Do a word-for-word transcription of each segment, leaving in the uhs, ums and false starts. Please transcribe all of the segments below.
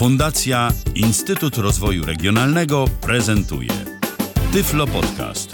Fundacja Instytut Rozwoju Regionalnego prezentuje Tyflo Podcast.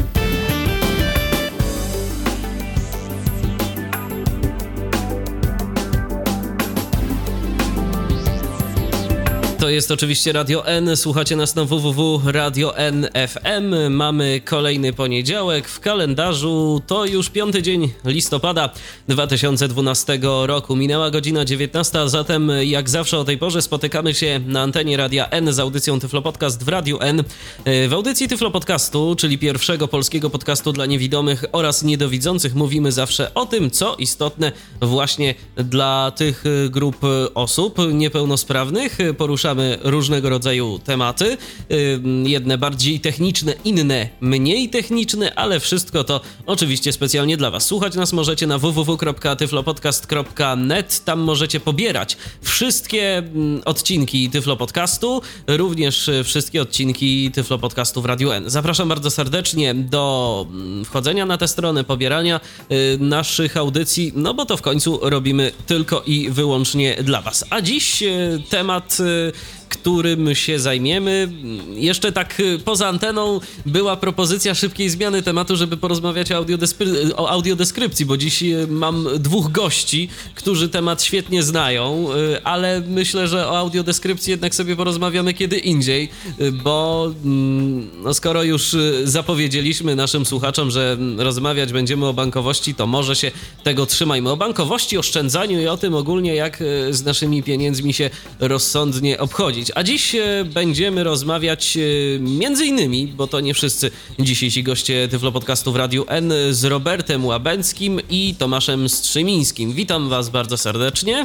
To jest oczywiście Radio N, słuchacie nas na w w w kropka radio n kropka f m. Mamy kolejny poniedziałek w kalendarzu, to już piąty dzień listopada dwa tysiące dwunastego roku. Minęła godzina dziewiętnasta, a zatem jak zawsze o tej porze spotykamy się na antenie Radia N z audycją Tyflo Podcast w Radiu N. W audycji Tyflo Podcastu, czyli pierwszego polskiego podcastu dla niewidomych oraz niedowidzących, mówimy zawsze o tym, co istotne właśnie dla tych grup osób niepełnosprawnych. Poruszamy różnego rodzaju tematy, jedne bardziej techniczne, inne mniej techniczne, ale wszystko to oczywiście specjalnie dla Was. Słuchać nas możecie na w w w kropka tyflopodcast kropka net, tam możecie pobierać wszystkie odcinki Tyflo Podcastu, również wszystkie odcinki Tyflo Podcastu w Radiu N. Zapraszam bardzo serdecznie do wchodzenia na tę stronę, pobierania naszych audycji, no bo to w końcu robimy tylko i wyłącznie dla Was. A dziś temat, którym się zajmiemy. Jeszcze tak poza anteną była propozycja szybkiej zmiany tematu, żeby porozmawiać o, audiodeskry- o audiodeskrypcji, bo dziś mam dwóch gości, którzy temat świetnie znają, ale myślę, że o audiodeskrypcji jednak sobie porozmawiamy kiedy indziej, bo no skoro już zapowiedzieliśmy naszym słuchaczom, że rozmawiać będziemy o bankowości, to może się tego trzymajmy. O bankowości, oszczędzaniu i o tym ogólnie, jak z naszymi pieniędzmi się rozsądnie obchodzić. A dziś będziemy rozmawiać między innymi, bo to nie wszyscy dzisiejsi goście Tyflo Podcastu w Radiu N, z Robertem Łabęckim i Tomaszem Strzymińskim. Witam Was bardzo serdecznie.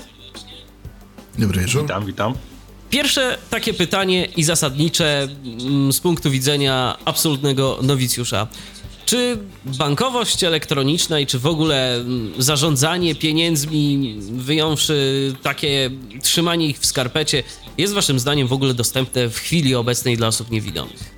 Dobry wieczór. Witam, witam. Pierwsze takie pytanie i zasadnicze z punktu widzenia absolutnego nowicjusza. Czy bankowość elektroniczna i czy w ogóle zarządzanie pieniędzmi, wyjąwszy takie trzymanie ich w skarpecie, jest waszym zdaniem w ogóle dostępne w chwili obecnej dla osób niewidomych?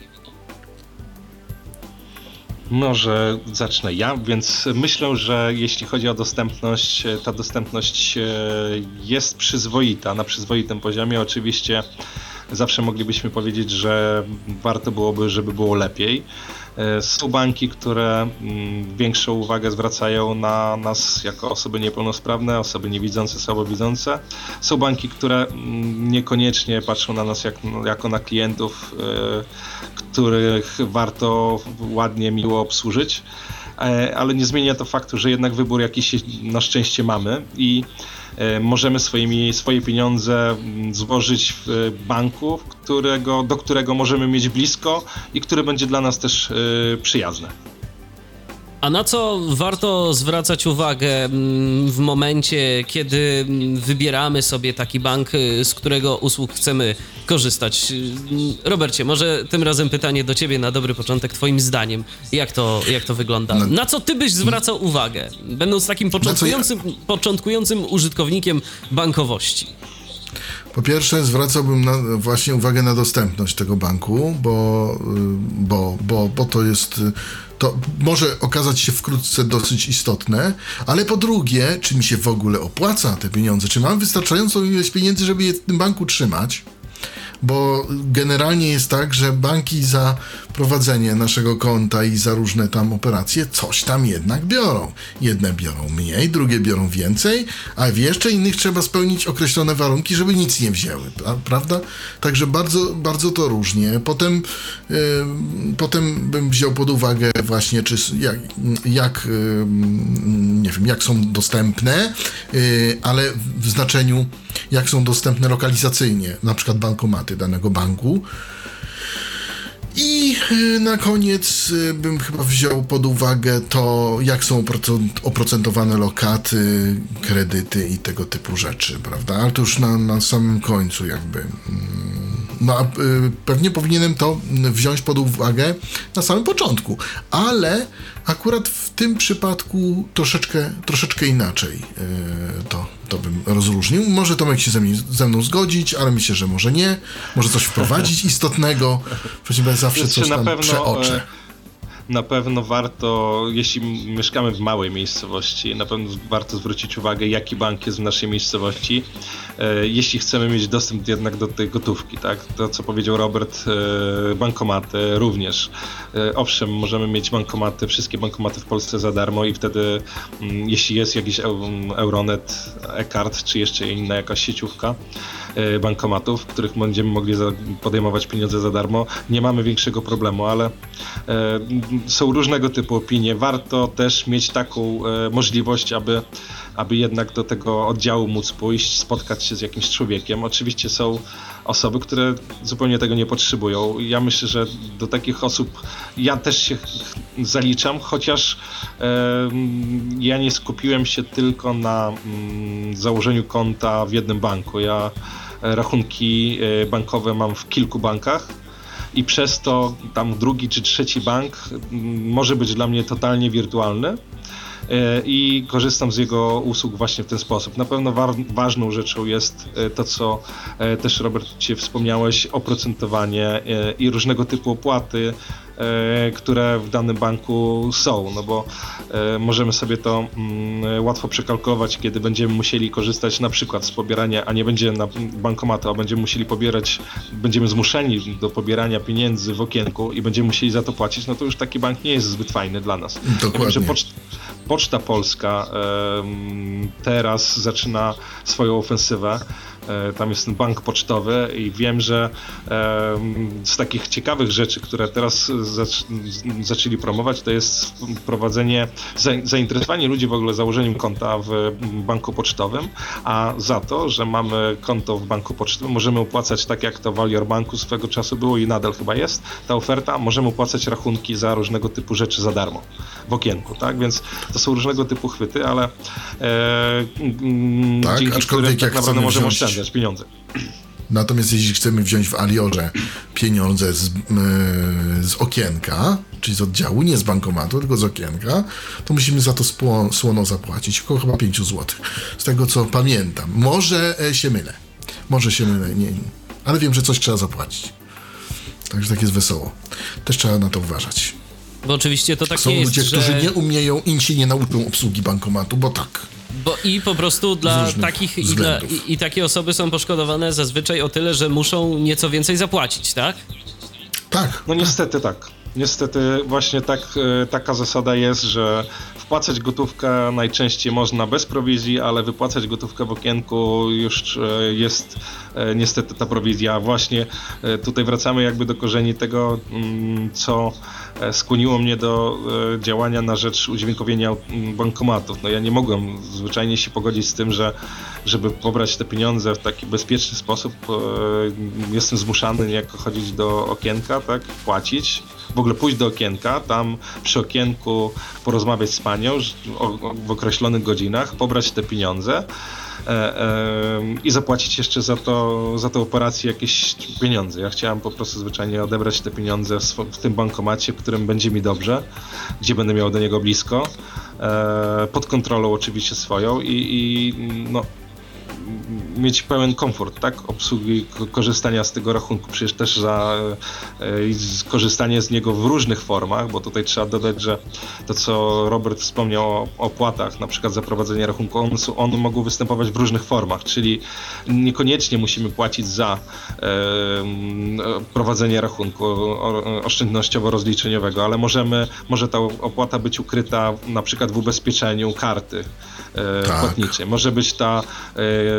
Może zacznę ja, więc myślę, że jeśli chodzi o dostępność, ta dostępność jest przyzwoita, na przyzwoitym poziomie. Oczywiście zawsze moglibyśmy powiedzieć, że warto byłoby, żeby było lepiej. Są banki, które większą uwagę zwracają na nas jako osoby niepełnosprawne, osoby niewidzące, słabowidzące. Są banki, które niekoniecznie patrzą na nas jak, jako na klientów, których warto ładnie, miło obsłużyć, ale nie zmienia to faktu, że jednak wybór jakiś na szczęście mamy i możemy swoimi, swoje pieniądze złożyć w banku, którego, do którego możemy mieć blisko i który będzie dla nas też y, przyjazny. A na co warto zwracać uwagę w momencie, kiedy wybieramy sobie taki bank, z którego usług chcemy korzystać? Robercie, może tym razem pytanie do ciebie na dobry początek, twoim zdaniem. Jak to, jak to wygląda? Na co ty byś zwracał uwagę, będąc takim początkującym, początkującym użytkownikiem bankowości? Po pierwsze zwracałbym na, właśnie uwagę na dostępność tego banku, bo, bo, bo, bo to jest, to może okazać się wkrótce dosyć istotne, ale po drugie, czy mi się w ogóle opłaca te pieniądze, czy mam wystarczającą ilość pieniędzy, żeby je w tym banku trzymać, bo generalnie jest tak, że banki za prowadzenie naszego konta i za różne tam operacje coś tam jednak biorą. Jedne biorą mniej, drugie biorą więcej, a w jeszcze innych trzeba spełnić określone warunki, żeby nic nie wzięły, prawda? Także bardzo, bardzo to różnie. Potem, yy, potem bym wziął pod uwagę właśnie, czy jak, jak yy, nie wiem, jak są dostępne, yy, ale w znaczeniu jak są dostępne lokalizacyjnie, na przykład bankomaty danego banku. I na koniec bym chyba wziął pod uwagę to, jak są oprocentowane lokaty, kredyty i tego typu rzeczy, prawda? Ale to już na, na samym końcu jakby. No a pewnie powinienem to wziąć pod uwagę na samym początku, ale akurat w tym przypadku troszeczkę, troszeczkę inaczej to, to bym rozróżnił. Może Tomek się ze, mnie, ze mną zgodzić, ale myślę, że może nie. Może coś wprowadzić istotnego. Przecież zawsze coś tam przeoczę. na pewno warto, jeśli mieszkamy w małej miejscowości, na pewno warto zwrócić uwagę, jaki bank jest w naszej miejscowości, e, jeśli chcemy mieć dostęp jednak do tej gotówki, tak? To, co powiedział Robert, e, bankomaty również. E, owszem, możemy mieć bankomaty, wszystkie bankomaty w Polsce za darmo i wtedy, m, jeśli jest jakiś Euronet, e-card, czy jeszcze inna jakaś sieciówka e, bankomatów, w których będziemy mogli za, podejmować pieniądze za darmo, nie mamy większego problemu, ale e, są różnego typu opinie. Warto też mieć taką e, możliwość, aby, aby jednak do tego oddziału móc pójść, spotkać się z jakimś człowiekiem. Oczywiście są osoby, które zupełnie tego nie potrzebują. Ja myślę, że do takich osób ja też się zaliczam, chociaż e, ja nie skupiłem się tylko na mm, założeniu konta w jednym banku. Ja rachunki e, bankowe mam w kilku bankach. I przez to tam drugi czy trzeci bank może być dla mnie totalnie wirtualny i korzystam z jego usług właśnie w ten sposób. Na pewno wa- ważną rzeczą jest to, co też Robert Cię wspomniałeś, oprocentowanie i różnego typu opłaty, które w danym banku są, no bo możemy sobie to łatwo przekalkulować, kiedy będziemy musieli korzystać na przykład z pobierania, a nie będzie na bankomatu, a będziemy musieli pobierać, będziemy zmuszeni do pobierania pieniędzy w okienku i będziemy musieli za to płacić, no to już taki bank nie jest zbyt fajny dla nas. Dokładnie. Ja wiem, że Pocz- Poczta Polska teraz zaczyna swoją ofensywę. Tam jest ten bank pocztowy i wiem, że z takich ciekawych rzeczy, które teraz zac- zaczęli promować, to jest wprowadzenie, zainteresowanie ludzi w ogóle założeniem konta w banku pocztowym, a za to, że mamy konto w banku pocztowym, możemy opłacać, tak jak to w Alior Banku swego czasu było i nadal chyba jest ta oferta, możemy opłacać rachunki za różnego typu rzeczy za darmo w okienku, tak? Więc to są różnego typu chwyty, ale e, tak, dzięki którym tak naprawdę możemy wziąć... oszczędzać pieniądze. Natomiast jeśli chcemy wziąć w Aliorze pieniądze z, yy, z okienka, czyli z oddziału, nie z bankomatu, tylko z okienka, to musimy za to spło, słono zapłacić, około chyba pięć złotych. Z tego, co pamiętam. Może e, się mylę. Może się mylę, nie, nie. Ale wiem, że coś trzeba zapłacić. Także tak jest wesoło. Też trzeba na to uważać. Bo oczywiście to tak Są nie jest, ludzie, że... którzy nie umieją i się nie nauczą obsługi bankomatu, bo tak. Bo i po prostu dla takich i, dla, i, i takie osoby są poszkodowane zazwyczaj o tyle, że muszą nieco więcej zapłacić, tak? Tak. No niestety tak. Niestety właśnie tak, taka zasada jest, że wpłacać gotówkę najczęściej można bez prowizji, ale wypłacać gotówkę w okienku już jest niestety ta prowizja. Właśnie tutaj wracamy jakby do korzeni tego, co skłoniło mnie do działania na rzecz udźwiękowienia bankomatów. No ja nie mogłem zwyczajnie się pogodzić z tym, że żeby pobrać te pieniądze w taki bezpieczny sposób, jestem zmuszany niejako chodzić do okienka, tak, płacić. W ogóle pójść do okienka, tam przy okienku porozmawiać z panią w określonych godzinach, pobrać te pieniądze e, e, i zapłacić jeszcze za to, za tę operację jakieś pieniądze. Ja chciałem po prostu zwyczajnie odebrać te pieniądze w, w tym bankomacie, w którym będzie mi dobrze, gdzie będę miał do niego blisko, e, pod kontrolą oczywiście swoją i, i no mieć pełen komfort, tak, obsługi, korzystania z tego rachunku, przecież też za e, korzystanie z niego w różnych formach, bo tutaj trzeba dodać, że to, co Robert wspomniał o opłatach, na przykład za prowadzenie rachunku, one, są, one mogą występować w różnych formach, czyli niekoniecznie musimy płacić za e, prowadzenie rachunku oszczędnościowo-rozliczeniowego, ale możemy, może ta opłata być ukryta na przykład w ubezpieczeniu karty e, tak. płatniczej, może być ta e,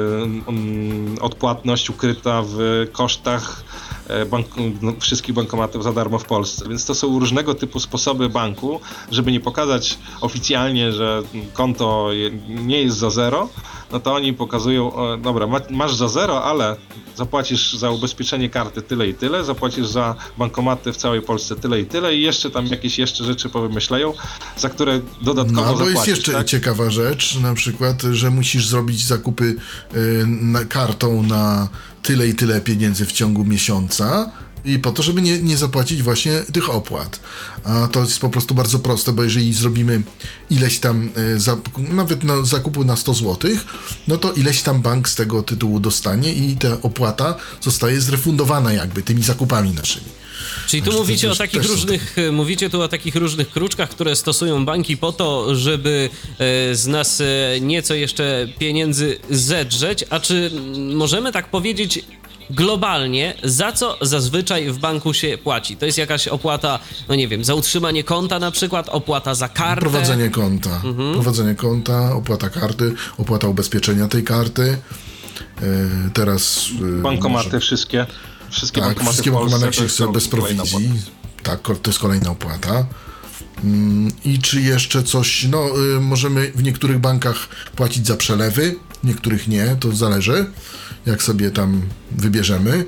odpłatność ukryta w kosztach bank, wszystkich bankomatów za darmo w Polsce. Więc to są różnego typu sposoby banku, żeby nie pokazać oficjalnie, że konto nie jest za zero, no to oni pokazują, dobra, masz za zero, ale zapłacisz za ubezpieczenie karty tyle i tyle, zapłacisz za bankomaty w całej Polsce tyle i tyle i jeszcze tam jakieś jeszcze rzeczy powymyślają, za które dodatkowo zapłacisz. No, to zapłacisz, jest jeszcze tak? ciekawa rzecz, na przykład, że musisz zrobić zakupy y, na, kartą na tyle i tyle pieniędzy w ciągu miesiąca i po to, żeby nie, nie zapłacić właśnie tych opłat. A to jest po prostu bardzo proste, bo jeżeli zrobimy ileś tam, y, za, nawet na zakupu na sto złotych, no to ileś tam bank z tego tytułu dostanie i ta opłata zostaje zrefundowana jakby tymi zakupami naszymi. Czyli tu Także mówicie też, o takich też różnych, mówicie tu o takich różnych kruczkach, które stosują banki po to, żeby z nas nieco jeszcze pieniędzy zedrzeć, a czy możemy tak powiedzieć globalnie, za co zazwyczaj w banku się płaci? To jest jakaś opłata, no nie wiem, za utrzymanie konta na przykład, opłata za kartę? Prowadzenie konta. Mhm. Prowadzenie konta, opłata karty, opłata ubezpieczenia tej karty. Yy, teraz... Yy, bankomaty może... wszystkie. Wszystkie tak, bankomaty wszystkie w Polsce bankomaty się chce bez prowizji. Tak, to jest kolejna opłata. Yy, I czy jeszcze coś... No, yy, możemy w niektórych bankach płacić za przelewy, w niektórych nie, to zależy, jak sobie tam wybierzemy.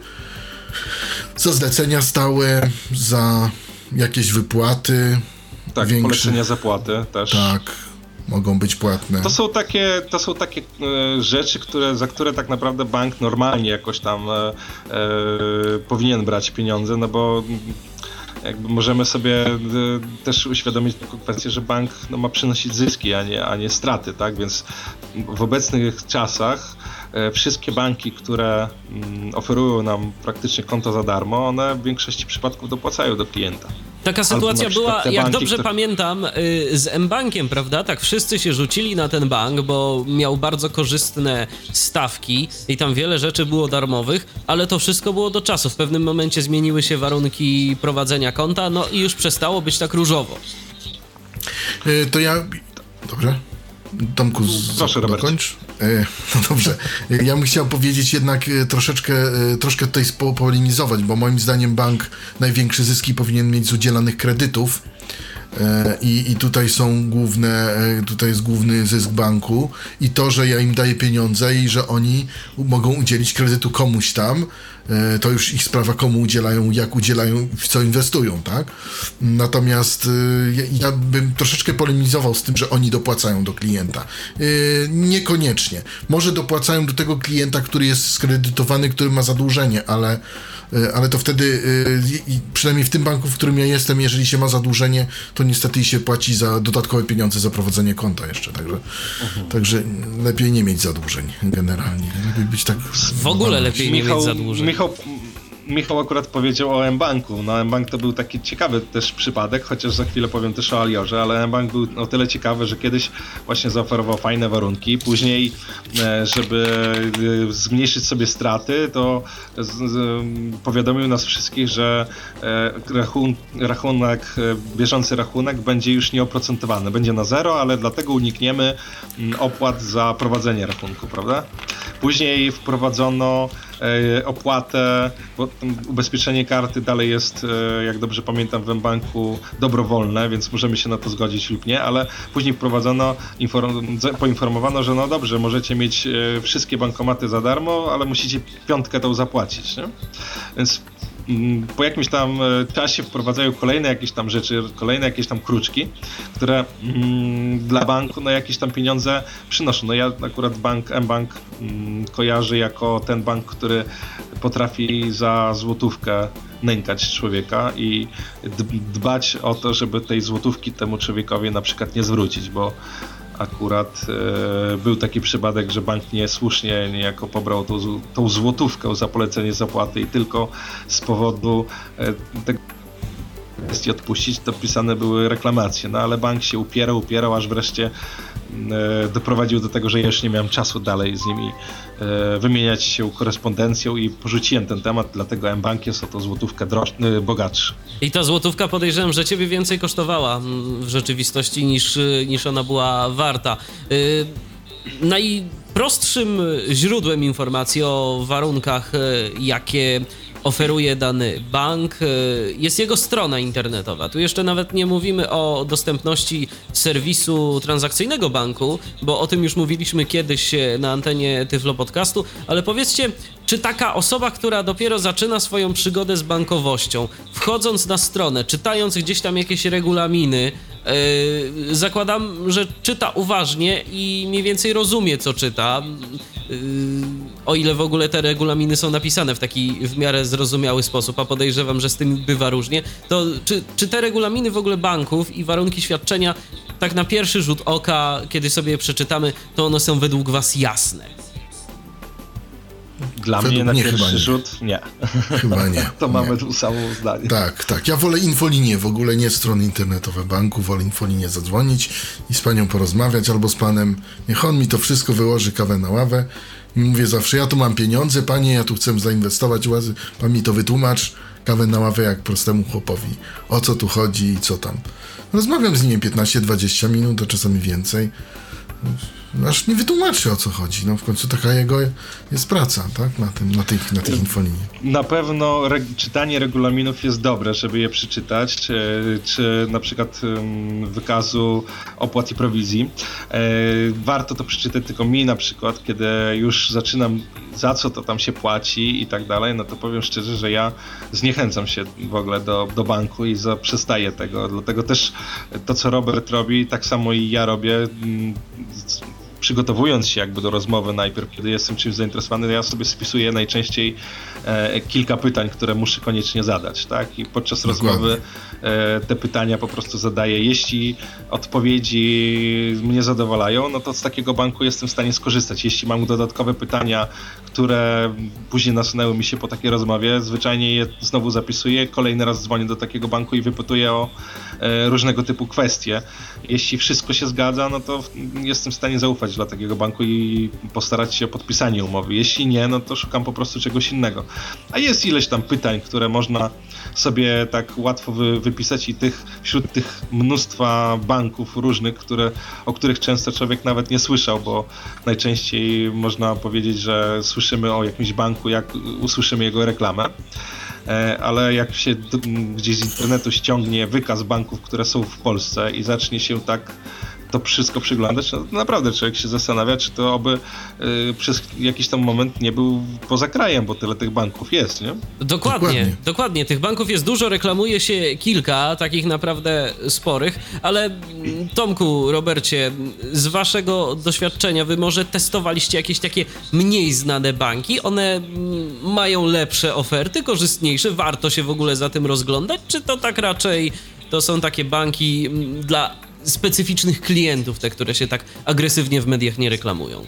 Za zlecenia stałe, za jakieś wypłaty. Tak, większe. Polecenia zapłaty też. Tak, mogą być płatne. To są takie, to są takie e, rzeczy, które, za które tak naprawdę bank normalnie jakoś tam e, e, powinien brać pieniądze, no bo jakby możemy sobie e, też uświadomić taką kwestię, że bank no, ma przynosić zyski, a nie, a nie straty, tak? Więc w obecnych czasach e, wszystkie banki, które mm, oferują nam praktycznie konto za darmo, one w większości przypadków dopłacają do klienta. Taka sytuacja była, jak banki, dobrze które... pamiętam, z mBankiem, prawda? Tak, wszyscy się rzucili na ten bank, bo miał bardzo korzystne stawki i tam wiele rzeczy było darmowych, ale to wszystko było do czasu. W pewnym momencie zmieniły się warunki prowadzenia konta, no i już przestało być tak różowo. To ja... Dobrze? Tomku, proszę, dokończ. No dobrze. Ja bym chciał powiedzieć jednak troszeczkę, troszkę tutaj polemizować, bo moim zdaniem bank największe zyski powinien mieć z udzielanych kredytów. I, I tutaj są główne, tutaj jest główny zysk banku i to, że ja im daję pieniądze i że oni mogą udzielić kredytu komuś tam, to już ich sprawa, komu udzielają, jak udzielają, w co inwestują, tak? Natomiast ja, ja bym troszeczkę polemizował z tym, że oni dopłacają do klienta. Niekoniecznie. Może dopłacają do tego klienta, który jest skredytowany, który ma zadłużenie, ale ale to wtedy, przynajmniej w tym banku, w którym ja jestem, jeżeli się ma zadłużenie, to niestety się płaci za dodatkowe pieniądze za prowadzenie konta jeszcze, także, mhm. także lepiej nie mieć zadłużeń generalnie. Lepiej być tak... W ogóle lepiej nie Michał, mieć zadłużeń. Michał, Michał akurat powiedział o mBanku. No mBank to był taki ciekawy też przypadek, chociaż za chwilę powiem też o Aliorze, ale mBank był o tyle ciekawy, że kiedyś właśnie zaoferował fajne warunki, później żeby zmniejszyć sobie straty, to powiadomił nas wszystkich, że rachun- rachunek, bieżący rachunek będzie już nieoprocentowany, będzie na zero, ale dlatego unikniemy opłat za prowadzenie rachunku, prawda? Później wprowadzono opłatę, bo ubezpieczenie karty dalej jest, jak dobrze pamiętam, w mBanku dobrowolne, więc możemy się na to zgodzić lub nie, ale później wprowadzono, inform- poinformowano, że no dobrze, możecie mieć wszystkie bankomaty za darmo, ale musicie piątkę tą zapłacić, nie? Więc po jakimś tam czasie wprowadzają kolejne jakieś tam rzeczy, kolejne jakieś tam kruczki, które mm, dla banku no jakieś tam pieniądze przynoszą. No ja akurat bank, mBank mm, kojarzę jako ten bank, który potrafi za złotówkę nękać człowieka i dbać o to, żeby tej złotówki temu człowiekowi na przykład nie zwrócić, bo akurat e, był taki przypadek, że bank niesłusznie niejako pobrał tą, tą złotówkę za polecenie zapłaty i tylko z powodu e, tego kwestii odpuścić, dopisane były reklamacje, no ale bank się upierał, upierał, aż wreszcie e, doprowadził do tego, że ja już nie miałem czasu dalej z nimi e, wymieniać się korespondencją i porzuciłem ten temat, dlatego mBank jest o tą złotówkę droż, e, bogatszy. I ta złotówka, podejrzewam, że ciebie więcej kosztowała w rzeczywistości niż, niż ona była warta. Yy, najprostszym źródłem informacji o warunkach, jakie oferuje dany bank, jest jego strona internetowa. Tu jeszcze nawet nie mówimy o dostępności serwisu transakcyjnego banku, bo o tym już mówiliśmy kiedyś na antenie Tyflo Podcastu, ale powiedzcie, czy taka osoba, która dopiero zaczyna swoją przygodę z bankowością, wchodząc na stronę, czytając gdzieś tam jakieś regulaminy, Yy, zakładam, że czyta uważnie i mniej więcej rozumie, co czyta, yy, o ile w ogóle te regulaminy są napisane w taki w miarę zrozumiały sposób, a podejrzewam, że z tym bywa różnie, to czy, czy te regulaminy w ogóle banków i warunki świadczenia, tak na pierwszy rzut oka, kiedy sobie je przeczytamy, to one są według was jasne? Dla Według mnie na mnie pierwszy chyba nie. rzut nie. Chyba nie. To nie. mamy tu samo zdanie. Tak, tak. Ja wolę infolinię, w ogóle nie strony internetowe banku, wolę infolinię zadzwonić i z panią porozmawiać albo z panem. Niech on mi to wszystko wyłoży, kawę na ławę. I mówię zawsze, ja tu mam pieniądze, panie, ja tu chcę zainwestować, łazy, pan mi to wytłumacz, kawę na ławę jak prostemu chłopowi. O co tu chodzi i co tam. Rozmawiam z nim piętnaście dwadzieścia minut, a czasami więcej. Aż nie wytłumaczy, o co chodzi. No w końcu taka jego jest praca, tak? Na tym, na tych, na tych infoliniach. Na pewno reg- czytanie regulaminów jest dobre, żeby je przeczytać, czy, czy na przykład um, wykazu opłat i prowizji. E, warto to przeczytać, tylko mi na przykład, kiedy już zaczynam, za co to tam się płaci i tak dalej, no to powiem szczerze, że ja zniechęcam się w ogóle do, do banku i zaprzestaję tego. Dlatego też to, co Robert robi, tak samo i ja robię. Mm, przygotowując się jakby do rozmowy najpierw, kiedy jestem czymś zainteresowany, ja sobie spisuję najczęściej e, kilka pytań, które muszę koniecznie zadać, tak? I podczas Dokładnie. rozmowy e, te pytania po prostu zadaję. Jeśli odpowiedzi mnie zadowalają, no to z takiego banku jestem w stanie skorzystać. Jeśli mam dodatkowe pytania, które później nasunęły mi się po takiej rozmowie, zwyczajnie je znowu zapisuję, kolejny raz dzwonię do takiego banku i wypytuję o e, różnego typu kwestie. Jeśli wszystko się zgadza, no to jestem w stanie zaufać dla takiego banku i postarać się o podpisanie umowy. Jeśli nie, no to szukam po prostu czegoś innego. A jest ileś tam pytań, które można sobie tak łatwo wy, wypisać i tych, wśród tych mnóstwa banków różnych, które, o których często człowiek nawet nie słyszał, bo najczęściej można powiedzieć, że słyszymy o jakimś banku, jak usłyszymy jego reklamę. Ale jak się gdzieś z internetu ściągnie wykaz banków, które są w Polsce i zacznie się tak to wszystko przyglądać, no naprawdę człowiek się zastanawia, czy to oby y, przez jakiś tam moment nie był poza krajem, bo tyle tych banków jest, nie? Dokładnie, dokładnie, dokładnie. Tych banków jest dużo, reklamuje się kilka, takich naprawdę sporych, ale Tomku, Robercie, z waszego doświadczenia, wy może testowaliście jakieś takie mniej znane banki? One mają lepsze oferty, korzystniejsze? Warto się w ogóle za tym rozglądać? Czy to tak raczej to są takie banki dla specyficznych klientów, te, które się tak agresywnie w mediach nie reklamują?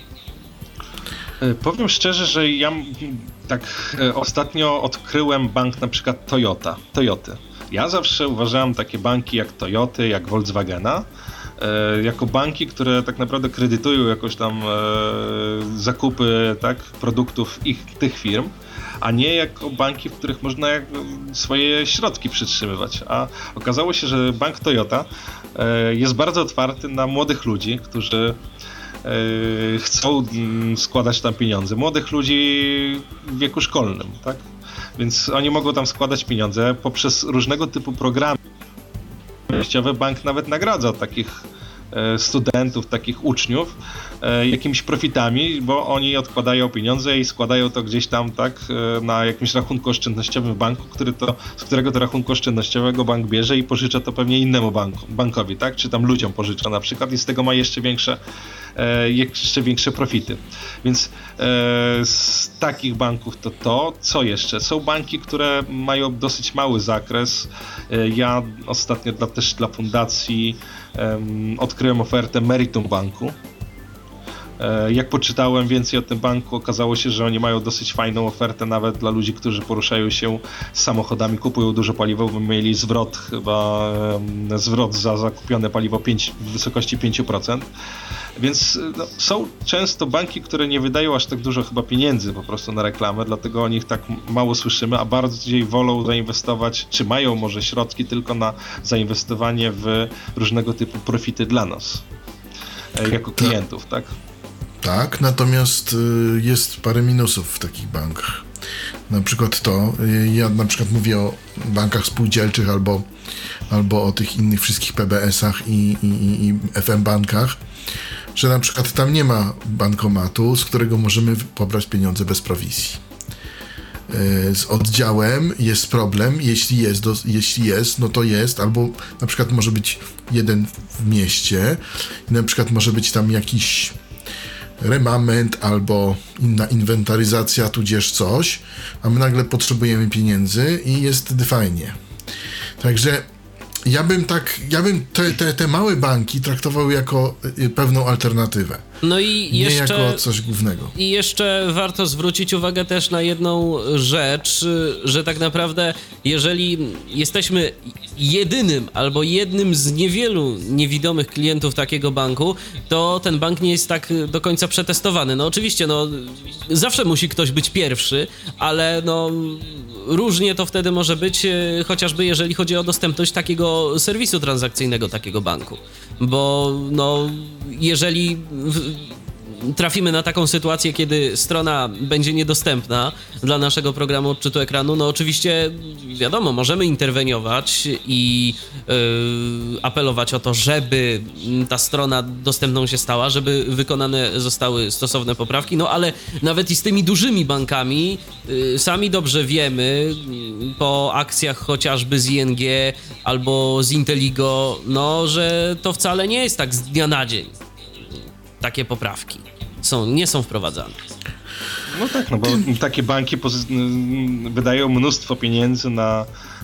Powiem szczerze, że ja tak ostatnio odkryłem bank na przykład Toyota, Toyoty. Ja zawsze uważałem takie banki jak Toyoty, jak Volkswagena, e, jako banki, które tak naprawdę kredytują jakoś tam e, zakupy, tak, produktów ich, tych firm, a nie jako banki, w których można swoje środki przytrzymywać. A okazało się, że bank Toyota e, jest bardzo otwarty na młodych ludzi, którzy e, chcą m, składać tam pieniądze. Młodych ludzi w wieku szkolnym, tak? Więc oni mogą tam składać pieniądze poprzez różnego typu programy. Bank nawet nagradza takich studentów, takich uczniów jakimiś profitami, bo oni odkładają pieniądze i składają to gdzieś tam, tak, na jakimś rachunku oszczędnościowym w banku, który to, z którego to rachunku oszczędnościowego bank bierze i pożycza to pewnie innemu banku, bankowi, tak, czy tam ludziom pożycza na przykład i z tego ma jeszcze większe jeszcze większe profity. Więc z takich banków to to, co jeszcze? Są banki, które mają dosyć mały zakres. Ja ostatnio dla, też dla fundacji um, odkryłem ofertę Meritum Banku. Jak poczytałem więcej o tym banku, okazało się, że oni mają dosyć fajną ofertę nawet dla ludzi, którzy poruszają się samochodami, kupują dużo paliwa, bo mieli zwrot chyba, zwrot za zakupione paliwo pięć, w wysokości pięć procent. Więc no, są często banki, które nie wydają aż tak dużo chyba pieniędzy po prostu na reklamę, dlatego o nich tak mało słyszymy, a bardziej wolą zainwestować, czy mają może środki tylko na zainwestowanie w różnego typu profity dla nas, jako klientów, tak? Tak, natomiast y, jest parę minusów w takich bankach. Na przykład to, y, ja na przykład mówię o bankach spółdzielczych albo, albo o tych innych wszystkich P B S-ach i, i, i F M bankach, że na przykład tam nie ma bankomatu, z którego możemy pobrać pieniądze bez prowizji. Y, z oddziałem jest problem, jeśli jest, do, jeśli jest, no to jest, albo na przykład może być jeden w mieście, na przykład może być tam jakiś remament albo inna inwentaryzacja, tudzież coś, a my nagle potrzebujemy pieniędzy i jest wtedy fajnie. Także ja bym tak, ja bym te, te, te małe banki traktował jako pewną alternatywę. No i nie jeszcze, jako coś głównego. I jeszcze warto zwrócić uwagę też na jedną rzecz, że tak naprawdę jeżeli jesteśmy jedynym albo jednym z niewielu niewidomych klientów takiego banku, to ten bank nie jest tak do końca przetestowany. No oczywiście, no zawsze musi ktoś być pierwszy, ale no różnie to wtedy może być, chociażby jeżeli chodzi o dostępność takiego serwisu transakcyjnego takiego banku. Bo no jeżeli trafimy na taką sytuację, kiedy strona będzie niedostępna dla naszego programu odczytu ekranu, no oczywiście wiadomo, możemy interweniować i yy, apelować o to, żeby ta strona dostępną się stała, żeby wykonane zostały stosowne poprawki, no ale nawet i z tymi dużymi bankami yy, sami dobrze wiemy, yy, po akcjach chociażby z I N G albo z Inteligo, no, że to wcale nie jest tak z dnia na dzień. Takie poprawki są, nie są wprowadzane. No tak, no bo takie banki wydają mnóstwo pieniędzy na,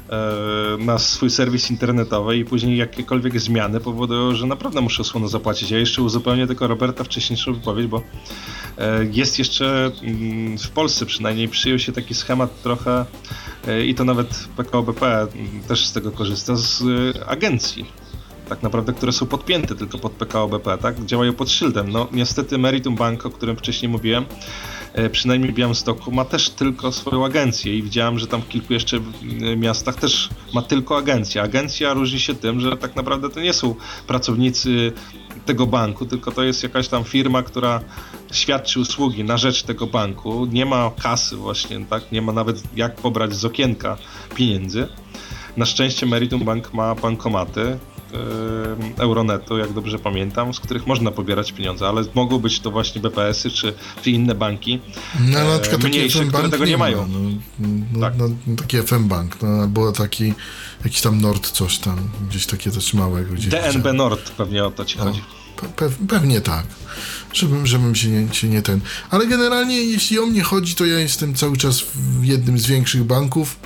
na swój serwis internetowy i później jakiekolwiek zmiany powodują, że naprawdę muszę słono zapłacić. Ja jeszcze uzupełnię tylko Roberta wcześniejszą wypowiedź, bo jest jeszcze w Polsce przynajmniej przyjął się taki schemat trochę i to nawet P K O B P też z tego korzysta, z agencji. Tak naprawdę, które są podpięte tylko pod P K O B P, tak? Działają pod szyldem. No niestety Meritum Bank, o którym wcześniej mówiłem, przynajmniej w Białymstoku, ma też tylko swoją agencję i widziałem, że tam w kilku jeszcze miastach też ma tylko agencję. Agencja różni się tym, że tak naprawdę to nie są pracownicy tego banku, tylko to jest jakaś tam firma, która świadczy usługi na rzecz tego banku. Nie ma kasy właśnie, tak? Nie ma nawet jak pobrać z okienka pieniędzy. Na szczęście Meritum Bank ma bankomaty Euronetu, jak dobrze pamiętam, z których można pobierać pieniądze, ale mogą być to właśnie B P S y czy, czy inne banki no, na przykład mniejsze, taki które tego nie, nie mają. No, no, tak. no, no, taki F M Bank, no, było taki jakiś tam Nord coś tam, gdzieś takie coś małego. Gdzieś D N B widziałem. Nord, pewnie o to ci chodzi. O, pe pewnie tak, żebym, żebym się, nie, się nie ten... Ale generalnie jeśli o mnie chodzi, to ja jestem cały czas w jednym z większych banków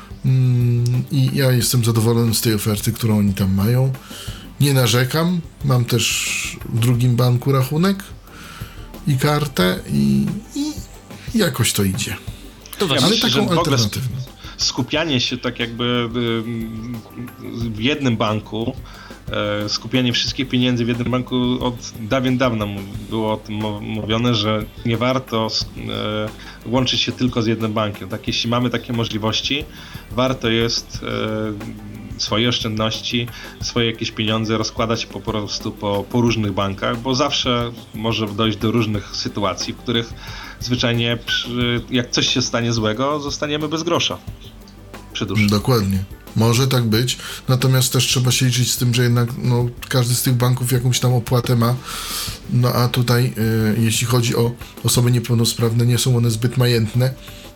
i ja jestem zadowolony z tej oferty, którą oni tam mają. Nie narzekam. Mam też w drugim banku rachunek i kartę i, i jakoś to idzie. To ja Ale myślę, taką że alternatywną. Skupianie się tak jakby w jednym banku, skupianie wszystkich pieniędzy w jednym banku od dawien dawna było o tym mówione, że nie warto łączyć się tylko z jednym bankiem. Tak, jeśli mamy takie możliwości, warto jest swoje oszczędności, swoje jakieś pieniądze rozkładać po prostu po, po różnych bankach, bo zawsze może dojść do różnych sytuacji, w których zwyczajnie przy, jak coś się stanie złego, zostaniemy bez grosza przy duszy. Dokładnie. Może tak być, natomiast też trzeba się liczyć z tym, że jednak no, każdy z tych banków jakąś tam opłatę ma, no a tutaj y, jeśli chodzi o osoby niepełnosprawne, nie są one zbyt majętne,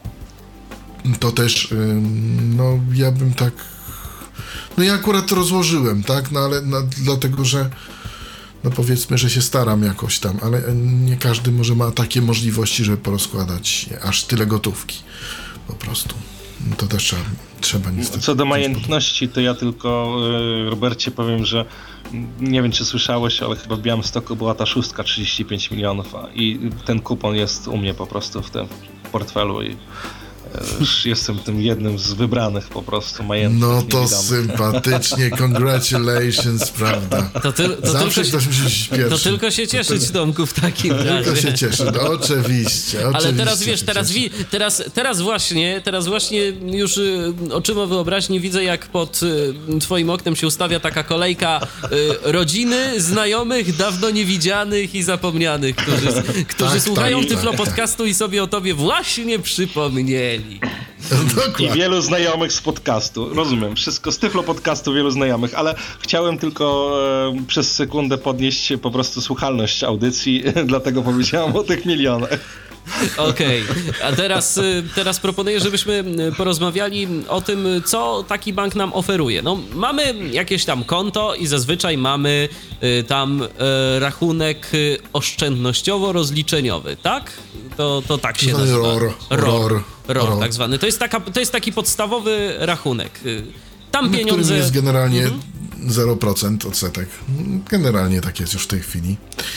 to też y, no ja bym tak no ja akurat rozłożyłem, tak, no ale no, dlatego, że no powiedzmy, że się staram jakoś tam, ale nie każdy może ma takie możliwości, żeby porozkładać aż tyle gotówki po prostu. To też trzeba, trzeba niestety. Co do majętności, to ja tylko Robercie powiem, że nie wiem, czy słyszałeś, ale chyba w Białymstoku była ta szóstka trzydzieści pięć milionów i ten kupon jest u mnie po prostu w tym portfelu i jestem tym jednym z wybranych po prostu majętnych. No to sympatycznie, congratulations, prawda? To ty, to Zawsze tylko, ktoś musi iść pierwszy. To tylko się cieszyć, Tomku, w takim razie. Tylko się cieszy, no oczywiście, oczywiście. Ale teraz wiesz, teraz, wi teraz, teraz właśnie, teraz właśnie już y, oczyma wyobraźni widzę, jak pod y, twoim oknem się ustawia taka kolejka y, rodziny, znajomych, dawno niewidzianych i zapomnianych, którzy, którzy tak, słuchają tak, Tyflo tak, Podcastu tak. I sobie o tobie właśnie przypomnieli. I wielu znajomych z podcastu. Rozumiem, wszystko z Tyflo Podcastu, wielu znajomych, ale chciałem tylko e, przez sekundę podnieść po prostu słuchalność audycji, dlatego powiedziałem o tych milionach. Okej, okay. A teraz, teraz proponuję, żebyśmy porozmawiali o tym, co taki bank nam oferuje. No, mamy jakieś tam konto i zazwyczaj mamy tam rachunek oszczędnościowo-rozliczeniowy, tak? To, to tak się nazywa. R O R. R O R. R O R, tak zwany. To jest, taka, to jest taki podstawowy rachunek. Tam na pieniądze... którym jest generalnie mhm. zero procent odsetek. Generalnie tak jest już w tej chwili.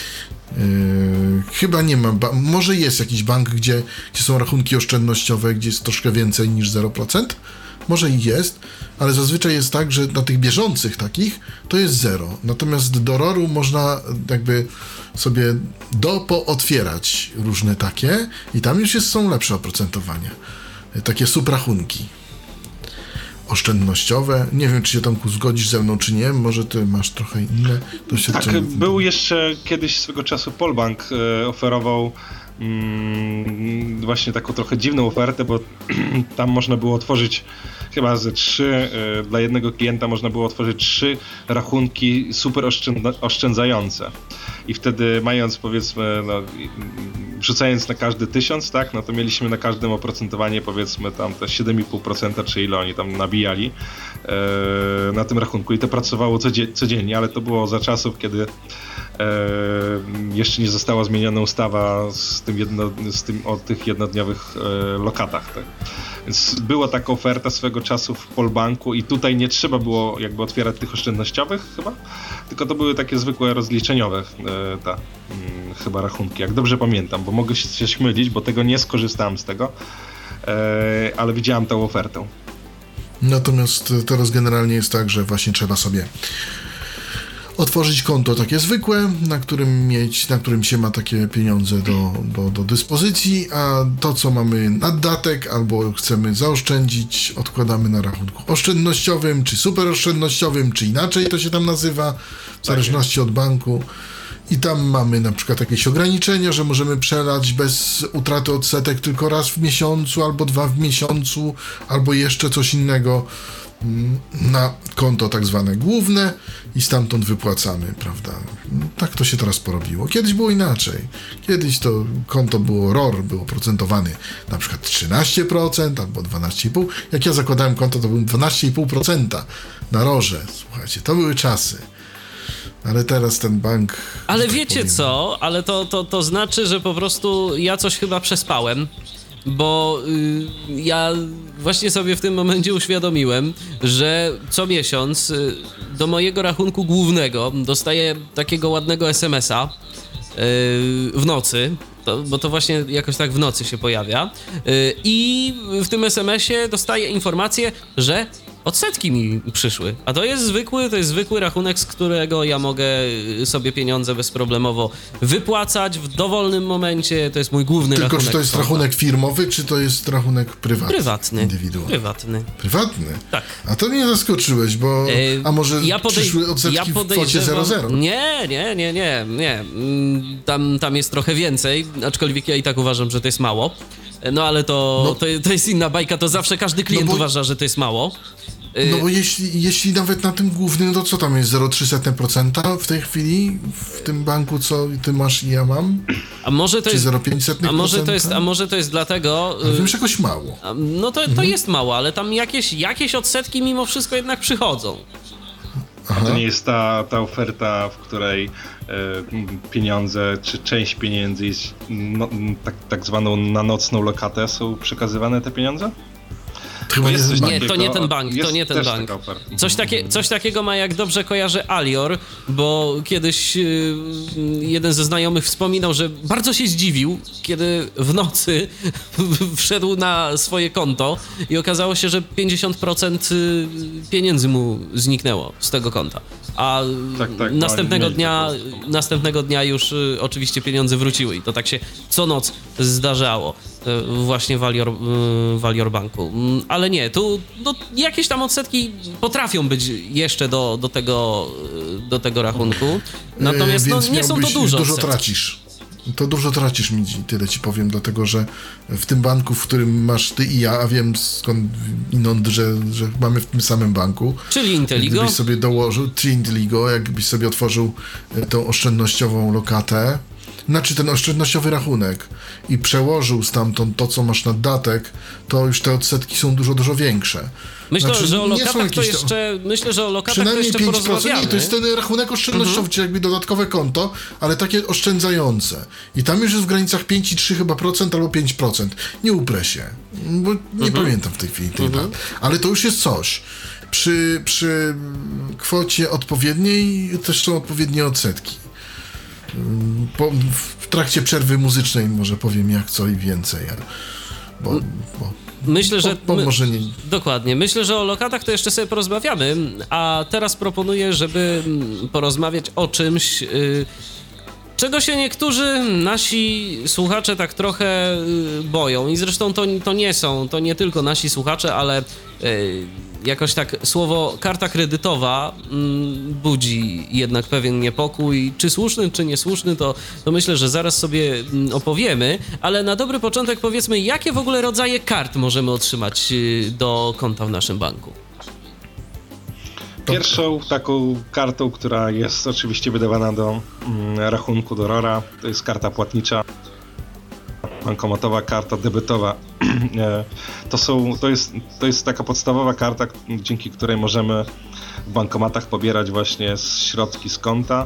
Yy, chyba nie ma, ba- może jest jakiś bank, gdzie, gdzie są rachunki oszczędnościowe, gdzie jest troszkę więcej niż zero procent, może i jest, ale zazwyczaj jest tak, że na tych bieżących takich to jest zero, natomiast do roru można jakby sobie do pootwierać różne takie i tam już jest, są lepsze oprocentowania, takie subrachunki oszczędnościowe. Nie wiem, czy się Tomku zgodzisz ze mną, czy nie. Może ty masz trochę inne doświadczenie. Tak, był jeszcze kiedyś swego czasu Polbank e, oferował mm, właśnie taką trochę dziwną ofertę, bo tam można było otworzyć chyba ze trzy, e, dla jednego klienta można było otworzyć trzy rachunki super oszczędza, oszczędzające. I wtedy mając powiedzmy, no, wrzucając na każdy tysiąc, tak, no to mieliśmy na każdym oprocentowanie powiedzmy tam te siedem i pół procent, czy ile oni tam nabijali e, na tym rachunku i to pracowało codzie- codziennie, ale to było za czasów, kiedy e, jeszcze nie została zmieniona ustawa z tym, jedno, z tym o tych jednodniowych e, lokatach, tak. Więc była taka oferta swego czasu w Polbanku i tutaj nie trzeba było jakby otwierać tych oszczędnościowych chyba, tylko to były takie zwykłe rozliczeniowe e, te mm, chyba rachunki, jak dobrze pamiętam, bo mogę się, się mylić, bo tego nie skorzystałem z tego, e, ale widziałem tę ofertę. Natomiast teraz generalnie jest tak, że właśnie trzeba sobie otworzyć konto takie zwykłe, na którym mieć, na którym się ma takie pieniądze do, do, do dyspozycji, a to, co mamy naddatek albo chcemy zaoszczędzić, odkładamy na rachunku oszczędnościowym, czy superoszczędnościowym, czy inaczej to się tam nazywa, w zależności od banku. I tam mamy na przykład jakieś ograniczenia, że możemy przelać bez utraty odsetek tylko raz w miesiącu, albo dwa w miesiącu, albo jeszcze coś innego na konto tak zwane główne i stamtąd wypłacamy, prawda? Tak to się teraz porobiło. Kiedyś było inaczej. Kiedyś to konto było R O R, był oprocentowany na przykład trzynaście procent albo dwanaście i pół procent. Jak ja zakładałem konto, to było dwanaście i pół procent na rorze. Słuchajcie, to były czasy. Ale teraz ten bank... Ale tak wiecie powiem, co? Ale to, to, to znaczy, że po prostu ja coś chyba przespałem, bo y, ja właśnie sobie w tym momencie uświadomiłem, że co miesiąc y, do mojego rachunku głównego dostaję takiego ładnego es em es a y, w nocy, to, bo to właśnie jakoś tak w nocy się pojawia y, i w tym es em esie dostaję informację, że odsetki mi przyszły, a to jest zwykły, to jest zwykły rachunek, z którego ja mogę sobie pieniądze bezproblemowo wypłacać w dowolnym momencie, to jest mój główny Tylko rachunek. czy to jest konta. rachunek firmowy, czy to jest rachunek prywatny? Prywatny. Indywidualny. Prywatny. Prywatny? Tak. A to mnie zaskoczyłeś, bo... E, a może ja podej- przyszły odsetki ja w kwocie zero zero? Nie, nie, nie, nie, nie. Mm, Tam, tam jest trochę więcej, aczkolwiek ja i tak uważam, że to jest mało. No ale to, No. to, to jest inna bajka, to zawsze każdy klient No bo- uważa, że to jest mało. No bo jeśli, jeśli nawet na tym głównym, to co tam jest? zero przecinek trzy procent w tej chwili? W tym banku, co ty masz i ja mam? A może to Czy jest... zero przecinek pięć procent? A może to jest, a może to jest dlatego... Ale to już jakoś mało. A, No to, to jest mało, ale tam jakieś, jakieś odsetki mimo wszystko jednak przychodzą. Aha. To nie jest ta, ta oferta, w której e, pieniądze, czy część pieniędzy jest no, tak, tak zwaną na nocną lokatę są przekazywane te pieniądze? To chyba nie Jest jest coś Nie, bank. to nie ten bank, to jest nie ten też bank. taka oferta. Coś, takie, coś takiego ma, jak dobrze kojarzę, Alior, bo kiedyś yy, jeden ze znajomych wspominał, że bardzo się zdziwił, kiedy w nocy wszedł na swoje konto i okazało się, że pięćdziesiąt procent pieniędzy mu zniknęło z tego konta. A Tak, tak, następnego oni mieli dnia, taką- następnego dnia już y, oczywiście pieniądze wróciły i to tak się co noc zdarzało y, właśnie w Alior, y, w Alior Banku. Mm, Ale nie, tu no, jakieś tam odsetki potrafią być jeszcze do, do, tego, y, do tego rachunku, natomiast E, no, więc nie są to miałbyś- duże Dużo odsetki. tracisz. To dużo tracisz, mi tyle ci powiem, dlatego że w tym banku, w którym masz ty i ja, a wiem skąd inąd, że, że mamy w tym samym banku. Czyli Inteligo. Gdybyś sobie dołożył, czy Inteligo, jakbyś sobie otworzył e, tą oszczędnościową lokatę, znaczy ten oszczędnościowy rachunek i przełożył stamtąd to, co masz naddatek, to już te odsetki są dużo, dużo większe. Myślę, Znaczy, że o nie są lokatach to jakieś to- jeszcze, myślę, że o lokatach to Przynajmniej jeszcze pięć procent, porozmawiamy. nie, to jest ten rachunek oszczędnościowy, Mhm. czyli jakby dodatkowe konto, ale takie oszczędzające. I tam już jest w granicach pięć i trzy chyba procent albo pięć procent. Nie uprę się, bo nie Mhm. pamiętam w tej chwili tej dat. Ale to już jest coś. Przy, przy kwocie odpowiedniej też są odpowiednie odsetki. Po, w trakcie przerwy muzycznej może powiem jak co i więcej, bo, bo Myślę, że... Po, po może nie... Dokładnie. Myślę, że o lokatach to jeszcze sobie porozmawiamy, a teraz proponuję, żeby porozmawiać o czymś, yy, czego się niektórzy nasi słuchacze tak trochę yy, boją. I zresztą to, to nie są, to nie tylko nasi słuchacze, ale yy, jakoś tak słowo karta kredytowa yy, budzi jednak pewien niepokój. Czy słuszny, czy niesłuszny, to, to myślę, że zaraz sobie yy, opowiemy. Ale na dobry początek powiedzmy, jakie w ogóle rodzaje kart możemy otrzymać yy, do konta w naszym banku? Pierwszą taką kartą, która jest oczywiście wydawana do mm, rachunku, do rora, to jest karta płatnicza, bankomatowa, karta debetowa. to, są, to, jest, to jest taka podstawowa karta, dzięki której możemy w bankomatach pobierać właśnie środki z konta,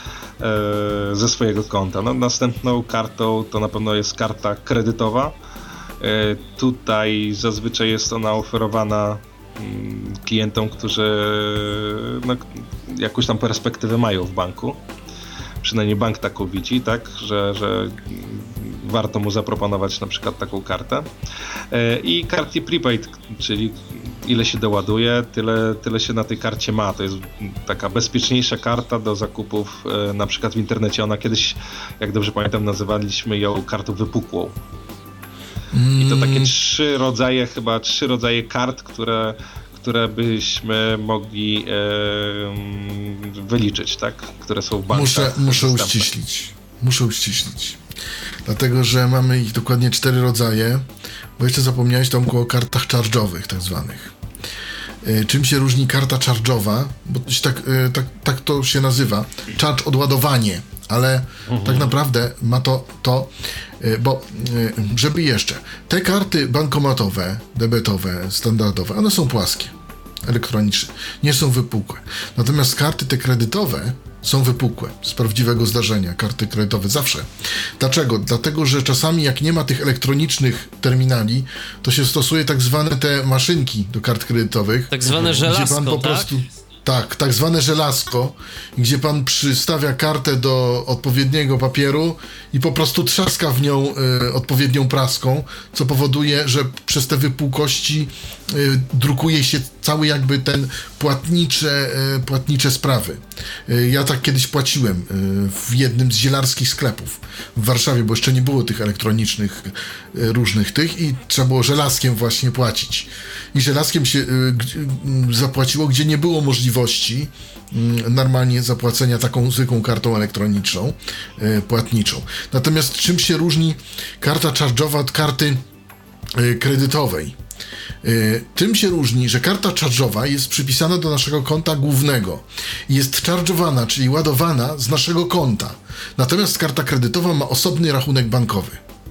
e, ze swojego konta. No, następną kartą to na pewno jest karta kredytowa. E, tutaj zazwyczaj jest ona oferowana klientom, którzy no, jakąś tam perspektywę mają w banku. Przynajmniej bank taką widzi, tak, że, że warto mu zaproponować na przykład taką kartę. I karty prepaid, czyli ile się doładuje, tyle, tyle się na tej karcie ma. To jest taka bezpieczniejsza karta do zakupów na przykład w internecie. Ona kiedyś, jak dobrze pamiętam, nazywaliśmy ją kartą wypukłą. I to takie trzy rodzaje, chyba trzy rodzaje kart, które, które byśmy mogli e, wyliczyć, tak? Które są w bankach. Muszę, muszę uściślić. Muszę uściślić. Dlatego, że mamy ich dokładnie cztery rodzaje, bo jeszcze zapomniałeś, Tomku, o kartach charge'owych tak zwanych. E, czym się różni karta charge'owa? Bo tak, e, tak, tak to się nazywa. Charge odładowanie. Ale mhm. tak naprawdę ma to, to, bo żeby jeszcze, te karty bankomatowe, debetowe, standardowe, one są płaskie, elektroniczne, nie są wypukłe. Natomiast karty te kredytowe są wypukłe, z prawdziwego zdarzenia, karty kredytowe zawsze. Dlaczego? Dlatego, że czasami jak nie ma tych elektronicznych terminali, to się stosuje tak zwane te maszynki do kart kredytowych. Tak zwane żelazko, gdzie pan po tak? prostu Tak, tak zwane żelazko, gdzie pan przystawia kartę do odpowiedniego papieru i po prostu trzaska w nią y, odpowiednią praską, co powoduje, że przez te wypukłości y, drukuje się cały jakby ten płatnicze, y, płatnicze sprawy. Y, ja tak kiedyś płaciłem y, w jednym z zielarskich sklepów w Warszawie, bo jeszcze nie było tych elektronicznych y, różnych tych i trzeba było żelazkiem właśnie płacić. I żelazkiem się y, y, zapłaciło, gdzie nie było możliwości normalnie zapłacenia taką zwykłą kartą elektroniczną, y, płatniczą. Natomiast czym się różni karta charge'owa od karty y, kredytowej? Y, tym się różni, że karta charge'owa jest przypisana do naszego konta głównego i jest charge'owana, czyli ładowana z naszego konta. Natomiast karta kredytowa ma osobny rachunek bankowy.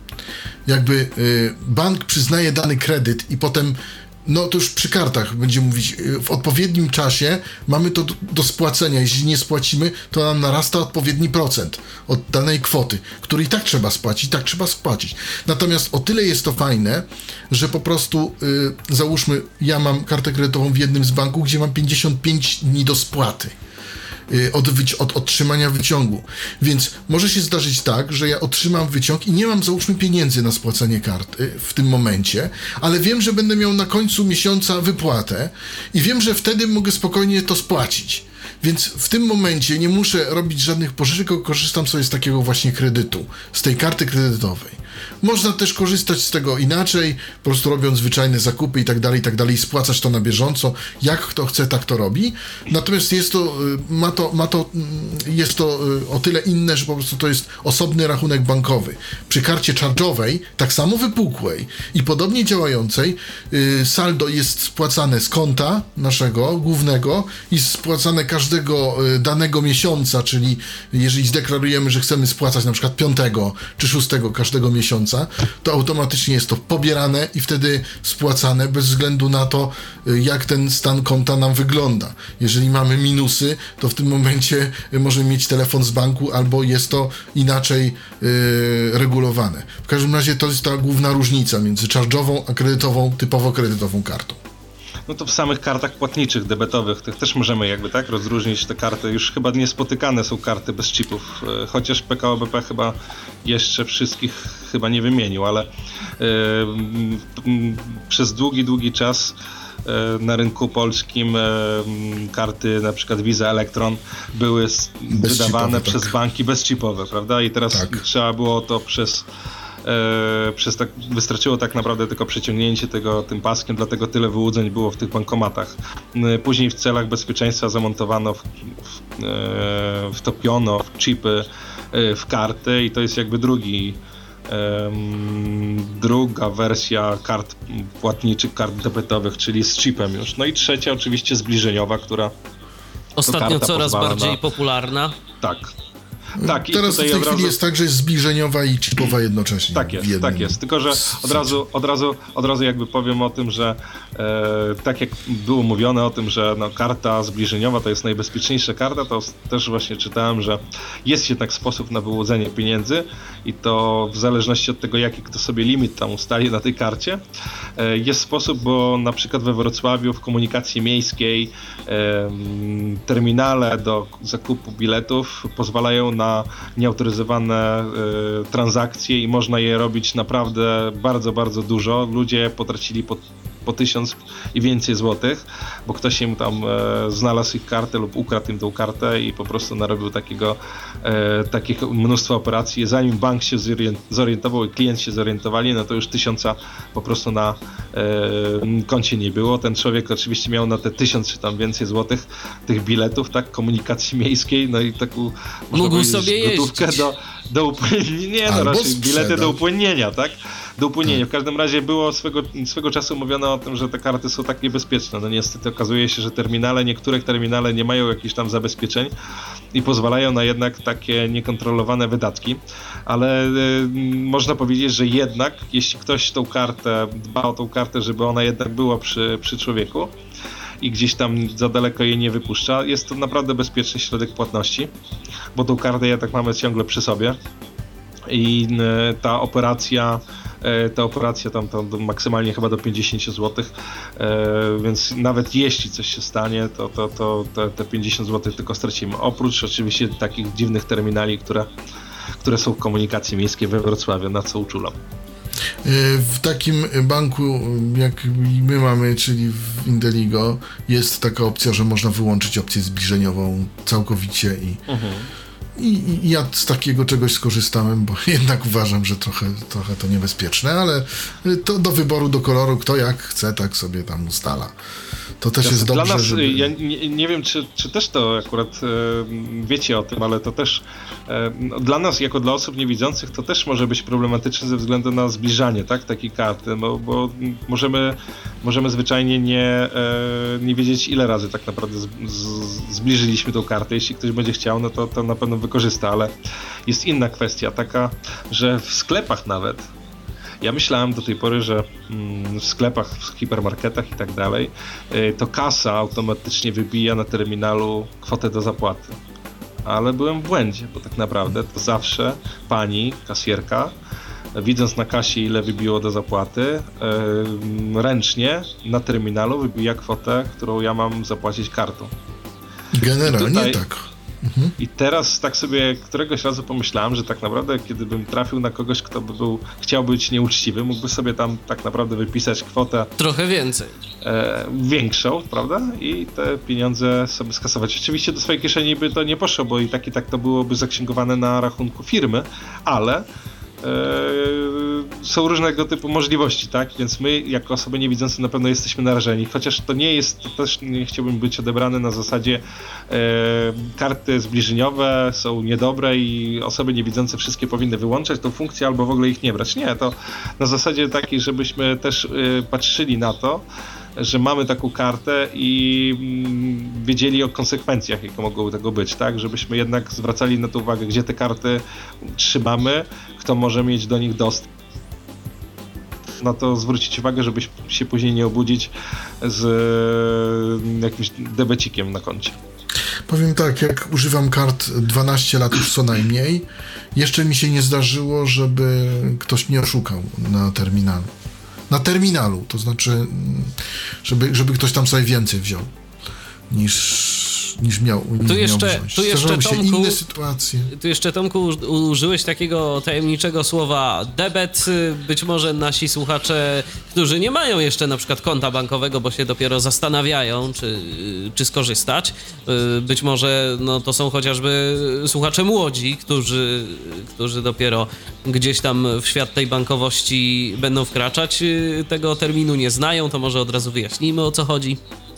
Jakby y, bank przyznaje dany kredyt i potem no to już przy kartach będziemy mówić, w odpowiednim czasie mamy to do, do spłacenia. Jeśli nie spłacimy, to nam narasta odpowiedni procent od danej kwoty, który i tak trzeba spłacić, i tak trzeba spłacić. Natomiast o tyle jest to fajne, że po prostu yy, załóżmy, ja mam kartę kredytową w jednym z banków, gdzie mam pięćdziesiąt pięć dni do spłaty. Od, wyci- od otrzymania wyciągu. Więc może się zdarzyć tak, że ja otrzymam wyciąg i nie mam, załóżmy, pieniędzy na spłacenie karty w tym momencie, ale wiem, że będę miał na końcu miesiąca wypłatę i wiem, że wtedy mogę spokojnie to spłacić. Więc w tym momencie nie muszę robić żadnych pożyczek, tylko korzystam sobie z takiego właśnie kredytu, z tej karty kredytowej. Można też korzystać z tego inaczej, po prostu robiąc zwyczajne zakupy i tak dalej, i tak dalej, spłacać to na bieżąco, jak kto chce, tak to robi. Natomiast jest to, ma to, ma to, jest to o tyle inne, że po prostu to jest osobny rachunek bankowy. Przy karcie charge'owej, tak samo wypukłej i podobnie działającej, saldo jest spłacane z konta naszego głównego i spłacane każdego danego miesiąca, czyli jeżeli zdeklarujemy, że chcemy spłacać na przykład piątego czy szóstego każdego miesiąca, to automatycznie jest to pobierane i wtedy spłacane bez względu na to, jak ten stan konta nam wygląda. Jeżeli mamy minusy, to w tym momencie możemy mieć telefon z banku albo jest to inaczej yy, regulowane. W każdym razie to jest ta główna różnica między charge'ową a kredytową, typowo kredytową kartą. no to w samych kartach płatniczych, debetowych, tych też możemy jakby tak rozróżnić te karty. Już chyba niespotykane są karty bez chipów, chociaż P K O B P chyba jeszcze wszystkich chyba nie wymienił, ale yy, przez długi, długi czas na rynku polskim karty na przykład Visa Electron były wydawane tak. przez banki bezchipowe, prawda? I teraz tak. trzeba było to przez, e, przez tak, wystarczyło tak naprawdę tylko przeciągnięcie tego tym paskiem, dlatego tyle wyłudzeń było w tych bankomatach. Później w celach bezpieczeństwa zamontowano, w, w, e, wtopiono w chipy e, w karty i to jest jakby drugi Um, druga wersja kart płatniczych, kart debetowych, czyli z chipem już. No i trzecia oczywiście zbliżeniowa, która ostatnio coraz bardziej na... popularna. Tak. Tak, teraz i tutaj w tej chwili razu... jest tak, że jest zbliżeniowa i chipowa jednocześnie. Tak jest, tak jest. Tylko, że od razu, od razu, od razu jakby powiem o tym, że e, tak jak było mówione o tym, że no, karta zbliżeniowa to jest najbezpieczniejsza karta, to też właśnie czytałem, że jest jednak sposób na wyłudzenie pieniędzy i to w zależności od tego, jaki kto sobie limit tam ustali na tej karcie, e, jest sposób, bo na przykład we Wrocławiu w komunikacji miejskiej e, terminale do zakupu biletów pozwalają na na nieautoryzowane y, transakcje i można je robić naprawdę bardzo, bardzo dużo. Ludzie potracili po, po tysiąc i więcej złotych, bo ktoś im tam e, znalazł ich kartę lub ukradł im tą kartę i po prostu narobił takiego, e, takich mnóstwo operacji. Zanim bank się zorientował i klient się zorientowali, no to już tysiąca po prostu na e, koncie nie było. Ten człowiek oczywiście miał na te tysiąc czy tam więcej złotych tych biletów, tak, komunikacji miejskiej, no i taką mógł sobie gotówkę jeździć. do, do upłynnienia, nie no raczej bilety do upłynnienia, tak? Do upłynienia. W każdym razie było swego, swego czasu mówiono o tym, że te karty są tak niebezpieczne. No niestety okazuje się, że terminale, niektóre terminale nie mają jakichś tam zabezpieczeń i pozwalają na jednak takie niekontrolowane wydatki, ale y, można powiedzieć, że jednak jeśli ktoś tą kartę, dba o tą kartę, żeby ona jednak była przy, przy człowieku i gdzieś tam za daleko jej nie wypuszcza, jest to naprawdę bezpieczny środek płatności, bo tą kartę jednak mamy ciągle przy sobie i y, ta operacja ta operacja tam, tam maksymalnie chyba do pięćdziesiąt złotych, e, więc nawet jeśli coś się stanie, to, to, to te, te pięćdziesiąt złotych tylko stracimy. Oprócz oczywiście takich dziwnych terminali, które, które są w komunikacji miejskiej we Wrocławiu, na co uczulam. W takim banku, jak my mamy, czyli w Indeligo, jest taka opcja, że można wyłączyć opcję zbliżeniową całkowicie i mhm. I, I ja z takiego czegoś skorzystałem, bo jednak uważam, że trochę, trochę to niebezpieczne, ale to do wyboru, do koloru, kto jak chce, tak sobie tam ustala. To też jest dla dobrze, nas, żeby... Ja nie, nie wiem, czy, czy też to akurat e, wiecie o tym, ale to też e, no, dla nas, jako dla osób niewidzących, to też może być problematyczne ze względu na zbliżanie, tak, takiej karty, no, bo możemy, możemy zwyczajnie nie, e, nie wiedzieć, ile razy tak naprawdę z, z, zbliżyliśmy tą kartę. Jeśli ktoś będzie chciał, no to, to na pewno wykorzysta, ale jest inna kwestia, taka, że w sklepach nawet, ja myślałem do tej pory, że w sklepach, w hipermarketach i tak dalej, to kasa automatycznie wybija na terminalu kwotę do zapłaty. Ale byłem w błędzie, bo tak naprawdę to zawsze pani, kasjerka, widząc na kasie, ile wybiło do zapłaty, ręcznie na terminalu wybija kwotę, którą ja mam zapłacić kartą. Generalnie tutaj... tak. Mhm. I teraz tak sobie któregoś razu pomyślałem, że tak naprawdę kiedybym trafił na kogoś, kto by był, chciał być nieuczciwy, mógłby sobie tam tak naprawdę wypisać kwotę trochę więcej, e, większą, prawda? I te pieniądze sobie skasować. Oczywiście do swojej kieszeni by to nie poszło, bo i tak i tak to byłoby zaksięgowane na rachunku firmy, ale są różnego typu możliwości, tak? Więc my, jako osoby niewidzące, na pewno jesteśmy narażeni. Chociaż to nie jest, to też nie chciałbym być odebrany na zasadzie e, karty zbliżeniowe są niedobre i osoby niewidzące wszystkie powinny wyłączać tą funkcję albo w ogóle ich nie brać. Nie, to na zasadzie takiej, żebyśmy też e, patrzyli na to, że mamy taką kartę i mm, wiedzieli o konsekwencjach, jakie mogą tego być, tak? Żebyśmy jednak zwracali na to uwagę, gdzie te karty trzymamy, kto może mieć do nich dostęp. Na to zwrócić uwagę, żeby się później nie obudzić z y, jakimś debecikiem na koncie. Powiem tak, jak używam kart dwanaście lat już co najmniej, jeszcze mi się nie zdarzyło, żeby ktoś mnie oszukał na terminalu. na terminalu, to znaczy, żeby, żeby ktoś tam sobie więcej wziął niż, niż miał, niż tu jeszcze, miał wziąć. Tu jeszcze, Zdarzały się Tomku, inne sytuacje. Tu jeszcze, Tomku, użyłeś takiego tajemniczego słowa debet. Być może nasi słuchacze, którzy nie mają jeszcze na przykład konta bankowego, bo się dopiero zastanawiają, czy, czy skorzystać. Być może no, to są chociażby słuchacze młodzi, którzy, którzy dopiero gdzieś tam w świat tej bankowości będą wkraczać. Tego terminu nie znają, to może od razu wyjaśnijmy, o co chodzi.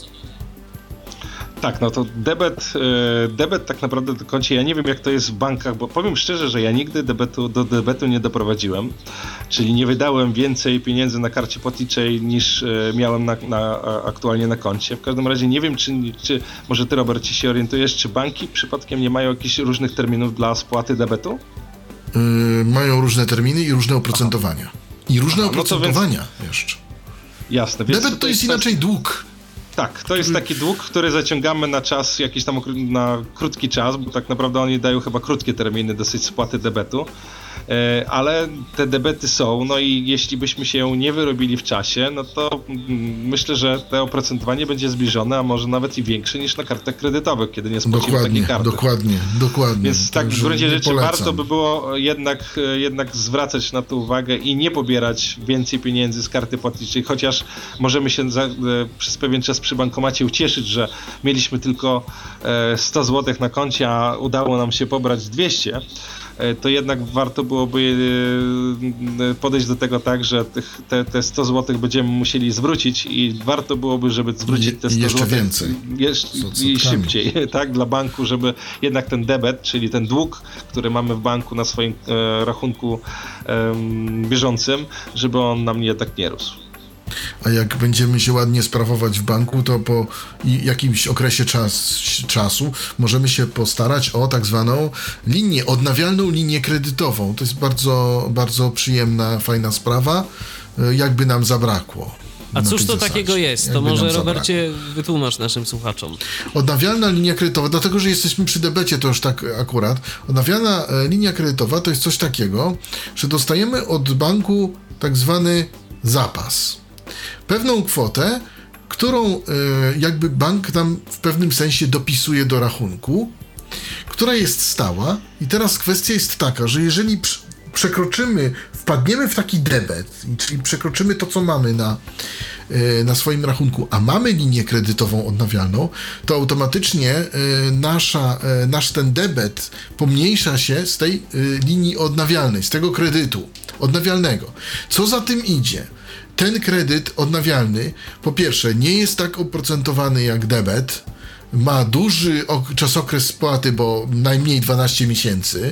Tak, no to debet, debet tak naprawdę do koncie, ja nie wiem jak to jest w bankach, bo powiem szczerze, że ja nigdy debetu, do debetu nie doprowadziłem, czyli nie wydałem więcej pieniędzy na karcie płatniczej niż miałem na, na, aktualnie na koncie. W każdym razie nie wiem, czy, czy może ty, Robert, się orientujesz, czy banki przypadkiem nie mają jakichś różnych terminów dla spłaty debetu? Yy, mają różne terminy i różne oprocentowania. Aha. I różne Aha, oprocentowania no więc... jeszcze. Jasne. Więc debet to jest inaczej kwestia... dług. Tak, to jest taki dług, który zaciągamy na czas, jakiś tam na krótki czas, bo tak naprawdę oni dają chyba krótkie terminy dosyć spłaty debetu, ale te debety są, no i jeśli byśmy się nie wyrobili w czasie, no to myślę, że to oprocentowanie będzie zbliżone, a może nawet i większe niż na kartach kredytowych, kiedy nie spłacimy takiej karty. Dokładnie, dokładnie. Więc tak w gruncie rzeczy polecam. Warto by było jednak, jednak zwracać na to uwagę i nie pobierać więcej pieniędzy z karty płatniczej, chociaż możemy się za, przez pewien czas przy bankomacie ucieszyć, że mieliśmy tylko sto złotych na koncie, a udało nam się pobrać dwieście, to jednak warto byłoby podejść do tego tak, że tych, te, te sto złotych będziemy musieli zwrócić i warto byłoby, żeby zwrócić te sto jeszcze złotych więcej. Jeszcze, i szybciej, tak, dla banku, żeby jednak ten debet, czyli ten dług, który mamy w banku na swoim e, rachunku e, bieżącym, żeby on nam jednak nie rósł. A jak będziemy się ładnie sprawować w banku, to po jakimś okresie czas, czasu możemy się postarać o tak zwaną linię, odnawialną linię kredytową. To jest bardzo, bardzo przyjemna, fajna sprawa, jakby nam zabrakło. A cóż to zasadzie. takiego jest? To może, Robercie, wytłumacz naszym słuchaczom. Odnawialna linia kredytowa, dlatego, że jesteśmy przy debecie, to już tak akurat. Odnawialna linia kredytowa to jest coś takiego, że dostajemy od banku tak zwany zapas. Pewną kwotę, którą y, jakby bank nam w pewnym sensie dopisuje do rachunku, która jest stała i teraz kwestia jest taka, że jeżeli pr- przekroczymy, wpadniemy w taki debet, czyli przekroczymy to, co mamy na, y, na swoim rachunku, a mamy linię kredytową odnawialną, to automatycznie y, nasza, y, nasz ten debet pomniejsza się z tej y, linii odnawialnej, z tego kredytu odnawialnego. Co za tym idzie? Ten kredyt odnawialny, po pierwsze, nie jest tak oprocentowany jak debet, ma duży ok- czasokres spłaty, bo najmniej dwanaście miesięcy.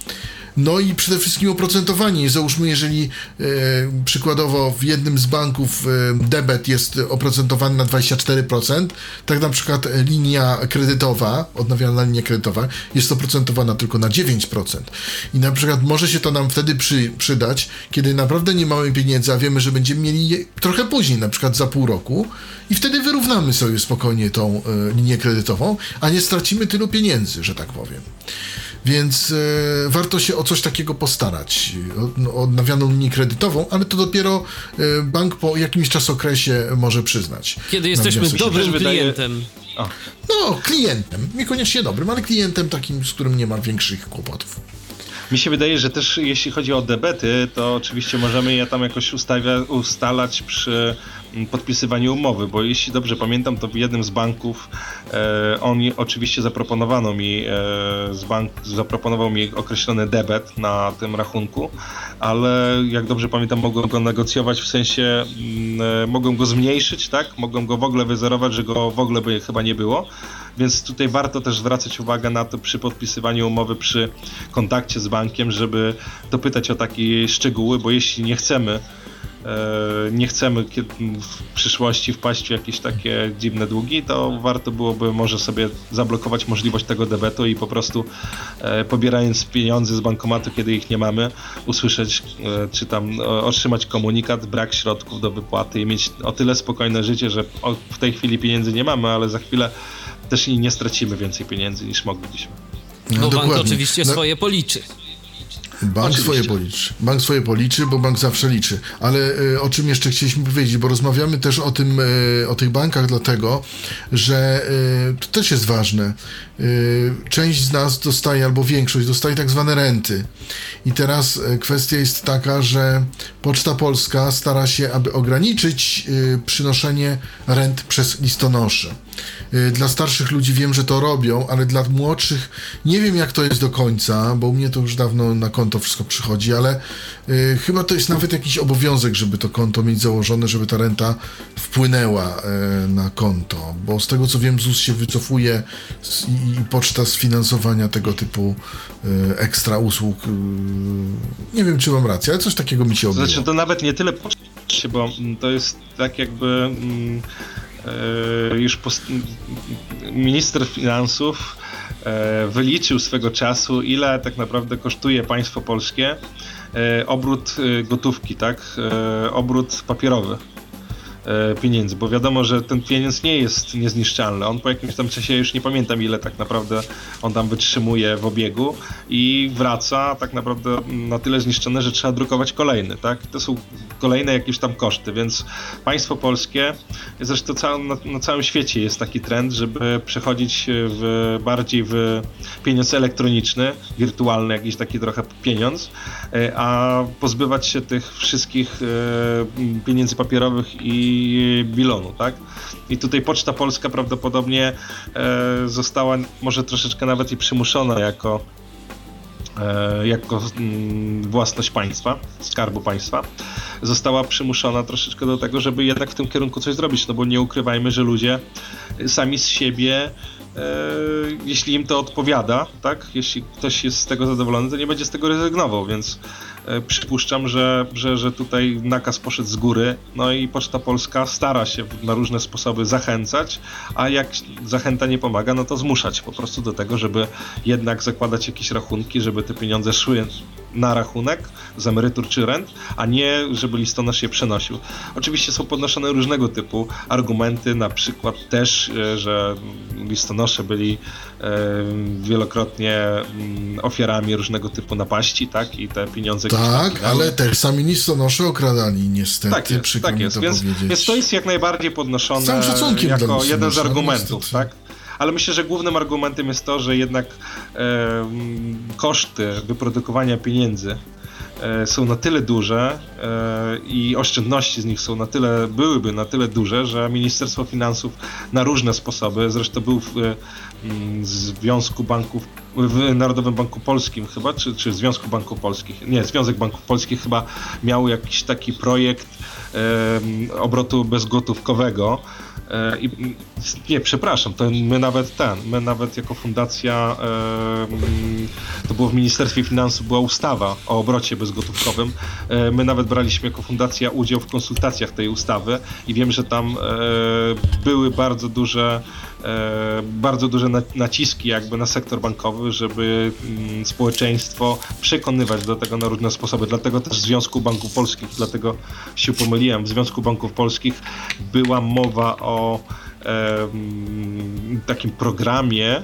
No i przede wszystkim oprocentowanie. Załóżmy, jeżeli e, przykładowo w jednym z banków e, debet jest oprocentowany na dwadzieścia cztery procent, tak na przykład linia kredytowa, odnawialna linia kredytowa jest oprocentowana tylko na dziewięć procent. I na przykład może się to nam wtedy przy, przydać, kiedy naprawdę nie mamy pieniędzy, a wiemy, że będziemy mieli je trochę później, na przykład za pół roku i wtedy wyrównamy sobie spokojnie tą e, linię kredytową, a nie stracimy tylu pieniędzy, że tak powiem. Więc e, warto się o coś takiego postarać, o, o odnawianą linię kredytową, ale to dopiero e, bank po jakimś czasokresie może przyznać. Kiedy jesteśmy dobrym klientem. O. No, klientem, niekoniecznie dobrym, ale klientem takim, z którym nie ma większych kłopotów. Mi się wydaje, że też jeśli chodzi o debety, to oczywiście możemy je tam jakoś ustawia, ustalać przy podpisywaniu umowy, bo jeśli dobrze pamiętam, to w jednym z banków e, on oczywiście zaproponowano mi, e, z bank zaproponował mi określony debet na tym rachunku, ale jak dobrze pamiętam, mogłem go negocjować, w sensie e, mogłem go zmniejszyć, tak? Mogłem go w ogóle wyzerować, że go w ogóle by chyba nie było. Więc tutaj warto też zwracać uwagę na to przy podpisywaniu umowy, przy kontakcie z bankiem, żeby dopytać o takie szczegóły, bo jeśli nie chcemy nie chcemy w przyszłości wpaść w jakieś takie dziwne długi, to warto byłoby może sobie zablokować możliwość tego debetu i po prostu pobierając pieniądze z bankomatu, kiedy ich nie mamy, usłyszeć czy tam otrzymać komunikat, brak środków do wypłaty i mieć o tyle spokojne życie, że w tej chwili pieniędzy nie mamy, ale za chwilę też i nie stracimy więcej pieniędzy niż moglibyśmy. No, bo bank oczywiście no. swoje policzy. Bank Oczywiście. swoje policzy. Bank swoje policzy, bo bank zawsze liczy. Ale y, o czym jeszcze chcieliśmy powiedzieć, bo rozmawiamy też o tym, y, o tych bankach dlatego, że y, to też jest ważne. Y, część z nas dostaje, albo większość dostaje tak zwane renty. I teraz y, kwestia jest taka, że Poczta Polska stara się, aby ograniczyć y, przynoszenie rent przez listonoszy. Y, dla starszych ludzi wiem, że to robią, ale dla młodszych nie wiem, jak to jest do końca, bo u mnie to już dawno na konto wszystko przychodzi, ale y, chyba to jest nawet jakiś obowiązek, żeby to konto mieć założone, żeby ta renta wpłynęła y, na konto, bo z tego co wiem, ZUS się wycofuje z, i, i poczta z finansowania tego typu y, ekstra usług. Y, nie wiem, czy mam rację, ale coś takiego mi się obiło. Znaczy, to nawet nie tyle poczta, bo to jest tak jakby... Mm, już post- minister finansów wyliczył swego czasu, ile tak naprawdę kosztuje państwo polskie obrót gotówki, tak? Obrót papierowy pieniędzy, bo wiadomo, że ten pieniądz nie jest niezniszczalny. On po jakimś tam czasie, już nie pamiętam ile tak naprawdę on tam wytrzymuje w obiegu i wraca tak naprawdę na tyle zniszczony, że trzeba drukować kolejny, tak? To są kolejne jakieś tam koszty, więc państwo polskie, zresztą cał, na, na całym świecie jest taki trend, żeby przechodzić w, bardziej w pieniądz elektroniczny, wirtualny jakiś taki trochę pieniądz, a pozbywać się tych wszystkich pieniędzy papierowych i bilonu, tak? I tutaj Poczta Polska prawdopodobnie e, została może troszeczkę nawet i przymuszona jako, e, jako mm, własność państwa, skarbu państwa, została przymuszona troszeczkę do tego, żeby jednak w tym kierunku coś zrobić, no bo nie ukrywajmy, że ludzie sami z siebie, e, jeśli im to odpowiada, tak? Jeśli ktoś jest z tego zadowolony, to nie będzie z tego rezygnował, więc przypuszczam, że, że, że tutaj nakaz poszedł z góry, no i Poczta Polska stara się na różne sposoby zachęcać, a jak zachęta nie pomaga, no to zmuszać po prostu do tego, żeby jednak zakładać jakieś rachunki, żeby te pieniądze szły na rachunek z emerytur czy rent, a nie żeby listonosz je przenosił. Oczywiście są podnoszone różnego typu argumenty, na przykład też, że listonosze byli wielokrotnie ofiarami różnego typu napaści, tak? I te pieniądze... Tak, ale też sami listonosze okradali, niestety. Tak jest, przykro tak mi jest. to Więc, powiedzieć. więc to jest jak najbardziej podnoszone Z całym szacunkiem jako dla jeden z listonosza, argumentów, niestety. tak? Ale myślę, że głównym argumentem jest to, że jednak e, koszty wyprodukowania pieniędzy e, są na tyle duże e, i oszczędności z nich są na tyle, byłyby na tyle duże, że Ministerstwo Finansów na różne sposoby, zresztą był w e, Związku Banków, w Narodowym Banku Polskim chyba, czy, czy Związku Banków Polskich, nie, Związek Banków Polskich chyba miał jakiś taki projekt e, obrotu bezgotówkowego. I, nie, przepraszam, to my nawet ten, my nawet jako fundacja, e, to było w Ministerstwie Finansów, była ustawa o obrocie bezgotówkowym, e, my nawet braliśmy jako fundacja udział w konsultacjach tej ustawy i wiem, że tam e, były bardzo duże E, bardzo duże naciski jakby na sektor bankowy, żeby mm, społeczeństwo przekonywać do tego na różne sposoby. Dlatego też w Związku Banków Polskich, dlatego się pomyliłem, w Związku Banków Polskich była mowa o e, m, takim programie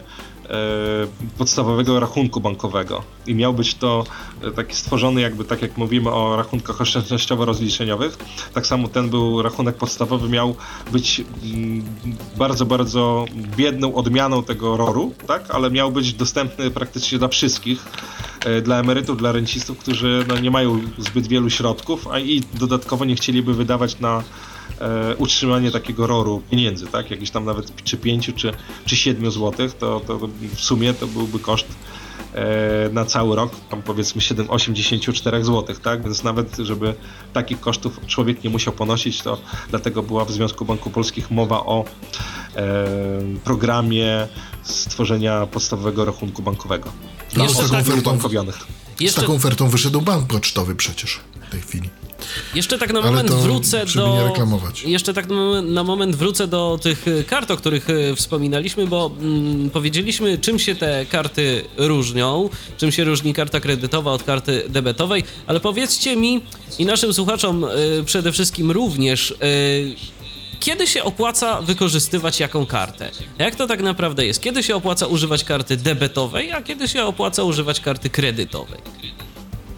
podstawowego rachunku bankowego i miał być to taki stworzony jakby, tak jak mówimy o rachunkach oszczędnościowo-rozliczeniowych, tak samo ten był rachunek podstawowy, miał być bardzo, bardzo biedną odmianą tego roru, tak, ale miał być dostępny praktycznie dla wszystkich, dla emerytów, dla rencistów, którzy no, nie mają zbyt wielu środków, a i dodatkowo nie chcieliby wydawać na E, utrzymanie takiego roru pieniędzy, tak? Jakiś tam nawet czy pięciu, czy, czy siedmiu złotych, to, to w sumie to byłby koszt e, na cały rok, tam powiedzmy siedem, osiemdziesiąt cztery złotych, tak? Więc nawet, żeby takich kosztów człowiek nie musiał ponosić, to dlatego była w Związku Banków Polskich mowa o e, programie stworzenia podstawowego rachunku bankowego dla Jeszcze osób taką ofertą- ubankowionych. Jeszcze, Z taką ofertą wyszedł bank pocztowy przecież w tej chwili. jeszcze tak na Ale moment to, wrócę żeby do... nie reklamować. Jeszcze tak na, na moment wrócę do tych kart, o których e, wspominaliśmy, bo mm, powiedzieliśmy, czym się te karty różnią, czym się różni karta kredytowa od karty debetowej, ale powiedzcie mi i naszym słuchaczom e, przede wszystkim również, e, kiedy się opłaca wykorzystywać jaką kartę? Jak to tak naprawdę jest? Kiedy się opłaca używać karty debetowej, a kiedy się opłaca używać karty kredytowej?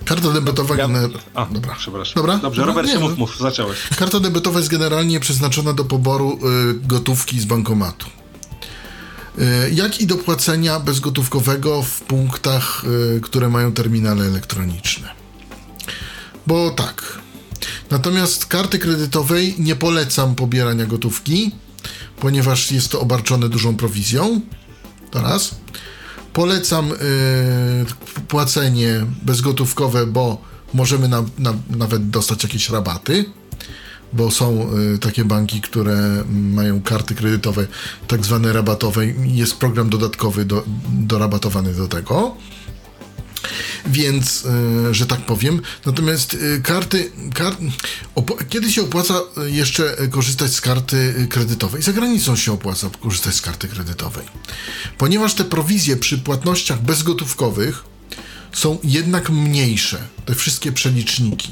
Karta debetowa... Ja... Gener... A, dobra. przepraszam. Dobra? Dobrze, Dobra? Robercie, Nie, mów, no. mów, zacząłeś. Karta debetowa jest generalnie przeznaczona do poboru y, gotówki z bankomatu. Y, jak i do płacenia bezgotówkowego w punktach, y, które mają terminale elektroniczne. Bo tak. Natomiast karty kredytowej nie polecam pobierania gotówki, ponieważ jest to obarczone dużą prowizją. To raz. Polecam y, płacenie bezgotówkowe, bo możemy na, na, nawet dostać jakieś rabaty, bo są y, takie banki, które mają karty kredytowe tak zwane rabatowe. Jest program dodatkowy do, dorabatowany do tego. Więc, y, że tak powiem, natomiast y, karty, kar... Op- kiedy się opłaca jeszcze korzystać z karty kredytowej? Za granicą się opłaca korzystać z karty kredytowej, ponieważ te prowizje przy płatnościach bezgotówkowych są jednak mniejsze, te wszystkie przeliczniki.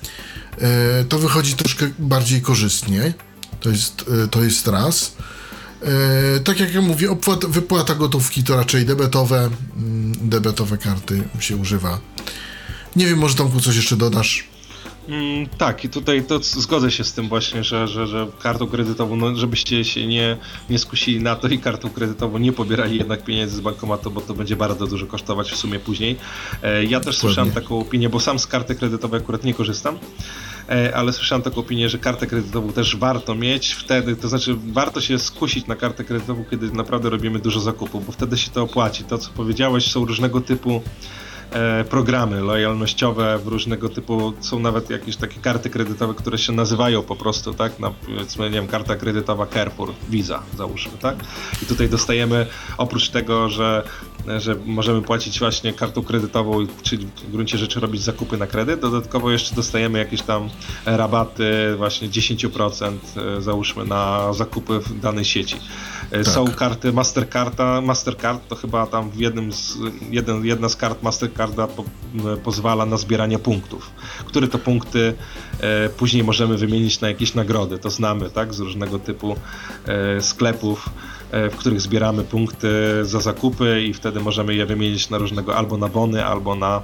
Y, to wychodzi troszkę bardziej korzystnie, to jest, y, to jest raz. E, tak jak ja mówię, opłat, wypłata gotówki to raczej debetowe, debetowe karty się używa. Nie wiem, może Tomku coś jeszcze dodasz? Mm, tak, i tutaj to zgodzę się z tym właśnie, że, że, że kartą kredytową, no, żebyście się nie, nie skusili na to i kartą kredytową nie pobierali jednak pieniędzy z bankomatu, bo to będzie bardzo dużo kosztować w sumie później. E, ja też Dokładnie. słyszałem taką opinię, bo sam z karty kredytowej akurat nie korzystam, e, ale słyszałem taką opinię, że kartę kredytową też warto mieć wtedy, to znaczy warto się skusić na kartę kredytową, kiedy naprawdę robimy dużo zakupów, bo wtedy się to opłaci. To, co powiedziałeś, są różnego typu programy lojalnościowe, różnego typu, są nawet jakieś takie karty kredytowe, które się nazywają po prostu, tak, na, powiedzmy, nie wiem, karta kredytowa Carrefour, Visa, załóżmy, tak, i tutaj dostajemy, oprócz tego, że, że możemy płacić właśnie kartą kredytową, czyli w gruncie rzeczy robić zakupy na kredyt, dodatkowo jeszcze dostajemy jakieś tam rabaty, właśnie dziesięć procent, załóżmy, na zakupy w danej sieci. Tak. Są karty Mastercarda, Mastercard to chyba tam w jednym z, jeden, jedna z kart Mastercarda po, pozwala na zbieranie punktów, które to punkty e, później możemy wymienić na jakieś nagrody, to znamy, tak, z różnego typu e, sklepów, e, w których zbieramy punkty za zakupy i wtedy możemy je wymienić na różnego, albo na bony, albo na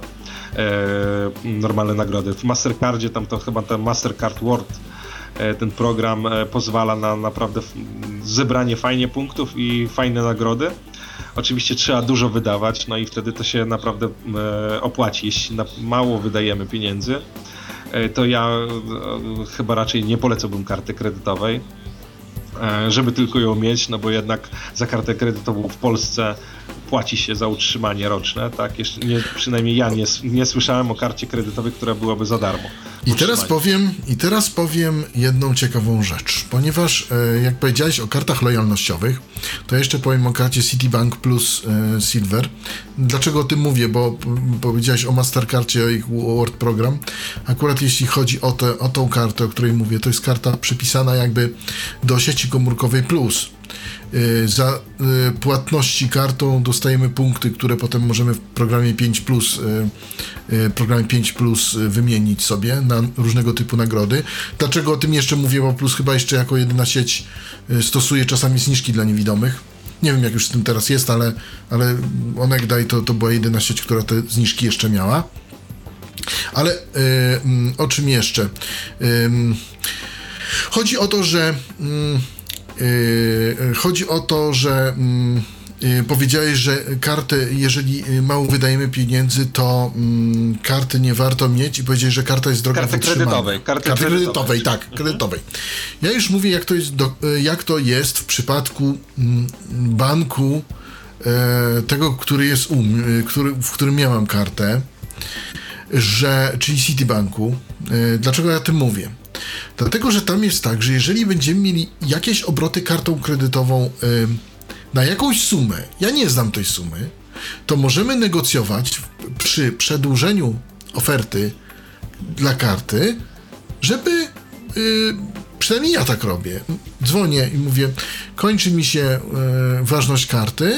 e, normalne nagrody. W Mastercardzie tam to chyba ten Mastercard World, ten program pozwala na naprawdę zebranie fajnie punktów i fajne nagrody. Oczywiście trzeba dużo wydawać, no i wtedy to się naprawdę opłaci. Jeśli mało wydajemy pieniędzy, to ja chyba raczej nie polecałbym karty kredytowej, żeby tylko ją mieć, no bo jednak za kartę kredytową w Polsce płaci się za utrzymanie roczne, tak? Jeszcze nie, przynajmniej ja nie, nie słyszałem o karcie kredytowej, która byłaby za darmo. I teraz powiem, i teraz powiem jedną ciekawą rzecz, ponieważ e, jak powiedziałeś o kartach lojalnościowych, to jeszcze powiem o karcie Citibank Plus e, Silver. Dlaczego o tym mówię? Bo p- powiedziałeś o Mastercardzie, o ich World Program. Akurat jeśli chodzi o, te, o tą kartę, o której mówię, to jest karta przypisana jakby do sieci komórkowej Plus. Za płatności kartą dostajemy punkty, które potem możemy w programie pięć plus, programie pięć plus wymienić sobie na różnego typu nagrody. Dlaczego o tym jeszcze mówię? Bo Plus chyba jeszcze jako jedyna sieć stosuje czasami zniżki dla niewidomych. Nie wiem, jak już z tym teraz jest, ale, ale onegdaj to, to była jedyna sieć, która te zniżki jeszcze miała. Ale yy, o czym jeszcze? Yy, chodzi o to, że yy, Yy, chodzi o to, że yy, powiedziałeś, że karty, jeżeli mało wydajemy pieniędzy, to yy, karty nie warto mieć i powiedziałeś, że karta jest droga karty w utrzymaniu. Kredytowej, karty, karty kredytowej. kredytowej, tak, kredytowej. Ja już mówię, jak to jest, do, jak to jest w przypadku yy, banku yy, tego, który jest u mnie, który, w którym miałam kartę, że, czyli Citibanku. Yy, dlaczego ja o tym mówię? Dlatego, że tam jest tak, że jeżeli będziemy mieli jakieś obroty kartą kredytową y, na jakąś sumę, ja nie znam tej sumy, to możemy negocjować przy przedłużeniu oferty dla karty, żeby, y, przynajmniej ja tak robię, dzwonię i mówię, kończy mi się y, ważność karty,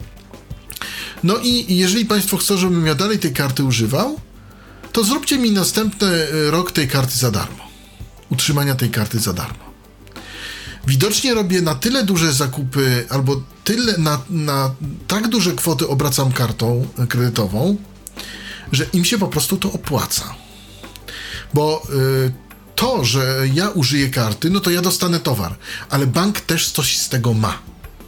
no i jeżeli Państwo chcą, żebym ja dalej tej karty używał, to zróbcie mi następny rok tej karty za darmo. Utrzymania tej karty za darmo. Widocznie robię na tyle duże zakupy, albo tyle na, na tak duże kwoty obracam kartą kredytową, że im się po prostu to opłaca. Bo y, to, że ja użyję karty, no to ja dostanę towar, ale bank też coś z tego ma.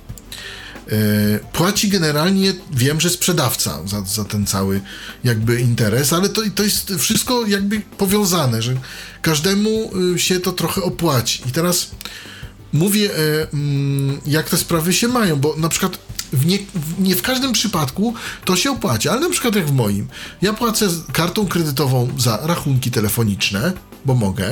Y, płaci generalnie, wiem, że sprzedawca za, za ten cały jakby interes, ale to, to jest wszystko jakby powiązane, że każdemu y, się to trochę opłaci. I teraz mówię, y, y, jak te sprawy się mają, bo na przykład w nie, w, nie w każdym przypadku to się opłaci, ale na przykład jak w moim. Ja płacę kartą kredytową za rachunki telefoniczne, bo mogę.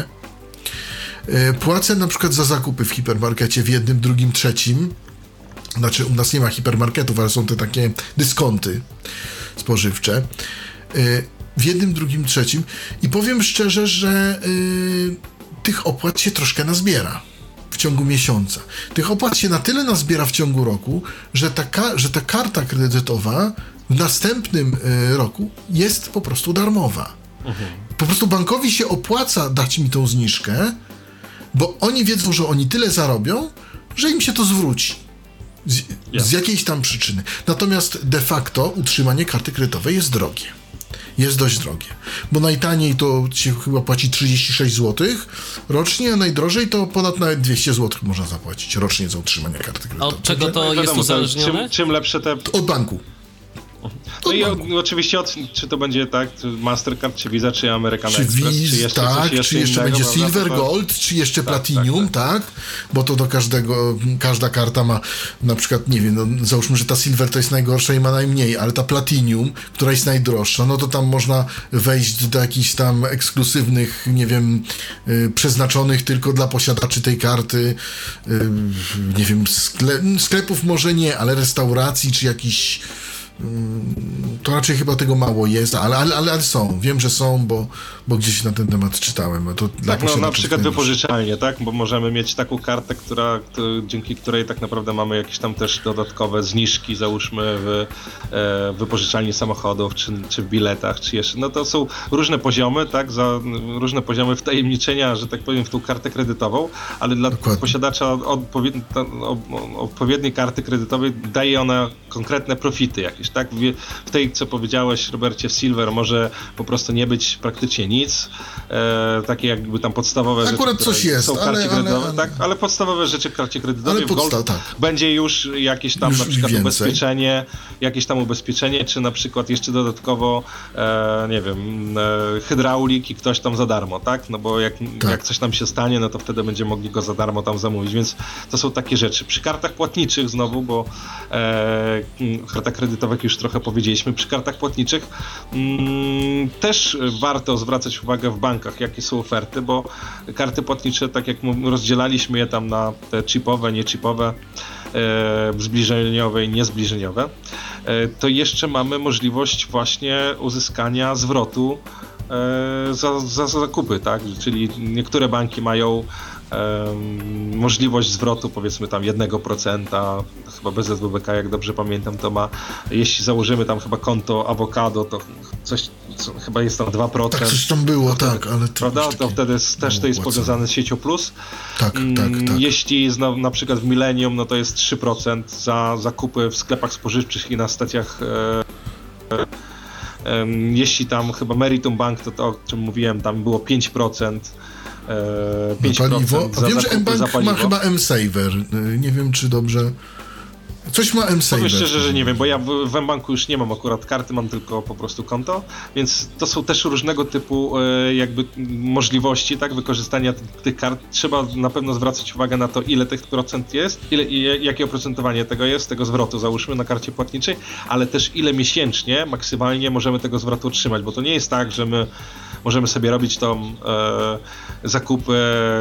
Y, płacę na przykład za zakupy w hipermarkecie w jednym, drugim, trzecim. Znaczy, u nas nie ma hipermarketów, ale są te takie dyskonty spożywcze. Yy, w jednym, drugim, trzecim. I powiem szczerze, że yy, tych opłat się troszkę nazbiera w ciągu miesiąca. Tych opłat się na tyle nazbiera w ciągu roku, że ta, ka- że ta karta kredytowa w następnym yy, roku jest po prostu darmowa. Mhm. Po prostu bankowi się opłaca dać mi tą zniżkę, bo oni wiedzą, że oni tyle zarobią, że im się to zwróci. Z, z jakiejś tam przyczyny. Natomiast de facto utrzymanie karty kredytowej jest drogie. Jest dość drogie. Bo najtaniej to się chyba płaci trzydzieści sześć złotych rocznie, a najdrożej to ponad nawet dwieście złotych można zapłacić rocznie za utrzymanie karty kredytowej. A od czego to jest uzależnione? Czym, czym lepsze te... Od banku. No i o, oczywiście, od, czy to będzie tak, Mastercard, czy Visa, czy American czy Express, Wiz, czy jeszcze tak, coś jeszcze czy jeszcze innego, będzie prawda? Silver to... Gold, czy jeszcze tak, Platinum, tak, tak. tak? Bo to do każdego, każda karta ma na przykład, nie wiem, no, załóżmy, że ta Silver to jest najgorsza i ma najmniej, ale ta Platinum, która jest najdroższa, no to tam można wejść do jakichś tam ekskluzywnych, nie wiem, y, przeznaczonych tylko dla posiadaczy tej karty, y, nie wiem, skle- sklepów może nie, ale restauracji, czy jakichś to raczej chyba tego mało jest, ale, ale, ale są. Wiem, że są, bo, bo gdzieś na ten temat czytałem. To tak, no na przykład wypożyczalnie, tak? Bo możemy mieć taką kartę, która, dzięki której tak naprawdę mamy jakieś tam też dodatkowe zniżki, załóżmy w e, wypożyczalni samochodów, czy, czy w biletach, czy jeszcze. No to są różne poziomy, tak? Za różne poziomy wtajemniczenia, że tak powiem, w tą kartę kredytową, ale dla Dokładnie. posiadacza odpowiedni, odpowiedniej karty kredytowej daje ona konkretne profity jakieś. Tak? W tej, co powiedziałeś, Robercie, Silver może po prostu nie być praktycznie nic. E, takie jakby tam podstawowe Akurat rzeczy, coś jest, są ale, ale, ale, ale... tak? Ale podstawowe rzeczy w karcie kredytowej ale podsta- Gold tak. będzie już jakieś tam już na przykład więcej. ubezpieczenie, jakieś tam ubezpieczenie, czy na przykład jeszcze dodatkowo e, nie wiem, e, hydraulik i ktoś tam za darmo, tak? No bo jak, tak. jak coś tam się stanie, no to wtedy będziemy mogli go za darmo tam zamówić, więc to są takie rzeczy. Przy kartach płatniczych znowu, bo e, karta kredytowa, jak już trochę powiedzieliśmy, przy kartach płatniczych mm, też warto zwracać uwagę w bankach, jakie są oferty, bo karty płatnicze, tak jak rozdzielaliśmy je tam na te chipowe, niechipowe, e, zbliżeniowe i niezbliżeniowe, e, to jeszcze mamy możliwość właśnie uzyskania zwrotu e, za, za zakupy, tak? Czyli niektóre banki mają Um, możliwość zwrotu, powiedzmy tam jednego procenta, chyba bez S W B K, jak dobrze pamiętam, to ma, jeśli założymy tam chyba konto awokado, to coś, co, chyba jest tam dwa procent. Tak, coś tam było, wtedy, tak, ale to prawda? To wtedy jest, też to jest powiązane z siecią plus. Tak, tak, tak. Jeśli jest na, na przykład w Millennium, no to jest trzy procent za zakupy w sklepach spożywczych i na stacjach e, e, jeśli tam chyba Meritum Bank, to to, o czym mówiłem, tam było pięć procent. pięć procent paliwo. Za wiem, że M-Bank ma chyba M-Saver. Nie wiem, czy dobrze... Coś ma M-Saver. Powiem szczerze, że nie wiem, bo ja w, w M-Banku już nie mam akurat karty, mam tylko po prostu konto, więc to są też różnego typu e, jakby możliwości, tak, wykorzystania tych, tych kart. Trzeba na pewno zwracać uwagę na to, ile tych procent jest, ile, i jakie oprocentowanie tego jest, tego zwrotu załóżmy na karcie płatniczej, ale też ile miesięcznie maksymalnie możemy tego zwrotu otrzymać, bo to nie jest tak, że my możemy sobie robić tą e, zakupy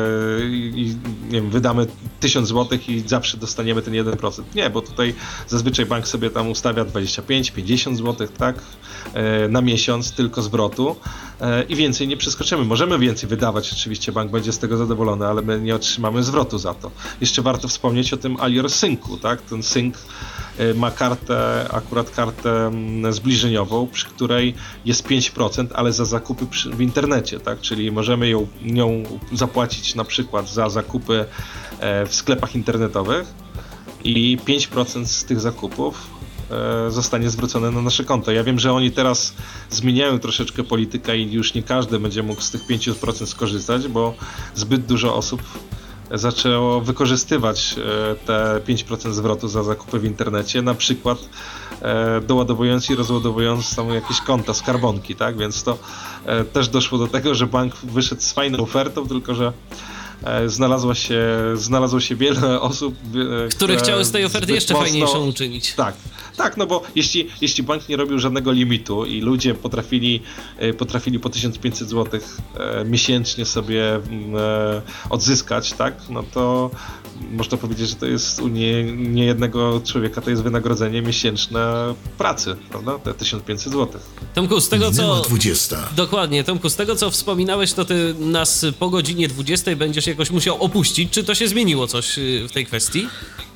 i nie wiem, wydamy tysiąc złotych i zawsze dostaniemy ten jeden procent. Nie, bo tutaj zazwyczaj bank sobie tam ustawia dwadzieścia pięć pięćdziesiąt złotych, tak, e, na miesiąc tylko zwrotu e, i więcej nie przeskoczymy. Możemy więcej wydawać, oczywiście bank będzie z tego zadowolony, ale my nie otrzymamy zwrotu za to. Jeszcze warto wspomnieć o tym Alior Syncu, tak, ten Sync e, ma kartę, akurat kartę m, zbliżeniową, przy której jest pięć procent, ale za zakupy przy, w internecie, tak, czyli możemy ją, nią zapłacić na przykład za zakupy e, w sklepach internetowych i pięć procent z tych zakupów e, zostanie zwrócone na nasze konto. Ja wiem, że oni teraz zmieniają troszeczkę politykę i już nie każdy będzie mógł z tych pięć procent skorzystać, bo zbyt dużo osób zaczęło wykorzystywać e, te pięć procent zwrotu za zakupy w internecie, na przykład e, doładowując i rozładowując tam jakieś konta, skarbonki, tak? Więc to e, też doszło do tego, że bank wyszedł z fajną ofertą, tylko że e, znalazło się, znalazło się wiele osób, e, które chciały z tej oferty jeszcze mocno, fajniejszą uczynić. Tak. Tak, no bo jeśli, jeśli bank nie robił żadnego limitu i ludzie potrafili, potrafili po tysiąc pięćset złotych e, miesięcznie sobie e, odzyskać, tak, no to można powiedzieć, że to jest u nie, nie jednego człowieka, to jest wynagrodzenie miesięczne pracy, prawda, te tysiąc pięćset złotych. Tomku, z tego co... dwudziesta. Dokładnie, Tomku, z tego co wspominałeś, to ty nas po godzinie dwudziestej będziesz jakoś musiał opuścić. Czy to się zmieniło coś w tej kwestii?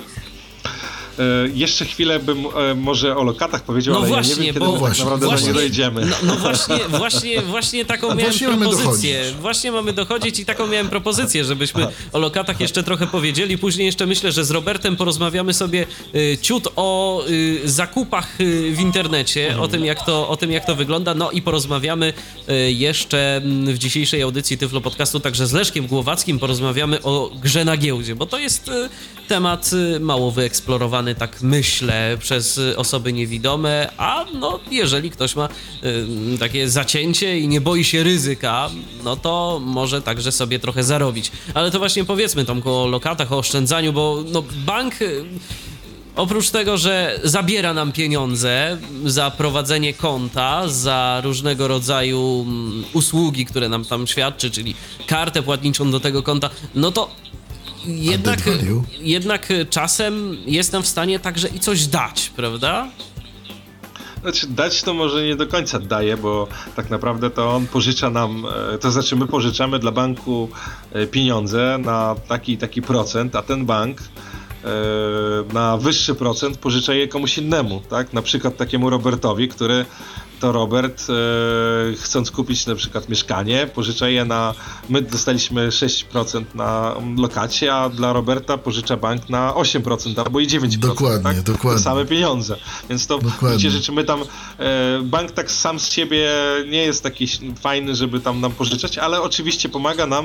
E, jeszcze chwilę bym e, może o lokatach powiedział, no ale właśnie, ja nie wiem, kiedy bo tak właśnie, naprawdę właśnie, do nie dojdziemy. No, no właśnie, właśnie, właśnie taką miałem właśnie propozycję. mamy właśnie mamy dochodzić i taką miałem propozycję, żebyśmy o lokatach jeszcze trochę powiedzieli. Później jeszcze myślę, że z Robertem porozmawiamy sobie y, ciut o y, zakupach y, w internecie, mhm. o tym, jak to, o tym, jak to wygląda. No i porozmawiamy y, jeszcze w dzisiejszej audycji Tyflo Podcastu także z Leszkiem Głowackim porozmawiamy o grze na giełdzie, bo to jest y, temat y, mało wyeksplorowany, tak myślę, przez osoby niewidome, a no jeżeli ktoś ma y, takie zacięcie i nie boi się ryzyka, no to może także sobie trochę zarobić. Ale to właśnie powiedzmy, Tomku, o lokatach, o oszczędzaniu, bo no bank... Y, Oprócz tego, że zabiera nam pieniądze za prowadzenie konta, za różnego rodzaju usługi, które nam tam świadczy, czyli kartę płatniczą do tego konta, no to jednak, jednak czasem jest nam w stanie także i coś dać, prawda? Znaczy dać to może nie do końca daje, bo tak naprawdę to on pożycza nam, to znaczy my pożyczamy dla banku pieniądze na taki taki procent, a ten bank na wyższy procent pożycza je komuś innemu, tak? Na przykład takiemu Robertowi, który to Robert, e, chcąc kupić na przykład mieszkanie, pożycza je na... My dostaliśmy sześć procent na lokacie, a dla Roberta pożycza bank na osiem procent albo i dziewięć procent. Dokładnie, tak? dokładnie. Te same pieniądze. Więc to wiecie, rzeczy my tam... E, bank tak sam z siebie nie jest taki fajny, żeby tam nam pożyczać, ale oczywiście pomaga nam,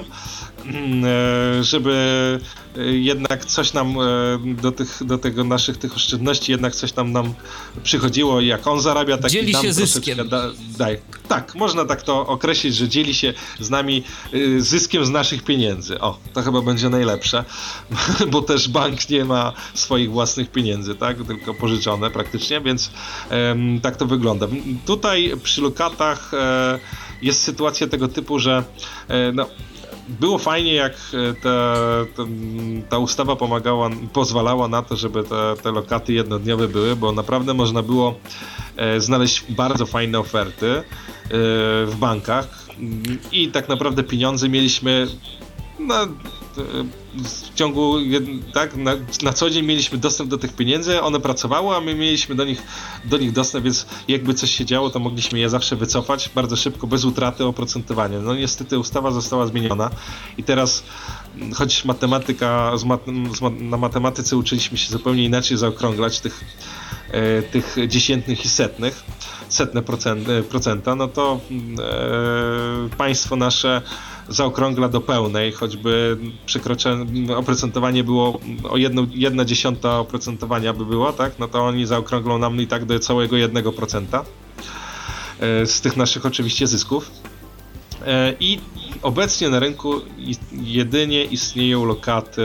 e, żeby jednak coś nam e, do tych, do tego naszych tych oszczędności jednak coś tam nam przychodziło i jak on zarabia, tak dzieli i nam się zyskiem. Da, daj. Tak, można tak to określić, że dzieli się z nami y, zyskiem z naszych pieniędzy. O, to chyba będzie najlepsze, bo też bank nie ma swoich własnych pieniędzy, tak, tylko pożyczone praktycznie, więc ym, tak to wygląda. Tutaj przy lokatach e, jest sytuacja tego typu, że e, no, było fajnie, jak te, te, ta ustawa pomagała, pozwalała na to, żeby te, te lokaty jednodniowe były, bo naprawdę można było e, znaleźć bardzo fajne oferty e, w bankach i tak naprawdę pieniądze mieliśmy na, w ciągu, tak, na, na co dzień mieliśmy dostęp do tych pieniędzy, one pracowały, a my mieliśmy do nich, do nich dostęp, więc jakby coś się działo, to mogliśmy je zawsze wycofać bardzo szybko, bez utraty oprocentowania. No niestety ustawa została zmieniona i teraz, choć matematyka, z mat, z mat, na matematyce uczyliśmy się zupełnie inaczej zaokrąglać tych, e, tych dziesiętnych i setnych, setne procent, procenta, no to e, państwo nasze zaokrągla do pełnej, choćby przekroczenie, oprocentowanie było o jedną, jedna dziesiąta oprocentowania by było, tak, no to oni zaokrąglą nam i tak do całego jednego procenta z tych naszych oczywiście zysków. I obecnie na rynku jedynie istnieją lokaty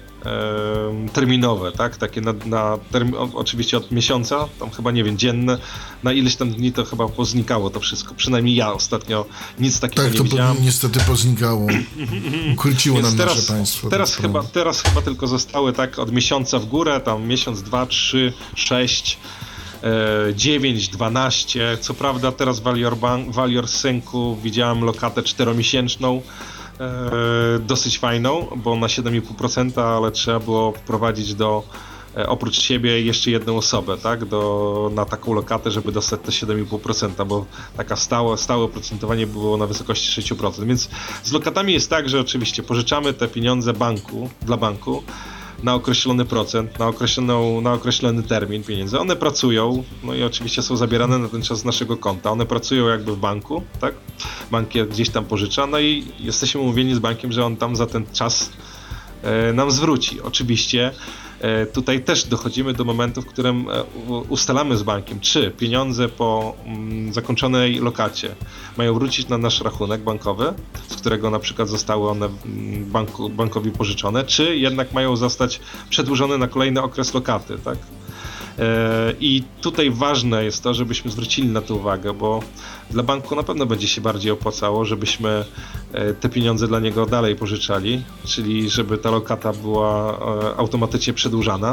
terminowe, tak, takie na, na term, oczywiście od miesiąca, tam chyba nie wiem, dzienne, na ileś tam dni to chyba poznikało to wszystko, przynajmniej ja ostatnio nic takiego tak, nie to widziałem. Tak, to niestety poznikało, ukróciło nam teraz, nasze państwo. Teraz chyba, teraz chyba tylko zostały tak od miesiąca w górę, tam miesiąc, dwa, trzy, sześć, dziewięć, dwanaście, co prawda teraz w Valior, Bank, Valior Syncu widziałem lokatę czteromiesięczną, dosyć fajną, bo na siedem i pół procent, ale trzeba było wprowadzić do, oprócz siebie jeszcze jedną osobę, tak, do, na taką lokatę, żeby dostać te siedem i pół procent, bo taka stałe, stałe oprocentowanie było na wysokości sześć procent, więc z lokatami jest tak, że oczywiście pożyczamy te pieniądze banku, dla banku, na określony procent, na, określoną, na określony termin pieniędzy. One pracują, no i oczywiście są zabierane na ten czas z naszego konta. One pracują jakby w banku, tak? Bank je gdzieś tam pożycza, no i jesteśmy umówieni z bankiem, że on tam za ten czas e, nam zwróci. Oczywiście e, tutaj też dochodzimy do momentu, w którym e, ustalamy z bankiem, czy pieniądze po mm, zakończonej lokacie mają wrócić na nasz rachunek bankowy, z którego na przykład zostały one banku, bankowi pożyczone, czy jednak mają zostać przedłużone na kolejny okres lokaty, tak? I tutaj ważne jest to, żebyśmy zwrócili na to uwagę, bo dla banku na pewno będzie się bardziej opłacało, żebyśmy te pieniądze dla niego dalej pożyczali, czyli żeby ta lokata była automatycznie przedłużana,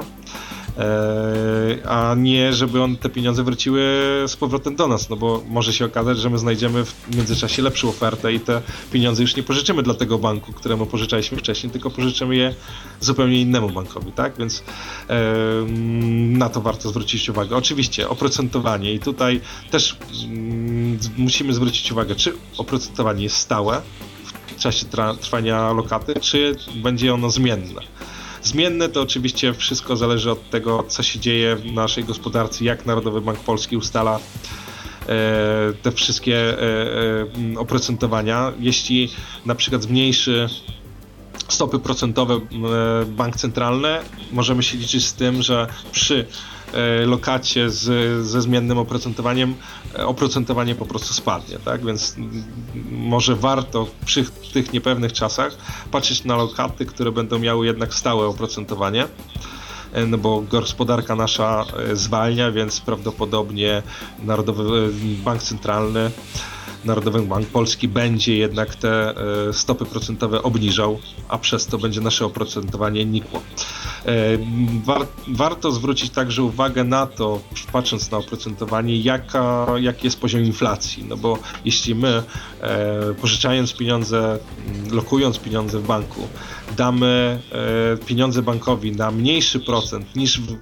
a nie żeby on te pieniądze wróciły z powrotem do nas, no bo może się okazać, że my znajdziemy w międzyczasie lepszą ofertę i te pieniądze już nie pożyczymy dla tego banku, któremu pożyczaliśmy wcześniej, tylko pożyczymy je zupełnie innemu bankowi, tak? Więc e, na to warto zwrócić uwagę. Oczywiście oprocentowanie i tutaj też mm, musimy zwrócić uwagę, czy oprocentowanie jest stałe w czasie tra- trwania lokaty, czy będzie ono zmienne. Zmienne to oczywiście wszystko zależy od tego, co się dzieje w naszej gospodarce, jak Narodowy Bank Polski ustala e, te wszystkie e, e, oprocentowania. Jeśli na przykład zmniejszy stopy procentowe e, bank centralny, możemy się liczyć z tym, że przy e, lokacie z, ze zmiennym oprocentowaniem e, oprocentowanie po prostu spadnie, tak? Więc m, może warto przy tych niepewnych czasach patrzeć na lokaty, które będą miały jednak stałe oprocentowanie, e, no bo gospodarka nasza e, zwalnia, więc prawdopodobnie Narodowy Bank Centralny, Narodowy Bank Polski będzie jednak te e, stopy procentowe obniżał, a przez to będzie nasze oprocentowanie nikło. E, war, warto zwrócić także uwagę na to, patrząc na oprocentowanie, jaka, jaki jest poziom inflacji, no bo jeśli my e, pożyczając pieniądze, lokując pieniądze w banku, damy e, pieniądze bankowi na mniejszy procent niż w,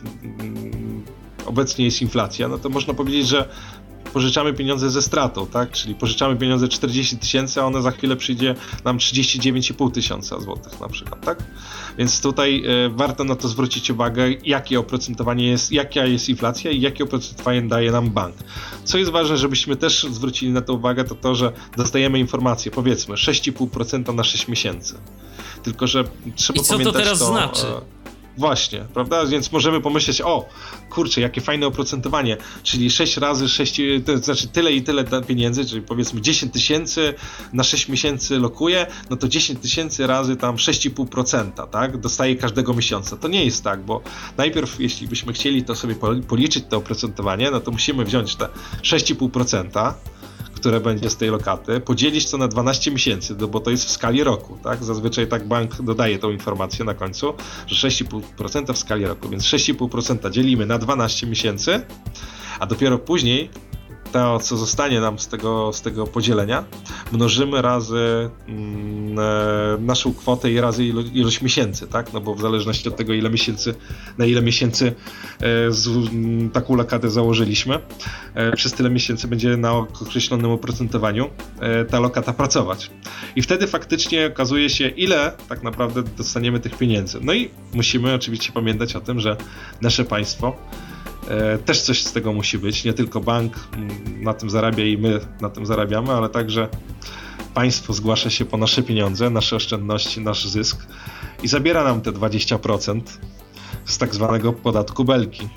m, obecnie jest inflacja, no to można powiedzieć, że pożyczamy pieniądze ze stratą, tak? Czyli pożyczamy pieniądze czterdzieści tysięcy, a one za chwilę przyjdzie nam trzydzieści dziewięć i pół tysiąca złotych na przykład, tak? Więc tutaj e, warto na to zwrócić uwagę, jakie oprocentowanie jest, jaka jest inflacja i jakie oprocentowanie daje nam bank. Co jest ważne, żebyśmy też zwrócili na to uwagę, to to, że dostajemy informacje, powiedzmy sześć i pół procent na sześć miesięcy. Tylko że trzeba I co pamiętać to teraz to, znaczy? E, Właśnie, prawda? Więc możemy pomyśleć, o kurczę, jakie fajne oprocentowanie, czyli sześć razy sześć, to znaczy tyle i tyle pieniędzy, czyli powiedzmy dziesięć tysięcy na sześć miesięcy lokuje, no to dziesięć tysięcy razy tam sześć i pół procent, tak? Dostaje każdego miesiąca. To nie jest tak, bo najpierw, jeśli byśmy chcieli to sobie policzyć to oprocentowanie, no to musimy wziąć te sześć i pół procent, które będzie z tej lokaty, podzielić to na dwanaście miesięcy, bo to jest w skali roku, tak? Zazwyczaj tak bank dodaje tą informację na końcu, że sześć i pół procent w skali roku, więc sześć i pół procent dzielimy na dwanaście miesięcy, a dopiero później to, co zostanie nam z tego, z tego podzielenia, mnożymy razy mm, e, naszą kwotę i razy ilo, ilość miesięcy, tak? No bo w zależności od tego, ile miesięcy, na ile miesięcy e, z, m, taką lokatę założyliśmy, e, przez tyle miesięcy będzie na określonym oprocentowaniu e, ta lokata pracować. I wtedy faktycznie okazuje się, ile tak naprawdę dostaniemy tych pieniędzy. No i musimy oczywiście pamiętać o tym, że nasze państwo też coś z tego musi być, nie tylko bank na tym zarabia i my na tym zarabiamy, ale także państwo zgłasza się po nasze pieniądze, nasze oszczędności, nasz zysk i zabiera nam te dwadzieścia procent z tak zwanego podatku belki.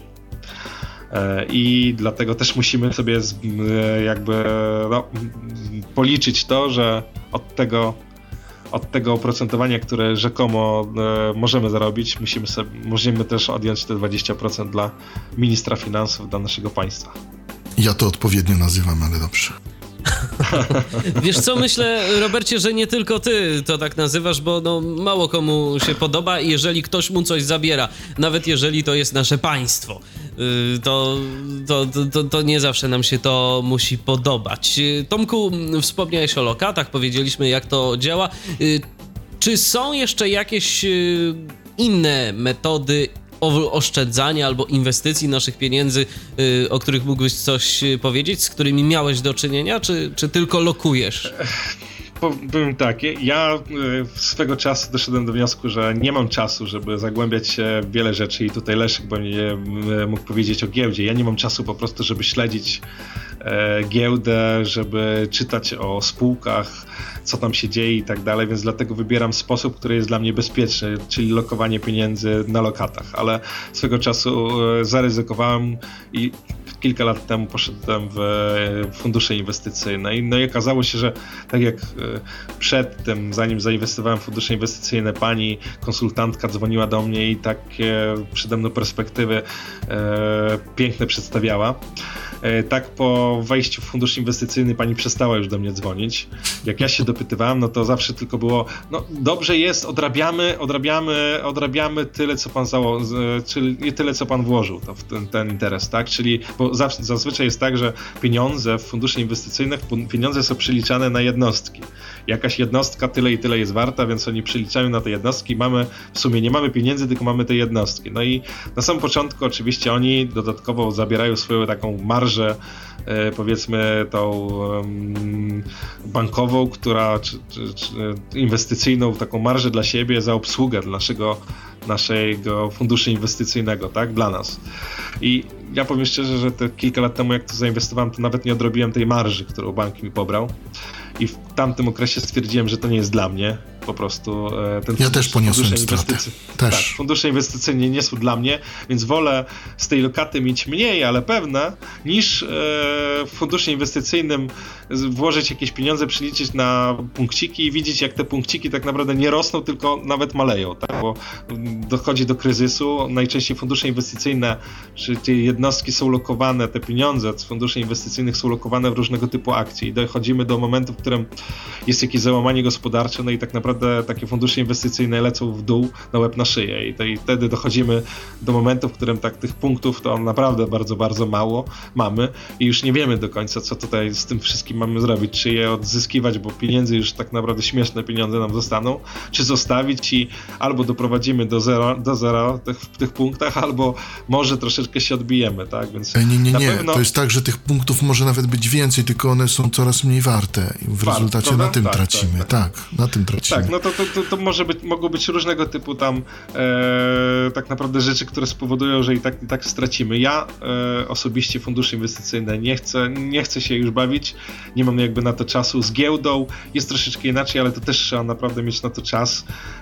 I dlatego też musimy sobie jakby no, policzyć to, że od tego Od tego oprocentowania, które rzekomo e, możemy zarobić, musimy, sobie, musimy też odjąć te dwadzieścia procent dla ministra finansów, dla naszego państwa. Ja to odpowiednio nazywam, ale dobrze. Wiesz co, myślę, Robercie, że nie tylko ty to tak nazywasz, bo no, mało komu się podoba i jeżeli ktoś mu coś zabiera, nawet jeżeli to jest nasze państwo, to, to, to, to nie zawsze nam się to musi podobać. Tomku, wspomniałeś o lokatach, powiedzieliśmy, jak to działa. Czy są jeszcze jakieś inne metody oszczędzania albo inwestycji naszych pieniędzy, o których mógłbyś coś powiedzieć, z którymi miałeś do czynienia, czy, czy tylko lokujesz? Powiem tak, ja swego czasu doszedłem do wniosku, że nie mam czasu, żeby zagłębiać się w wiele rzeczy i tutaj Leszek będzie mógł powiedzieć o giełdzie. Ja nie mam czasu po prostu, żeby śledzić e, giełdę, żeby czytać o spółkach, co tam się dzieje i tak dalej, więc dlatego wybieram sposób, który jest dla mnie bezpieczny, czyli lokowanie pieniędzy na lokatach, ale swego czasu e, zaryzykowałem i kilka lat temu poszedłem w fundusze inwestycyjne i, no i okazało się, że tak jak przed tym, zanim zainwestowałem w fundusze inwestycyjne, pani konsultantka dzwoniła do mnie i takie przede mną perspektywy e, piękne przedstawiała. E, tak po wejściu w fundusz inwestycyjny pani przestała już do mnie dzwonić. Jak ja się dopytywałem, no to zawsze tylko było, no dobrze jest, odrabiamy, odrabiamy, odrabiamy tyle, co pan założył, czyli tyle, co pan włożył to w ten, ten interes, tak? Czyli, bo zawsze, zazwyczaj jest tak, że pieniądze w funduszach inwestycyjnych, pieniądze są przeliczane na jednostki. Jakaś jednostka tyle i tyle jest warta, więc oni przeliczają na te jednostki. Mamy, w sumie nie mamy pieniędzy, tylko mamy te jednostki. No i na samym początku oczywiście oni dodatkowo zabierają swoją taką marżę, e, powiedzmy tą um, bankową, która, czy, czy, czy inwestycyjną, taką marżę dla siebie za obsługę dla naszego, naszego funduszu inwestycyjnego, tak, dla nas. I ja powiem szczerze, że te kilka lat temu, jak to zainwestowałem, to nawet nie odrobiłem tej marży, którą bank mi pobrał. I w tamtym okresie stwierdziłem, że to nie jest dla mnie. Po prostu ten ja też poniosłem stratę. Też. Tak, fundusze inwestycyjne nie są dla mnie, więc wolę z tej lokaty mieć mniej, ale pewne, niż e, w funduszu inwestycyjnym włożyć jakieś pieniądze, przeliczyć na punkciki i widzieć, jak te punkciki tak naprawdę nie rosną, tylko nawet maleją, tak? Bo dochodzi do kryzysu. Najczęściej fundusze inwestycyjne, czy te jednostki są lokowane, te pieniądze z funduszy inwestycyjnych są lokowane w różnego typu akcje i dochodzimy do momentu, w którym jest jakieś załamanie gospodarcze, no i tak naprawdę takie fundusze inwestycyjne lecą w dół na łeb na szyję i, to, i wtedy dochodzimy do momentu, w którym tak tych punktów to naprawdę bardzo, bardzo mało mamy i już nie wiemy do końca, co tutaj z tym wszystkim mamy zrobić, czy je odzyskiwać, bo pieniędzy już tak naprawdę śmieszne pieniądze nam zostaną, czy zostawić i albo doprowadzimy do zera, do zera tych, w tych punktach, albo może troszeczkę się odbijemy, tak? Więc nie, nie, nie, pewno... to jest tak, że tych punktów może nawet być więcej, tylko one są coraz mniej warte i w Wart, rezultacie prawda? na tym tak, tracimy, tak, tak. tak, na tym tracimy. Tak, no to, to, to, to może być, mogą być różnego typu tam e, tak naprawdę rzeczy, które spowodują, że i tak, i tak stracimy. Ja e, osobiście fundusze inwestycyjne nie chcę, nie chcę się już bawić, nie mam jakby na to czasu. Z giełdą jest troszeczkę inaczej, ale to też trzeba naprawdę mieć na to czas.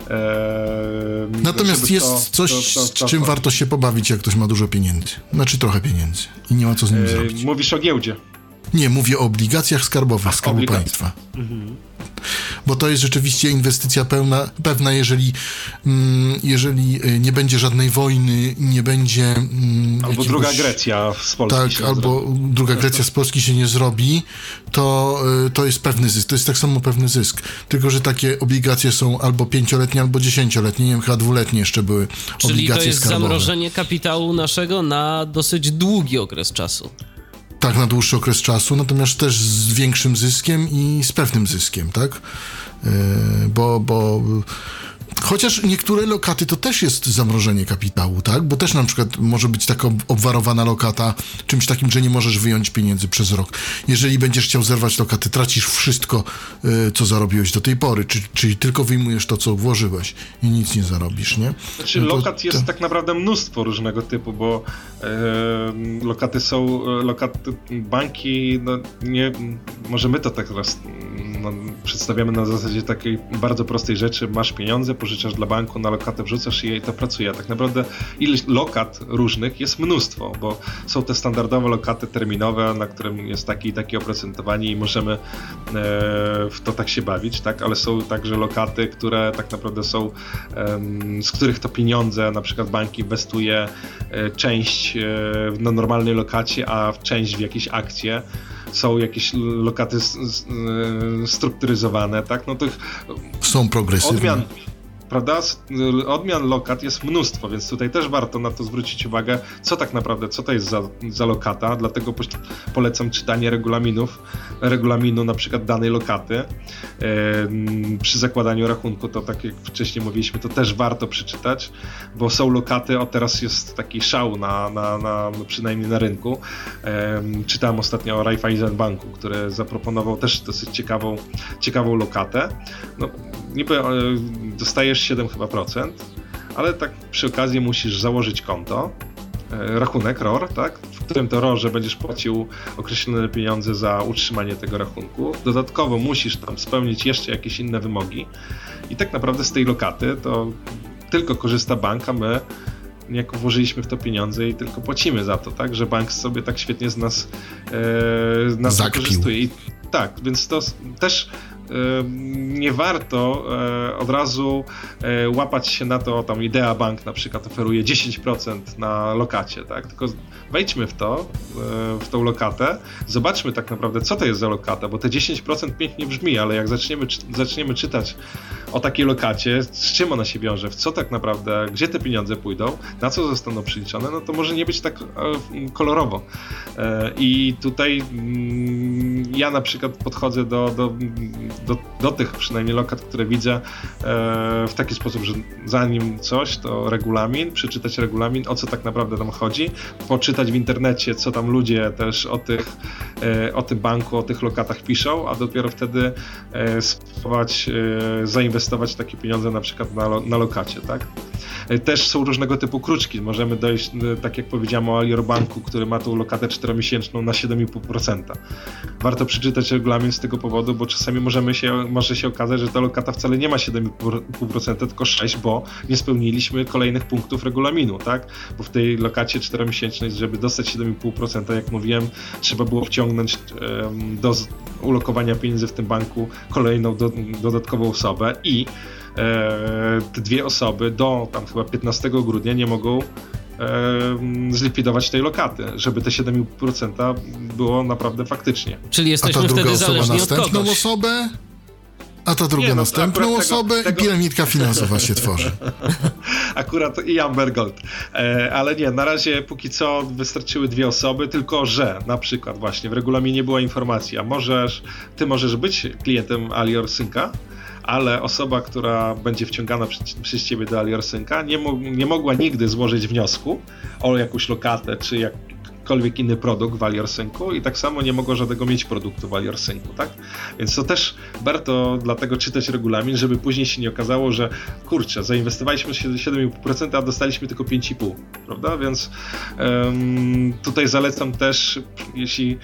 E, Natomiast jest to, coś, to, to, to, z czym to, warto się pobawić, jak ktoś ma dużo pieniędzy. Znaczy trochę pieniędzy i nie ma co z nimi e, zrobić. Mówisz o giełdzie? Nie, mówię o obligacjach skarbowych Skarbu Obligac- Państwa. Mhm. Bo to jest rzeczywiście inwestycja pełna, pewna, jeżeli, mm, jeżeli nie będzie żadnej wojny, nie będzie... Mm, albo jakiegoś, druga Grecja z Polski tak, się albo zrobi. druga Grecja z Polski się nie zrobi, to, to jest pewny zysk. To jest tak samo pewny zysk. Tylko, że takie obligacje są albo pięcioletnie, albo dziesięcioletnie. Nie wiem, chyba dwuletnie jeszcze były Czyli obligacje to jest skarbowe. zamrożenie kapitału naszego na dosyć długi okres czasu. Tak, na dłuższy okres czasu, natomiast też z większym zyskiem i z pewnym zyskiem, tak? Yy, bo, bo chociaż niektóre lokaty to też jest zamrożenie kapitału, tak? Bo też na przykład może być taka obwarowana lokata czymś takim, że nie możesz wyjąć pieniędzy przez rok. Jeżeli będziesz chciał zerwać lokaty, tracisz wszystko, yy, co zarobiłeś do tej pory, czy, czyli tylko wyjmujesz to, co włożyłeś i nic nie zarobisz, nie? Znaczy no to, lokat jest to... tak naprawdę mnóstwo różnego typu, bo e, lokaty są, lokaty, banki, no nie, może my to tak teraz no, przedstawiamy na zasadzie takiej bardzo prostej rzeczy, masz pieniądze, pożyczasz dla banku, na lokatę wrzucasz i to pracuje. Tak naprawdę ilość lokat różnych jest mnóstwo, bo są te standardowe lokaty terminowe, na którym jest takie i takie oprocentowanie i możemy e, w to tak się bawić, tak? Ale są także lokaty, które tak naprawdę są, e, z których to pieniądze, na przykład bank inwestuje e, część e, na normalnej lokacie, a część w jakieś akcje. Są jakieś lokaty s- s- strukturyzowane, tak? No tych są progresywne. Odmian, prawda, odmian lokat jest mnóstwo, więc tutaj też warto na to zwrócić uwagę, co tak naprawdę, co to jest za, za lokata, dlatego polecam czytanie regulaminów, regulaminu na przykład danej lokaty. E, przy zakładaniu rachunku, to tak jak wcześniej mówiliśmy, to też warto przeczytać, bo są lokaty, o teraz jest taki szał na, na, na przynajmniej na rynku. E, czytałem ostatnio o Raiffeisen Banku, który zaproponował też dosyć ciekawą, ciekawą lokatę. No, niby e, dostajesz siedem chyba procent, ale tak przy okazji musisz założyć konto, e, rachunek R O R, tak? W którym to R O R-ze będziesz płacił określone pieniądze za utrzymanie tego rachunku. Dodatkowo musisz tam spełnić jeszcze jakieś inne wymogi i tak naprawdę z tej lokaty to tylko korzysta bank, a my niejako włożyliśmy w to pieniądze i tylko płacimy za to, tak? Że bank sobie tak świetnie z nas, e, z nas korzystuje. I tak, więc to też nie warto od razu łapać się na to, tam Idea Bank na przykład oferuje dziesięć procent na lokacie, tak? Tylko wejdźmy w to, w tą lokatę, zobaczmy tak naprawdę, co to jest za lokata, bo te dziesięć procent pięknie brzmi, ale jak zaczniemy, zaczniemy czytać o takiej lokacie, z czym ona się wiąże, w co tak naprawdę, gdzie te pieniądze pójdą, na co zostaną przeliczone, no to może nie być tak kolorowo. I tutaj ja na przykład podchodzę do, do Do, do tych przynajmniej lokat, które widzę e, w taki sposób, że zanim coś, to regulamin, przeczytać regulamin, o co tak naprawdę tam chodzi, poczytać w internecie, co tam ludzie też o tych, e, o tym banku, o tych lokatach piszą, a dopiero wtedy e, spróbować e, zainwestować takie pieniądze na przykład na, lo, na lokacie, tak? E, też są różnego typu kruczki, możemy dojść, e, tak jak powiedziałem o Alior Banku, który ma tą lokatę czteromiesięczną na siedem i pół procent. Warto przeczytać regulamin z tego powodu, bo czasami możemy się, może się okazać, że ta lokata wcale nie ma siedem i pół procent, tylko sześć, bo nie spełniliśmy kolejnych punktów regulaminu, tak? Bo w tej lokacie czteromiesięcznej, żeby dostać siedem i pół procent, jak mówiłem, trzeba było wciągnąć um, do ulokowania pieniędzy w tym banku kolejną do, dodatkową osobę i e, te dwie osoby do tam chyba piętnastego grudnia nie mogą zlikwidować tej lokaty, żeby te siedem i pół procent było naprawdę faktycznie. Czyli jesteśmy a ta wtedy druga osoba zależni od następną kogoś. osobę, a ta druga Nie, no, następną osobę tego, i piramiidka finansowa się tworzy. Akurat i Amber Gold. E, ale nie, na razie póki co wystarczyły dwie osoby, tylko że na przykład właśnie w regulaminie była informacja, możesz, ty możesz być klientem Alior Synca, ale osoba, która będzie wciągana przy, przez ciebie do Alior Synca nie, mo- nie mogła nigdy złożyć wniosku o jakąś lokatę czy jakkolwiek inny produkt w Alior Syncu i tak samo nie mogła żadnego mieć produktu w Alior Syncu, tak? Więc to też warto dlatego czytać regulamin, żeby później się nie okazało, że kurczę, zainwestowaliśmy siedem i pół procent, a dostaliśmy tylko pięć i pół procent, prawda? Więc um, tutaj zalecam też, jeśli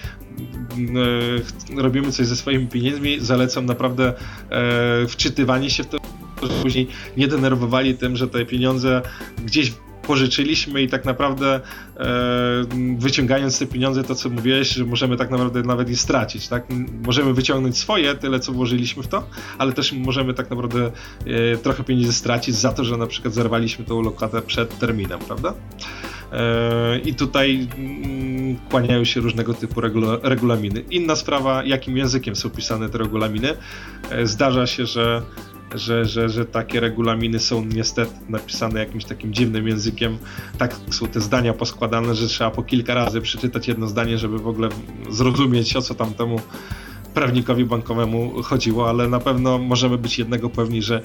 e, robimy coś ze swoimi pieniędzmi, zalecam naprawdę e, wczytywanie się w to, żeby później nie denerwowali tym, że te pieniądze gdzieś pożyczyliśmy i tak naprawdę e, wyciągając te pieniądze, to co mówiłeś, że możemy tak naprawdę nawet je stracić, tak? Możemy wyciągnąć swoje, tyle co włożyliśmy w to, ale też możemy tak naprawdę e, trochę pieniędzy stracić za to, że na przykład zerwaliśmy tą lokatę przed terminem, prawda? E, I tutaj mm, kłaniają się różnego typu regula- regulaminy. Inna sprawa, jakim językiem są pisane te regulaminy. E, zdarza się, że Że, że, że takie regulaminy są niestety napisane jakimś takim dziwnym językiem. Tak są te zdania poskładane, że trzeba po kilka razy przeczytać jedno zdanie, żeby w ogóle zrozumieć, o co tam temu prawnikowi bankowemu chodziło, ale na pewno możemy być jednego pewni, że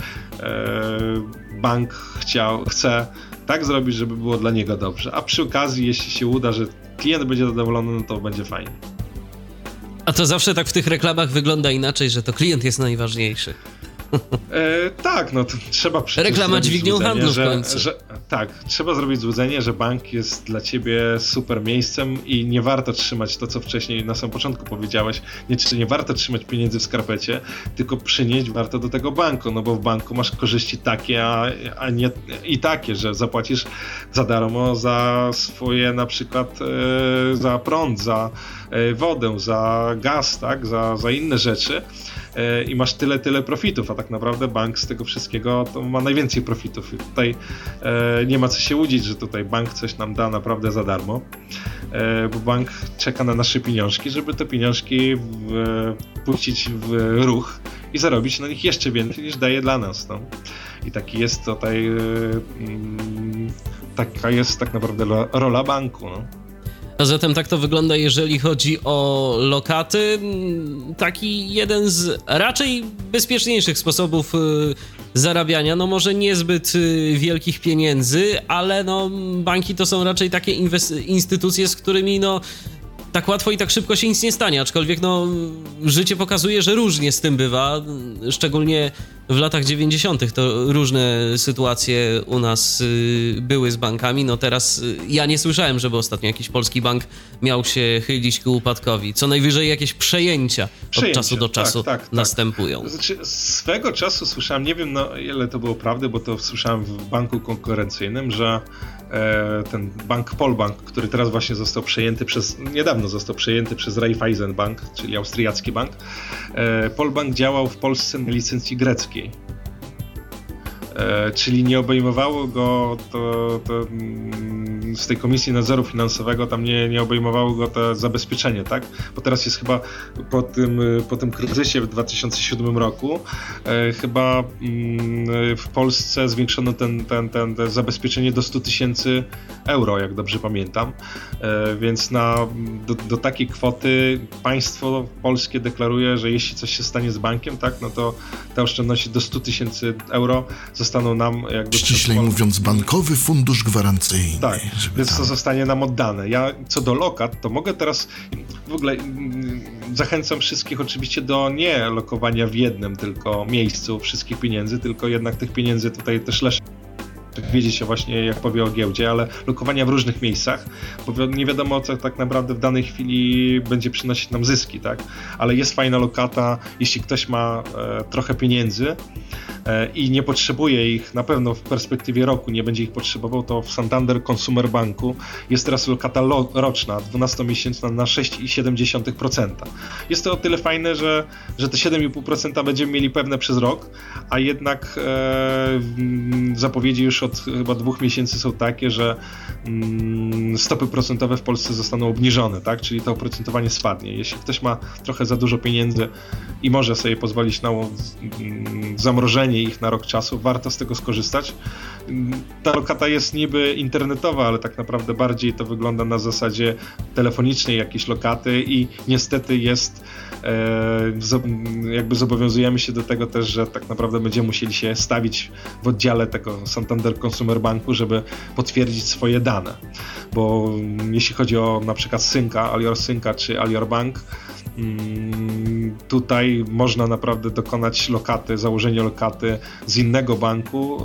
e, bank chciał, chce tak zrobić, żeby było dla niego dobrze. A przy okazji, jeśli się uda, że klient będzie zadowolony, no to będzie fajnie. A to zawsze tak w tych reklamach wygląda inaczej, że to klient jest najważniejszy. E, tak, no to trzeba reklama dźwignią handlu w że, końcu. Że, tak, trzeba zrobić złudzenie, że bank jest dla ciebie super miejscem i nie warto trzymać to, co wcześniej na samym początku powiedziałeś, nie, nie warto trzymać pieniędzy w skarpecie, tylko przynieść warto do tego banku, no bo w banku masz korzyści takie, a, a nie i takie, że zapłacisz za darmo za swoje na przykład e, za prąd, za e, wodę, za gaz, tak, za, za inne rzeczy. I masz tyle, tyle profitów, a tak naprawdę bank z tego wszystkiego to ma najwięcej profitów. I tutaj e, nie ma co się łudzić, że tutaj bank coś nam da naprawdę za darmo, e, bo bank czeka na nasze pieniążki, żeby te pieniążki w, e, puścić w ruch i zarobić na nich jeszcze więcej niż daje dla nas. No. I taki jest tutaj, taka jest tak naprawdę rola banku. No. A zatem tak to wygląda, jeżeli chodzi o lokaty. Taki jeden z raczej bezpieczniejszych sposobów zarabiania. No może niezbyt wielkich pieniędzy, ale no banki to są raczej takie inwest- instytucje, z którymi no tak łatwo i tak szybko się nic nie stanie, aczkolwiek no życie pokazuje, że różnie z tym bywa, szczególnie w latach dziewięćdziesiątych to różne sytuacje u nas y, były z bankami. No teraz y, ja nie słyszałem, żeby ostatnio jakiś polski bank miał się chylić ku upadkowi. Co najwyżej jakieś przejęcia, przejęcia od czasu do czasu tak, tak, następują. Tak. Znaczy, swego czasu słyszałem, nie wiem no, ile to było prawdy, bo to słyszałem w banku konkurencyjnym, że e, ten bank Polbank, który teraz właśnie został przejęty przez, niedawno został przejęty przez Raiffeisen Bank, czyli austriacki bank. E, Polbank działał w Polsce na licencji greckiej. E, czyli nie obejmowało go to, to mm, z tej Komisji Nadzoru Finansowego, tam nie, nie obejmowało go to zabezpieczenie, tak? Bo teraz jest chyba po tym, po tym kryzysie w dwa tysiące siódmym roku e, chyba mm, w Polsce zwiększono ten, ten, ten, ten zabezpieczenie do stu tysięcy euro, jak dobrze pamiętam. E, więc na, do, do takiej kwoty państwo polskie deklaruje, że jeśli coś się stanie z bankiem, tak, no to te oszczędności do stu tysięcy euro zostaną nam jakby... Ściślej mówiąc, bankowy fundusz gwarancyjny. Tak, więc to zostanie nam oddane. Ja co do lokat, to mogę teraz w ogóle zachęcam wszystkich oczywiście do nie lokowania w jednym tylko miejscu wszystkich pieniędzy, tylko jednak tych pieniędzy tutaj też leży. Wiedzieć się właśnie, jak powie o giełdzie, ale lokowania w różnych miejscach, bo nie wiadomo, co tak naprawdę w danej chwili będzie przynosić nam zyski, tak? Ale jest fajna lokata, jeśli ktoś ma e, trochę pieniędzy e, i nie potrzebuje ich, na pewno w perspektywie roku nie będzie ich potrzebował, to w Santander Consumer Banku jest teraz lokata lo, roczna, dwunastomiesięczna na sześć przecinek siedem procent. Jest to o tyle fajne, że, że te siedem przecinek pięć procent będziemy mieli pewne przez rok, a jednak e, zapowiedzi już od chyba dwóch miesięcy są takie, że mm, stopy procentowe w Polsce zostaną obniżone, tak? Czyli to oprocentowanie spadnie. Jeśli ktoś ma trochę za dużo pieniędzy i może sobie pozwolić na mm, zamrożenie ich na rok czasu, warto z tego skorzystać. Ta lokata jest niby internetowa, ale tak naprawdę bardziej to wygląda na zasadzie telefonicznej jakiejś lokaty i niestety jest e, jakby zobowiązujemy się do tego też, że tak naprawdę będziemy musieli się stawić w oddziale tego Santander Consumer Banku, żeby potwierdzić swoje dane, bo jeśli chodzi o na przykład Synka, Alior Synka czy Alior Bank, tutaj można naprawdę dokonać lokaty, założenia lokaty z innego banku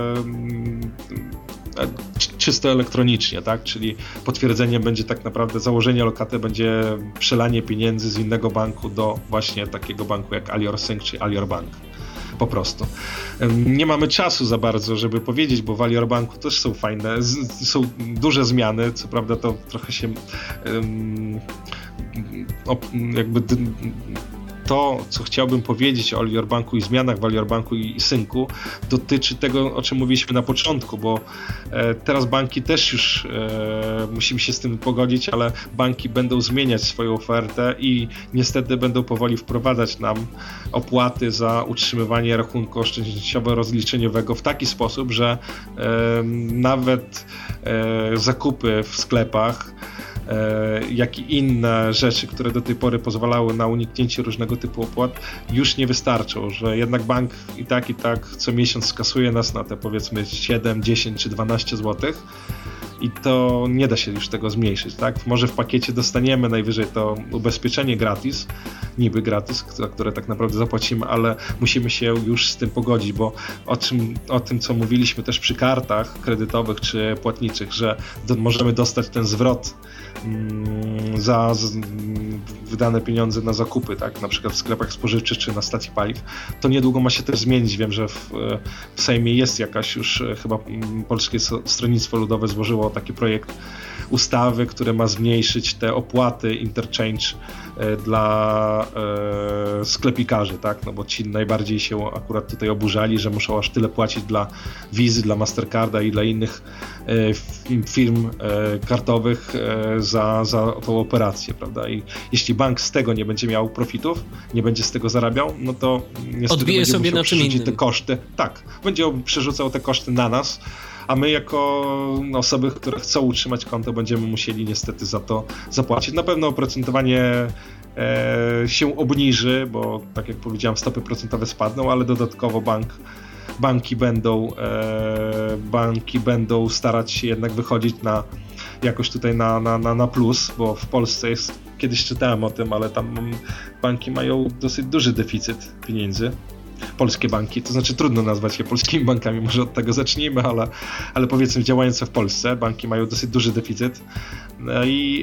czysto elektronicznie, tak? Czyli potwierdzenie będzie tak naprawdę, założenie lokaty będzie przelanie pieniędzy z innego banku do właśnie takiego banku jak Alior Sync czy Alior Bank. Po prostu. Nie mamy czasu za bardzo, żeby powiedzieć, bo w Alior Banku też są fajne, z, są duże zmiany, co prawda to trochę się um, op, jakby d, to, co chciałbym powiedzieć o Alior Banku i zmianach w Alior Banku i, i Synku, dotyczy tego, o czym mówiliśmy na początku, bo e, teraz banki też już e, musimy się z tym pogodzić, ale banki będą zmieniać swoją ofertę i niestety będą powoli wprowadzać nam opłaty za utrzymywanie rachunku oszczędnościowo-rozliczeniowego w taki sposób, że e, nawet e, zakupy w sklepach, jak i inne rzeczy, które do tej pory pozwalały na uniknięcie różnego typu opłat, już nie wystarczą, że jednak bank i tak i tak co miesiąc skasuje nas na te powiedzmy siedem, dziesięć czy dwanaście złotych i to nie da się już tego zmniejszyć, tak? Może w pakiecie dostaniemy najwyżej to ubezpieczenie gratis, niby gratis, za które tak naprawdę zapłacimy, ale musimy się już z tym pogodzić, bo o, czym, o tym, co mówiliśmy też przy kartach kredytowych czy płatniczych, że do, możemy dostać ten zwrot mm, za z, wydane pieniądze na zakupy, tak? Na przykład w sklepach spożywczych czy na stacji paliw, to niedługo ma się też zmienić. Wiem, że w, w Sejmie jest jakaś już chyba Polskie Stronnictwo Ludowe złożyło taki projekt ustawy, które ma zmniejszyć te opłaty interchange dla e, sklepikarzy, tak? No bo ci najbardziej się akurat tutaj oburzali, że muszą aż tyle płacić dla Wizy, dla Mastercarda i dla innych e, firm e, kartowych e, za, za tą operację, prawda? I jeśli bank z tego nie będzie miał profitów, nie będzie z tego zarabiał, no to niestety odbije będzie sobie musiał na czym przerzucić innym. te koszty. Tak, będzie przerzucał te koszty na nas, a my jako osoby, które chcą utrzymać konto, będziemy musieli niestety za to zapłacić. Na pewno oprocentowanie e, się obniży, bo tak jak powiedziałem, stopy procentowe spadną, ale dodatkowo bank, banki będą e, banki będą starać się jednak wychodzić na jakoś tutaj na, na, na, na plus, bo w Polsce jest, kiedyś czytałem o tym, ale tam banki mają dosyć duży deficyt pieniędzy. Polskie banki, to znaczy trudno nazwać je polskimi bankami, może od tego zacznijmy, ale, ale powiedzmy działające w Polsce, banki mają dosyć duży deficyt. No i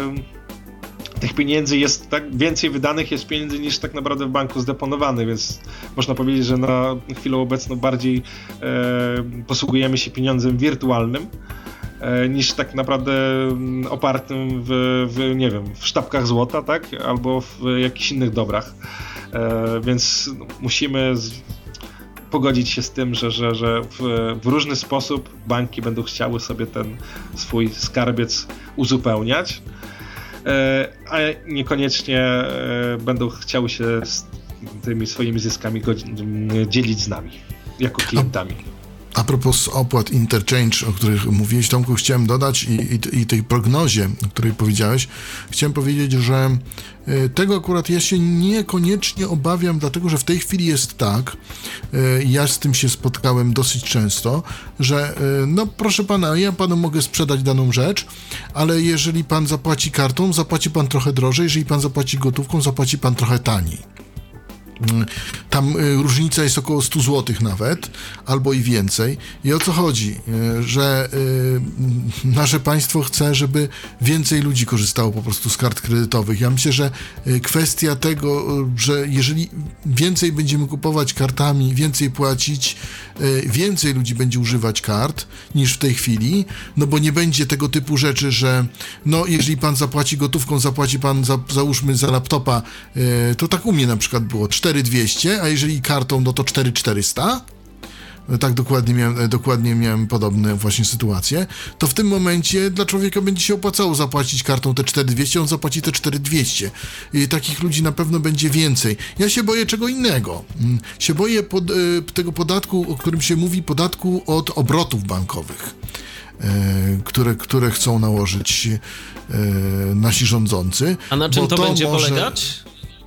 yy, tych pieniędzy jest tak, więcej wydanych jest pieniędzy niż tak naprawdę w banku zdeponowanych, więc można powiedzieć, że na chwilę obecną bardziej yy, posługujemy się pieniądzem wirtualnym, yy, niż tak naprawdę opartym w, w, nie wiem, w sztabkach złota, tak, albo w jakichś innych dobrach. E, więc musimy z, pogodzić się z tym, że, że, że w, w różny sposób banki będą chciały sobie ten swój skarbiec uzupełniać, e, a niekoniecznie e, będą chciały się z tymi swoimi zyskami godzin, dzielić z nami, jako klientami. A propos opłat interchange, o których mówiłeś, Tomku, chciałem dodać i, i, i tej prognozie, o której powiedziałeś, chciałem powiedzieć, że y, tego akurat ja się niekoniecznie obawiam, dlatego że w tej chwili jest tak, y, ja z tym się spotkałem dosyć często, że y, no proszę pana, ja panu mogę sprzedać daną rzecz, ale jeżeli pan zapłaci kartą, zapłaci pan trochę drożej, jeżeli pan zapłaci gotówką, zapłaci pan trochę taniej. Tam y, różnica jest około sto złotych nawet, albo i więcej. I o co chodzi? Y, że y, nasze państwo chce, żeby więcej ludzi korzystało po prostu z kart kredytowych. Ja myślę, że y, kwestia tego, y, że jeżeli więcej będziemy kupować kartami, więcej płacić, y, więcej ludzi będzie używać kart niż w tej chwili, no bo nie będzie tego typu rzeczy, że no jeżeli pan zapłaci gotówką, zapłaci pan za, załóżmy za laptopa, y, to tak u mnie na przykład było cztery tysiące dwieście, a jeżeli kartą, no to cztery tysiące czterysta. Tak dokładnie miałem, dokładnie miałem podobne właśnie sytuacje. To w tym momencie dla człowieka będzie się opłacało zapłacić kartą te cztery tysiące dwieście, on zapłaci te cztery tysiące dwieście. I takich ludzi na pewno będzie więcej. Ja się boję czego innego. Się boję pod, tego podatku, o którym się mówi, podatku od obrotów bankowych, które, które chcą nałożyć nasi rządzący. A na czym to, to będzie może... polegać?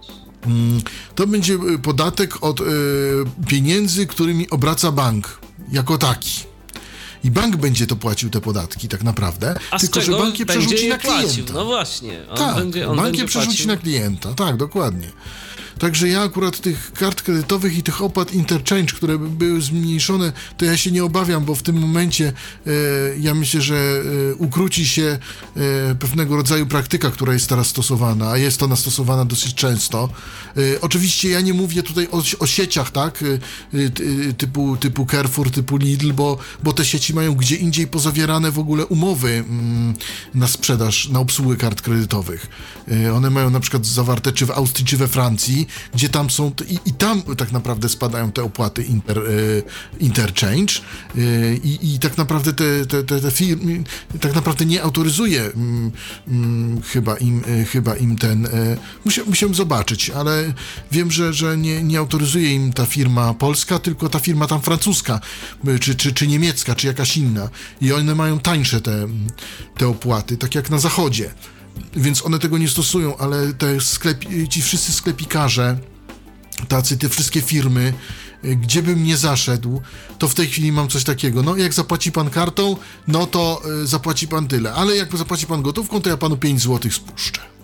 To będzie podatek od y, pieniędzy, którymi obraca bank jako taki. I bank będzie to płacił te podatki tak naprawdę, a tylko że bank je przerzuci na klienta. Płacił. No właśnie. On tak, będzie, on bank będzie je przerzuci płacił. na klienta, tak, dokładnie. Także ja akurat tych kart kredytowych i tych opłat interchange, które były zmniejszone, to ja się nie obawiam, bo w tym momencie e, ja myślę, że e, ukróci się e, pewnego rodzaju praktyka, która jest teraz stosowana, a jest ona stosowana dosyć często. E, oczywiście ja nie mówię tutaj o, o sieciach, tak, e, typu, typu Carrefour, typu Lidl, bo, bo te sieci mają gdzie indziej pozawierane w ogóle umowy mm, na sprzedaż, na obsługę kart kredytowych. E, one mają na przykład zawarte czy w Austrii, czy we Francji, gdzie tam są, i, i tam tak naprawdę spadają te opłaty inter, y, interchange y, i, i tak naprawdę te, te, te, te firmy tak naprawdę nie autoryzuje y, y, chyba, im, y, chyba im ten, y, musiałem, musiałem zobaczyć, ale wiem, że, że nie, nie autoryzuje im ta firma polska, tylko ta firma tam francuska, y, czy, czy, czy niemiecka, czy jakaś inna i one mają tańsze te, te opłaty, tak jak na zachodzie. Więc one tego nie stosują, ale te sklepi, ci wszyscy sklepikarze, tacy, te wszystkie firmy, gdzie bym nie zaszedł, to w tej chwili mam coś takiego, no jak zapłaci pan kartą, no to y, zapłaci pan tyle, ale jak zapłaci pan gotówką, to ja panu pięć złotych spuszczę.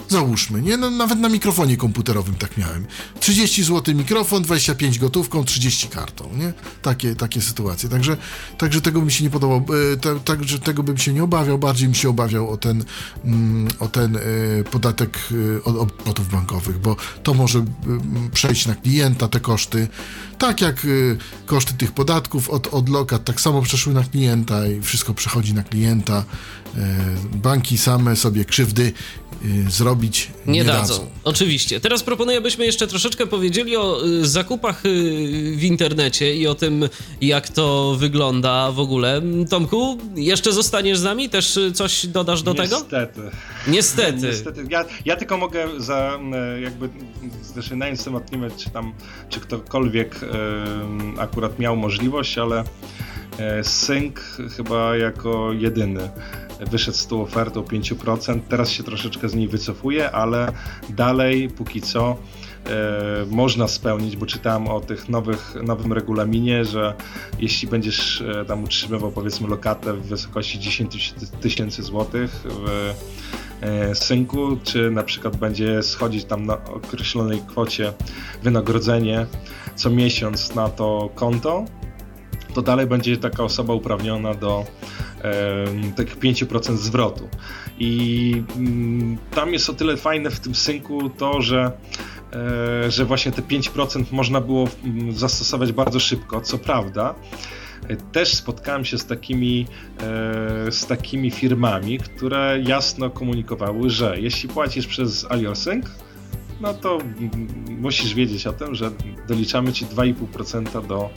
Załóżmy, nie? No, nawet na mikrofonie komputerowym tak miałem. trzydzieści złotych mikrofon, dwadzieścia pięć gotówką, trzydzieści kartą, nie? Takie, takie sytuacje. Także, także tego bym się nie podobał, e, te, także tego bym się nie obawiał, bardziej bym się obawiał o ten, mm, o ten e, podatek e, od obrotów bankowych, bo to może e, przejść na klienta te koszty. Tak jak e, koszty tych podatków od, od lokat, tak samo przeszły na klienta i wszystko przechodzi na klienta. E, banki same sobie krzywdy e, zrobić nie, nie dadzą. dadzą. Oczywiście. Teraz proponuję, byśmy jeszcze troszeczkę powiedzieli o y, zakupach y, w internecie i o tym, jak to wygląda w ogóle. Tomku, jeszcze zostaniesz z nami? Też y, coś dodasz do Niestety. tego? Niestety. Niestety. Ja, ja tylko mogę za jakby zaczynając temat, nie wiem, czy tam, czy ktokolwiek y, akurat miał możliwość, ale y, Sync chyba jako jedyny wyszedł z tą ofertą pięć procent, teraz się troszeczkę z niej wycofuje, ale dalej póki co e, można spełnić, bo czytałem o tych nowych, nowym regulaminie, że jeśli będziesz e, tam utrzymywał powiedzmy lokatę w wysokości dziesięć tysięcy złotych w e, Syncu, czy na przykład będzie schodzić tam na określonej kwocie wynagrodzenie co miesiąc na to konto, to dalej będzie taka osoba uprawniona do e, tych pięć procent zwrotu. I m, tam jest o tyle fajne w tym Syncu to, że, e, że właśnie te pięć procent można było m, zastosować bardzo szybko. Co prawda, e, też spotkałem się z takimi, e, z takimi firmami, które jasno komunikowały, że jeśli płacisz przez AliorSync, no to m, musisz wiedzieć o tym, że doliczamy ci dwa i pół procent do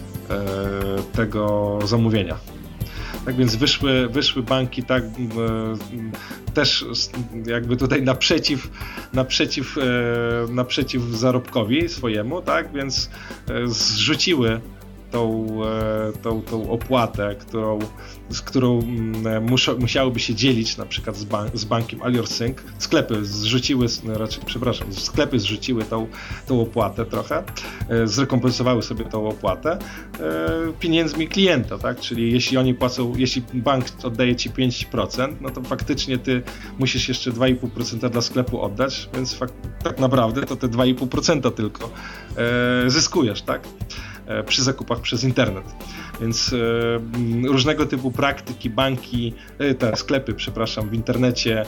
tego zamówienia. Tak więc wyszły, wyszły banki tak e, też jakby tutaj naprzeciw, naprzeciw, e, naprzeciw zarobkowi swojemu, tak więc e, zrzuciły tą, e, tą, tą opłatę, którą, z którą muszą, musiałyby się dzielić na przykład z, ban- z bankiem AliorSync. Sklepy zrzuciły, raczej przepraszam, sklepy zrzuciły tą, tą opłatę trochę, e, zrekompensowały sobie tą opłatę e, pieniędzmi klienta, tak? Czyli jeśli oni płacą, jeśli bank oddaje ci pięć procent, no to faktycznie ty musisz jeszcze dwa i pół procent dla sklepu oddać, więc fak- tak naprawdę to te dwa i pół procent tylko e, zyskujesz, tak? Przy zakupach przez internet. Więc e, różnego typu praktyki, banki, e, te sklepy, przepraszam, w internecie.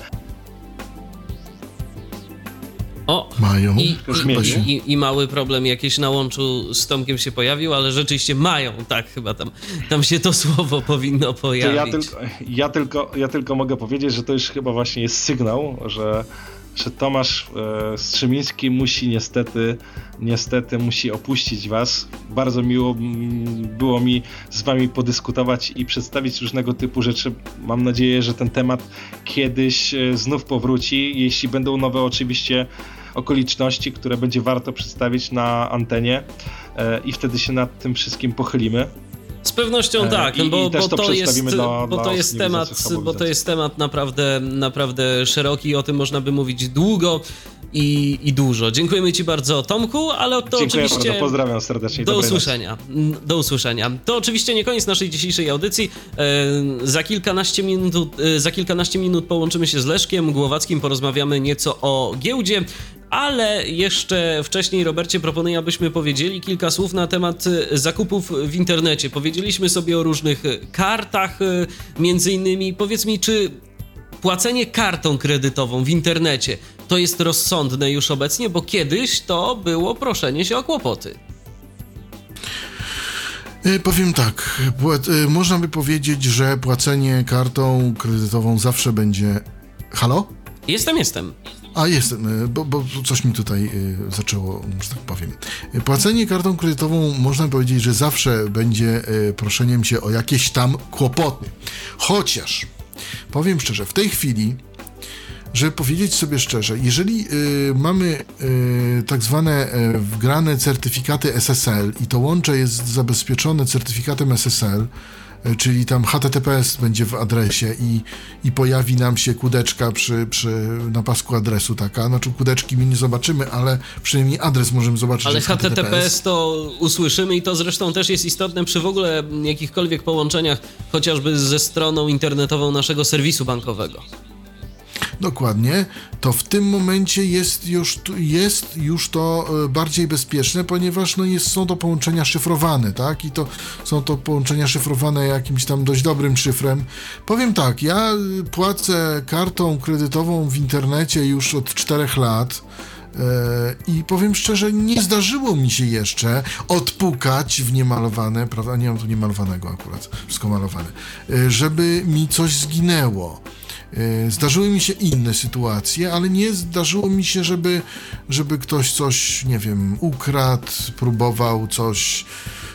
O, mają. I, i, i, I mały problem jakiś na łączu z Tomkiem się pojawił, ale rzeczywiście mają, tak, chyba tam, tam się to słowo powinno pojawić. Ja tylko, ja, tylko, ja tylko mogę powiedzieć, że to już chyba właśnie jest sygnał, że że Tomasz e, Strzemiński musi niestety, niestety musi opuścić was. Bardzo miło m, było mi z wami podyskutować i przedstawić różnego typu rzeczy. Mam nadzieję, że ten temat kiedyś e, znów powróci, jeśli będą nowe oczywiście okoliczności, które będzie warto przedstawić na antenie e, i wtedy się nad tym wszystkim pochylimy. Z pewnością tak, I, bo, i też bo, to to jest, dla, bo, dla to jest temat, bo to jest temat naprawdę, naprawdę szeroki i o tym można by mówić długo i, i dużo. Dziękujemy ci bardzo, Tomku, ale to Dziękuję oczywiście... bardzo, pozdrawiam serdecznie. Do usłyszenia. Do usłyszenia. To oczywiście nie koniec naszej dzisiejszej audycji. E, za kilkanaście minut, e, za kilkanaście minut połączymy się z Leszkiem Głowackim, porozmawiamy nieco o giełdzie, ale jeszcze wcześniej, Robercie, proponuję, abyśmy powiedzieli kilka słów na temat zakupów w internecie. Powiedzieliśmy sobie o różnych kartach, między innymi. Powiedz mi, czy płacenie kartą kredytową w internecie to jest rozsądne już obecnie, bo kiedyś to było proszenie się o kłopoty. Powiem tak, można by powiedzieć, że płacenie kartą kredytową zawsze będzie... Halo? Jestem, jestem. A jestem, bo, bo coś mi tutaj zaczęło, że tak powiem. Płacenie kartą kredytową można powiedzieć, że zawsze będzie proszeniem się o jakieś tam kłopoty. Chociaż, powiem szczerze, w tej chwili, żeby powiedzieć sobie szczerze, jeżeli y, mamy y, tak zwane y, wgrane certyfikaty S S L i to łącze jest zabezpieczone certyfikatem S S L, y, czyli tam H T T P S będzie w adresie i, i pojawi nam się kudeczka przy, przy, na pasku adresu taka, znaczy kudeczki my nie zobaczymy, ale przynajmniej adres możemy zobaczyć. Ale H T T P S to usłyszymy i to zresztą też jest istotne przy w ogóle jakichkolwiek połączeniach, chociażby ze stroną internetową naszego serwisu bankowego. dokładnie, to w tym momencie jest już, jest już to bardziej bezpieczne, ponieważ no jest, są to połączenia szyfrowane, tak? I to są to połączenia szyfrowane jakimś tam dość dobrym szyfrem. Powiem tak, ja płacę kartą kredytową w internecie już od czterech lat. I powiem szczerze, nie zdarzyło mi się jeszcze odpukać w niemalowane, prawda, nie mam tu niemalowanego akurat, wszystko malowane, żeby mi coś zginęło. Zdarzyły mi się inne sytuacje, ale nie zdarzyło mi się, żeby, żeby ktoś coś, nie wiem, ukradł, próbował coś.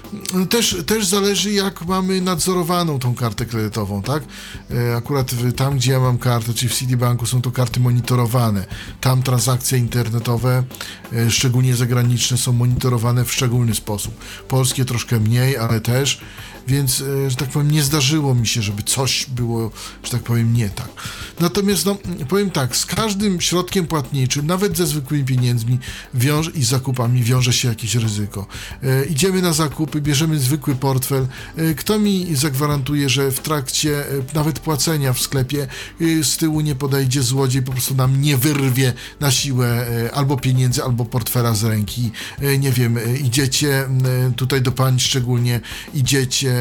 Też, też zależy, jak mamy nadzorowaną tą kartę kredytową, tak? Akurat tam, gdzie ja mam kartę, czyli w Citibanku, są to karty monitorowane. Tam transakcje internetowe, szczególnie zagraniczne, są monitorowane w szczególny sposób. Polskie troszkę mniej, ale też. Więc, że tak powiem, nie zdarzyło mi się, żeby coś było, że tak powiem, nie tak. Natomiast, no, powiem tak, z każdym środkiem płatniczym, nawet ze zwykłymi pieniędzmi wiąże, i zakupami wiąże się jakieś ryzyko. E, idziemy na zakupy, bierzemy zwykły portfel. E, kto mi zagwarantuje, że w trakcie e, nawet płacenia w sklepie e, z tyłu nie podejdzie złodziej, po prostu nam nie wyrwie na siłę e, albo pieniędzy, albo portfela z ręki. E, nie wiem, e, idziecie e, tutaj do pań szczególnie, idziecie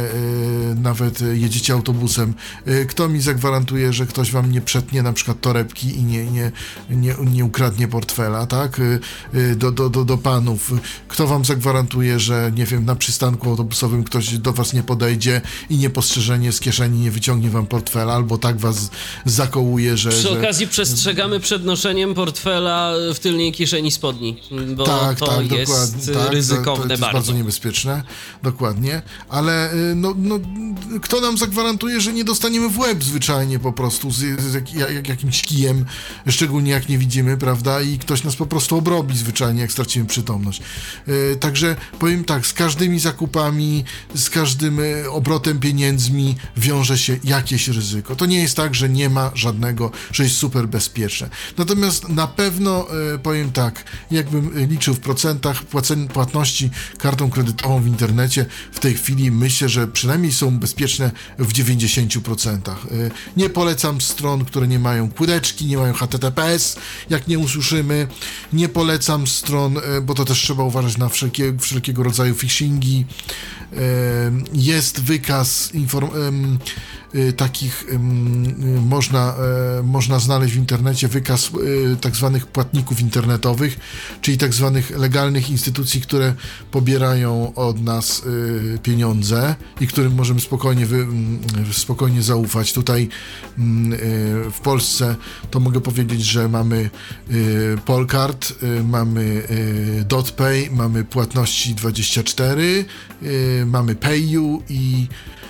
nawet jedziecie autobusem, kto mi zagwarantuje, że ktoś wam nie przetnie na przykład torebki i nie, nie, nie, nie ukradnie portfela, tak? Do, do, do, do panów. Kto wam zagwarantuje, że nie wiem, na przystanku autobusowym ktoś do was nie podejdzie i niepostrzeżenie z kieszeni nie wyciągnie wam portfela, albo tak was zakołuje, że... Przy że... okazji przestrzegamy przed noszeniem portfela w tylnej kieszeni spodni, bo tak, to tak, jest dokładnie, tak, ryzykowne to, to jest bardzo. bardzo niebezpieczne, dokładnie, ale no, no, kto nam zagwarantuje, że nie dostaniemy w łeb zwyczajnie po prostu z, z jak, jak, jakimś kijem, szczególnie jak nie widzimy, prawda, i ktoś nas po prostu obrobi zwyczajnie, jak stracimy przytomność. Yy, także powiem tak, z każdymi zakupami, z każdym y, obrotem pieniędzmi wiąże się jakieś ryzyko. To nie jest tak, że nie ma żadnego, że jest super bezpieczne. Natomiast na pewno y, powiem tak, jakbym liczył w procentach płacen, płatności kartą kredytową w internecie, w tej chwili myślę, że przynajmniej są bezpieczne w dziewięćdziesięciu procentach. Nie polecam stron, które nie mają kłódeczki, nie mają H T T P S, jak nie usłyszymy. Nie polecam stron, bo to też trzeba uważać na wszelkie, wszelkiego rodzaju phishingi. Jest wykaz inform- takich można, można znaleźć w internecie wykaz tak zwanych płatników internetowych, czyli tak zwanych legalnych instytucji, które pobierają od nas pieniądze i którym możemy spokojnie, wy, spokojnie zaufać. Tutaj w Polsce to mogę powiedzieć, że mamy Polcard, mamy DotPay, mamy Płatności dwadzieścia cztery, mamy PayU i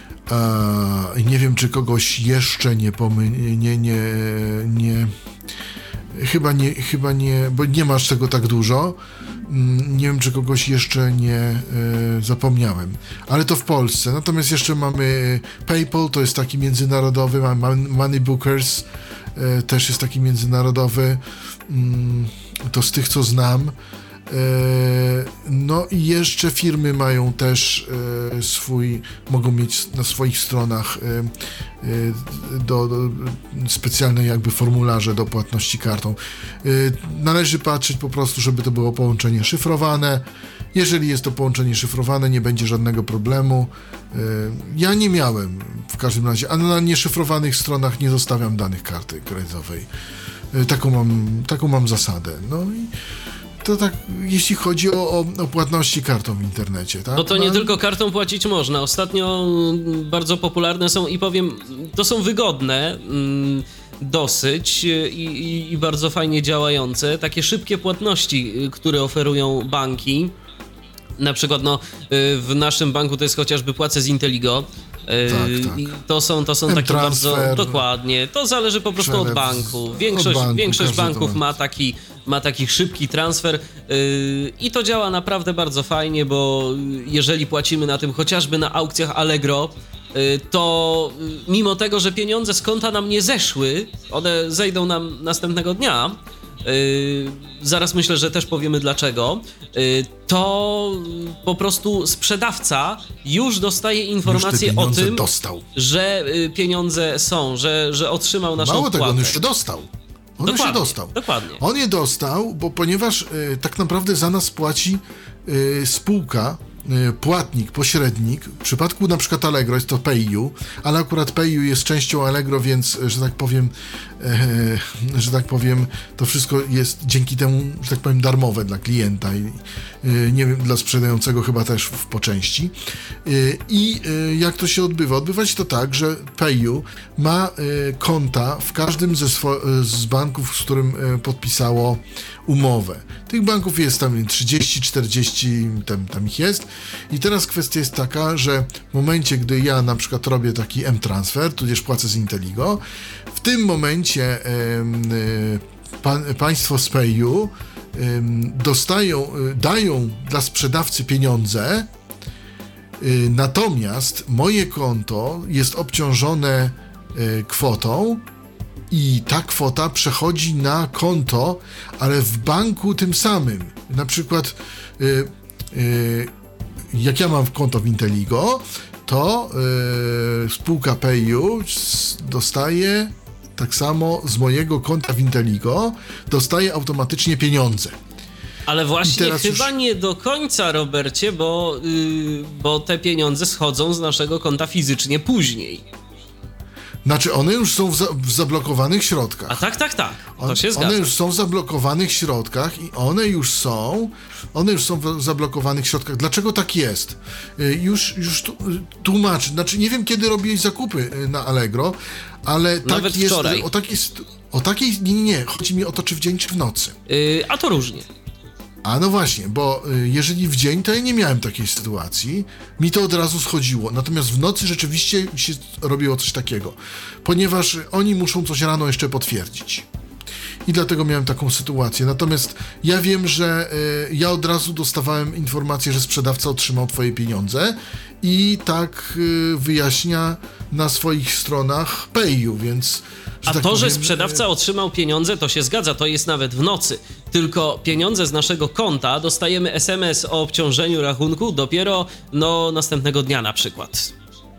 i nie wiem, czy kogoś jeszcze nie pomy... nie, nie, nie... Chyba nie, chyba nie, bo nie masz tego tak dużo. Nie wiem, czy kogoś jeszcze nie e, zapomniałem. Ale to w Polsce. Natomiast jeszcze mamy PayPal, to jest taki międzynarodowy, mamy Moneybookers, e, też jest taki międzynarodowy. Mm, to z tych, co znam. No i jeszcze firmy mają też swój, mogą mieć na swoich stronach do, do specjalne jakby formularze do płatności kartą. Należy patrzeć po prostu, żeby to było połączenie szyfrowane. Jeżeli jest to połączenie szyfrowane, nie będzie żadnego problemu. Ja nie miałem w każdym razie, a na nieszyfrowanych stronach nie zostawiam danych karty kredytowej. Taką mam, taką mam zasadę. No i to tak, jeśli chodzi o, o, o płatności kartą w internecie, tak? No to nie no, tylko kartą płacić można. Ostatnio bardzo popularne są i powiem, to są wygodne mm, dosyć i, i, i bardzo fajnie działające. Takie szybkie płatności, które oferują banki. Na przykład no, w naszym banku to jest chociażby Płacę z Inteligo. Tak, tak. I to są, to są takie bardzo... Dokładnie. To zależy po prostu od banku. Większość, od banku, większość banków to... ma taki, ma taki szybki transfer yy, i to działa naprawdę bardzo fajnie, bo jeżeli płacimy na tym chociażby na aukcjach Allegro, yy, to mimo tego, że pieniądze z konta nam nie zeszły, one zejdą nam następnego dnia, Yy, zaraz myślę, że też powiemy dlaczego, yy, to po prostu sprzedawca już dostaje informację już o tym, dostał. że yy, pieniądze są, że, że otrzymał naszą Mało wpłatę. tego, on już się dostał. On dokładnie, już je dostał. Dokładnie. On je dostał, bo ponieważ y, tak naprawdę za nas płaci y, spółka, y, płatnik, pośrednik. W przypadku na przykład Allegro jest to PayU, ale akurat PayU jest częścią Allegro, więc, że tak powiem, y, że tak powiem, to wszystko jest dzięki temu, że tak powiem, darmowe dla klienta i y, nie wiem, dla sprzedającego chyba też w, po części. Y, I y, jak to się odbywa? Odbywa się to tak, że PayU ma y, konta w każdym ze swo- z banków, z którym y, podpisało umowę. Tych banków jest tam trzydzieści, czterdzieści, tam, tam ich jest. I teraz kwestia jest taka, że w momencie, gdy ja na przykład robię taki M-transfer, tudzież płacę z Inteligo, w tym momencie y, y, pa, państwo z PayU y, dostają, y, dają dla sprzedawcy pieniądze, y, natomiast moje konto jest obciążone y, kwotą, i ta kwota przechodzi na konto, ale w banku tym samym. Na przykład y, y, jak ja mam konto w Inteligo, to y, spółka PayU dostaje tak samo z mojego konta w Inteligo, dostaje automatycznie pieniądze. Ale właśnie chyba już... nie do końca, Robercie, bo, yy, bo te pieniądze schodzą z naszego konta fizycznie później. Znaczy, one już są w, za, w zablokowanych środkach. A tak, tak, tak. To On, się zgadza. One już są w zablokowanych środkach i one już są, one już są w zablokowanych środkach. Dlaczego tak jest? Już, już tu, tłumaczę. Znaczy, nie wiem, kiedy robiłeś zakupy na Allegro, ale Nawet tak jest. wczoraj. O takiej, o takiej, nie, nie, nie. Chodzi mi o to, czy w dzień, czy w nocy. Yy, a to różnie. A no właśnie, bo jeżeli w dzień, to ja nie miałem takiej sytuacji, mi to od razu schodziło, natomiast w nocy rzeczywiście się robiło coś takiego, ponieważ oni muszą coś rano jeszcze potwierdzić. I dlatego miałem taką sytuację. Natomiast ja wiem, że y, ja od razu dostawałem informację, że sprzedawca otrzymał twoje pieniądze i tak y, wyjaśnia na swoich stronach PayU, więc... A tak to, powiem, że sprzedawca otrzymał pieniądze, to się zgadza, to jest nawet w nocy. Tylko pieniądze z naszego konta dostajemy es em es o obciążeniu rachunku dopiero no, następnego dnia na przykład.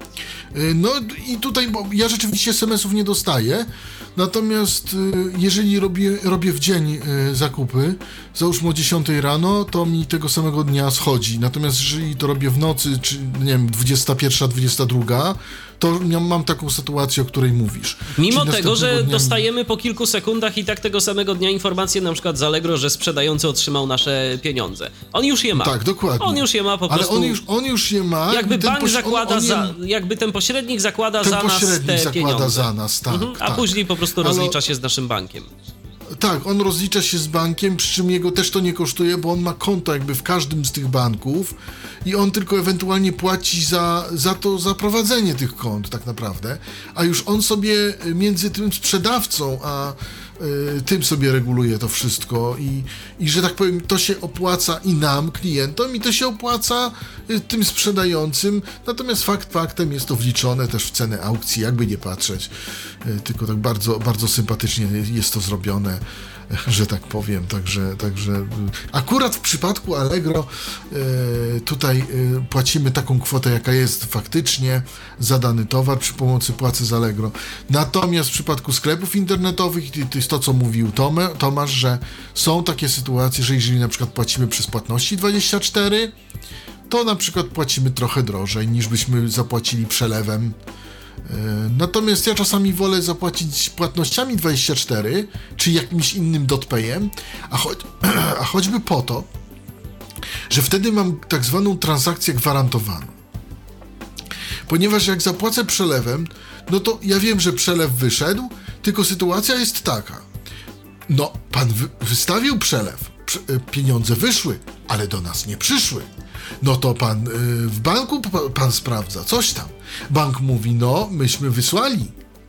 No i tutaj, bo ja rzeczywiście es em esów nie dostaję, natomiast jeżeli robię, robię w dzień zakupy, załóżmy o dziesiątej rano, to mi tego samego dnia schodzi. Natomiast jeżeli to robię w nocy, czy nie wiem, dwudziesta pierwsza, dwudziesta druga, to mam taką sytuację, o której mówisz. Mimo tego, że dnia... dostajemy po kilku sekundach i tak tego samego dnia informację na przykład z Allegro, że sprzedający otrzymał nasze pieniądze. On już je ma. Tak, dokładnie. On już je ma po Ale prostu. on już, on już je ma. Jakby bank poś... zakłada, on, on za, je... jakby ten pośrednik zakłada ten za nas pośrednik te zakłada pieniądze. za nas, tak, mhm. A tak. później po prostu Ale... rozlicza się z naszym bankiem. Tak, on rozlicza się z bankiem, przy czym jego też to nie kosztuje, bo on ma konto jakby w każdym z tych banków i on tylko ewentualnie płaci za, za to, za prowadzenie tych kont tak naprawdę, a już on sobie między tym sprzedawcą a y, tym sobie reguluje to wszystko i, i że tak powiem, to się opłaca i nam, klientom, i to się opłaca y, tym sprzedającym, natomiast fakt faktem jest to wliczone też w cenę aukcji, jakby nie patrzeć, y, tylko tak bardzo, bardzo sympatycznie jest to zrobione, że tak powiem, także, także akurat w przypadku Allegro e, tutaj e, płacimy taką kwotę, jaka jest faktycznie za dany towar przy pomocy płacy z Allegro. Natomiast w przypadku sklepów internetowych, to jest to, co mówił Tome, Tomasz, że są takie sytuacje, że jeżeli na przykład płacimy przez płatności dwadzieścia cztery, to na przykład płacimy trochę drożej, niż byśmy zapłacili przelewem. Natomiast ja czasami wolę zapłacić płatnościami dwadzieścia cztery, czy jakimś innym dotpayem, a, cho- a choćby po to, że wtedy mam tak zwaną transakcję gwarantowaną. Ponieważ jak zapłacę przelewem, no to ja wiem, że przelew wyszedł, tylko sytuacja jest taka. No, pan wy- wystawił przelew, Prze- pieniądze wyszły, ale do nas nie przyszły. No to pan y, w banku p- pan sprawdza, coś tam. Bank mówi, no, myśmy wysłali.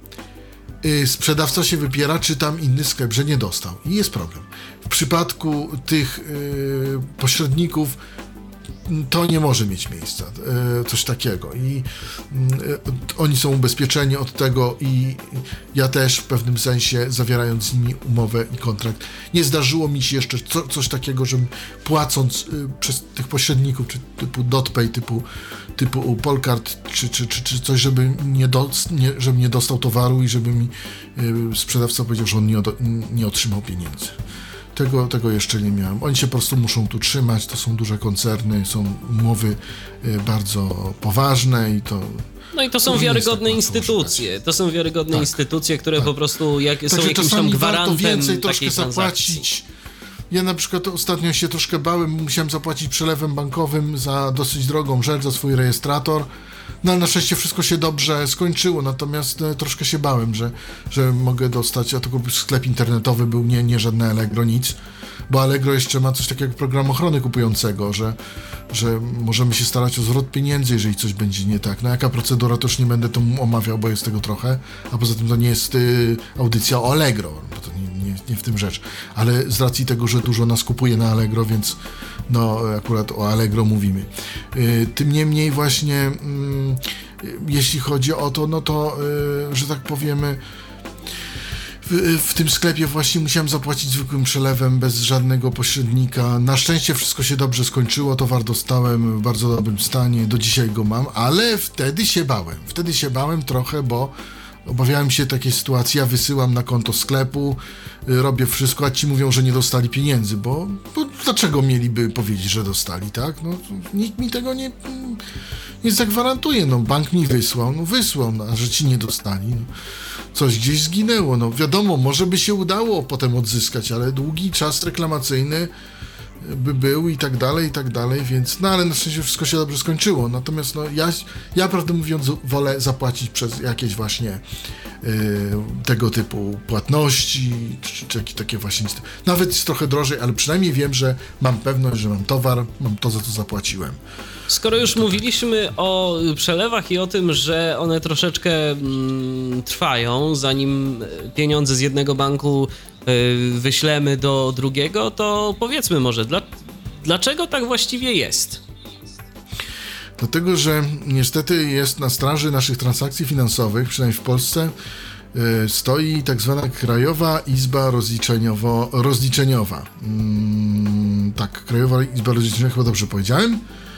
Y, sprzedawca się wypiera, czy tam inny sklep, że nie dostał. I jest problem. W przypadku tych y, pośredników to nie może mieć miejsca, coś takiego. I oni są ubezpieczeni od tego i ja też w pewnym sensie, zawierając z nimi umowę i kontrakt, nie zdarzyło mi się jeszcze co, coś takiego, żebym płacąc przez tych pośredników, czy typu DotPay, typu, typu Polkart, czy, czy, czy, czy coś, żeby nie, do, nie, żebym nie dostał towaru i żeby mi sprzedawca powiedział, że on nie, od, nie otrzymał pieniędzy. Tego, tego jeszcze nie miałem. Oni się po prostu muszą tu trzymać, to są duże koncerny, są umowy bardzo poważne i to... No i to są wiarygodne tak instytucje, to są wiarygodne tak, instytucje, które tak. po prostu jak, są jakimś tam gwarantem więcej takiej troszkę zapłacić. Ja na przykład ostatnio się troszkę bałem, musiałem zapłacić przelewem bankowym za dosyć drogą rzecz, za swój rejestrator. No ale na szczęście wszystko się dobrze skończyło, natomiast e, troszkę się bałem, że, że mogę dostać, a tylko sklep internetowy był, nie, nie żadne Allegro, nic, bo Allegro jeszcze ma coś takiego jak program ochrony kupującego, że, że możemy się starać o zwrot pieniędzy, jeżeli coś będzie nie tak. No jaka procedura, to już nie będę to omawiał, bo jest tego trochę, a poza tym to nie jest y, audycja o Allegro, bo to nie, nie, nie w tym rzecz, ale z racji tego, że dużo nas kupuje na Allegro, więc no akurat o Allegro mówimy. Y, tym niemniej właśnie y, jeśli chodzi o to, no to, y, że tak powiemy, w, w tym sklepie właśnie musiałem zapłacić zwykłym przelewem, bez żadnego pośrednika. Na szczęście wszystko się dobrze skończyło, towar dostałem w bardzo dobrym stanie, do dzisiaj go mam, ale wtedy się bałem. Wtedy się bałem trochę, bo obawiałem się takiej sytuacji, ja wysyłam na konto sklepu, y, robię wszystko, a ci mówią, że nie dostali pieniędzy, bo, bo dlaczego mieliby powiedzieć, że dostali, tak? No, nikt mi tego nie, nie zagwarantuje, no bank mi wysłał, no wysłał, no, a że ci nie dostali, no, coś gdzieś zginęło, no wiadomo, może by się udało potem odzyskać, ale długi czas reklamacyjny by był i tak dalej, i tak dalej, więc, no ale na szczęście wszystko się dobrze skończyło, natomiast no ja, ja prawdę mówiąc wolę zapłacić przez jakieś właśnie yy, tego typu płatności, czy, czy jakieś takie właśnie, nawet jest trochę drożej, ale przynajmniej wiem, że mam pewność, że mam towar, mam to, za co zapłaciłem. Skoro już to mówiliśmy tak. o przelewach i o tym, że one troszeczkę mm, trwają, zanim pieniądze z jednego banku y, wyślemy do drugiego, to powiedzmy może, dla, dlaczego tak właściwie jest? Dlatego, że niestety jest na straży naszych transakcji finansowych, przynajmniej w Polsce, y, stoi tak zwana Krajowa Izba Rozliczeniowo, Rozliczeniowa. Mm, tak, Krajowa Izba Rozliczeniowa, chyba dobrze powiedziałem.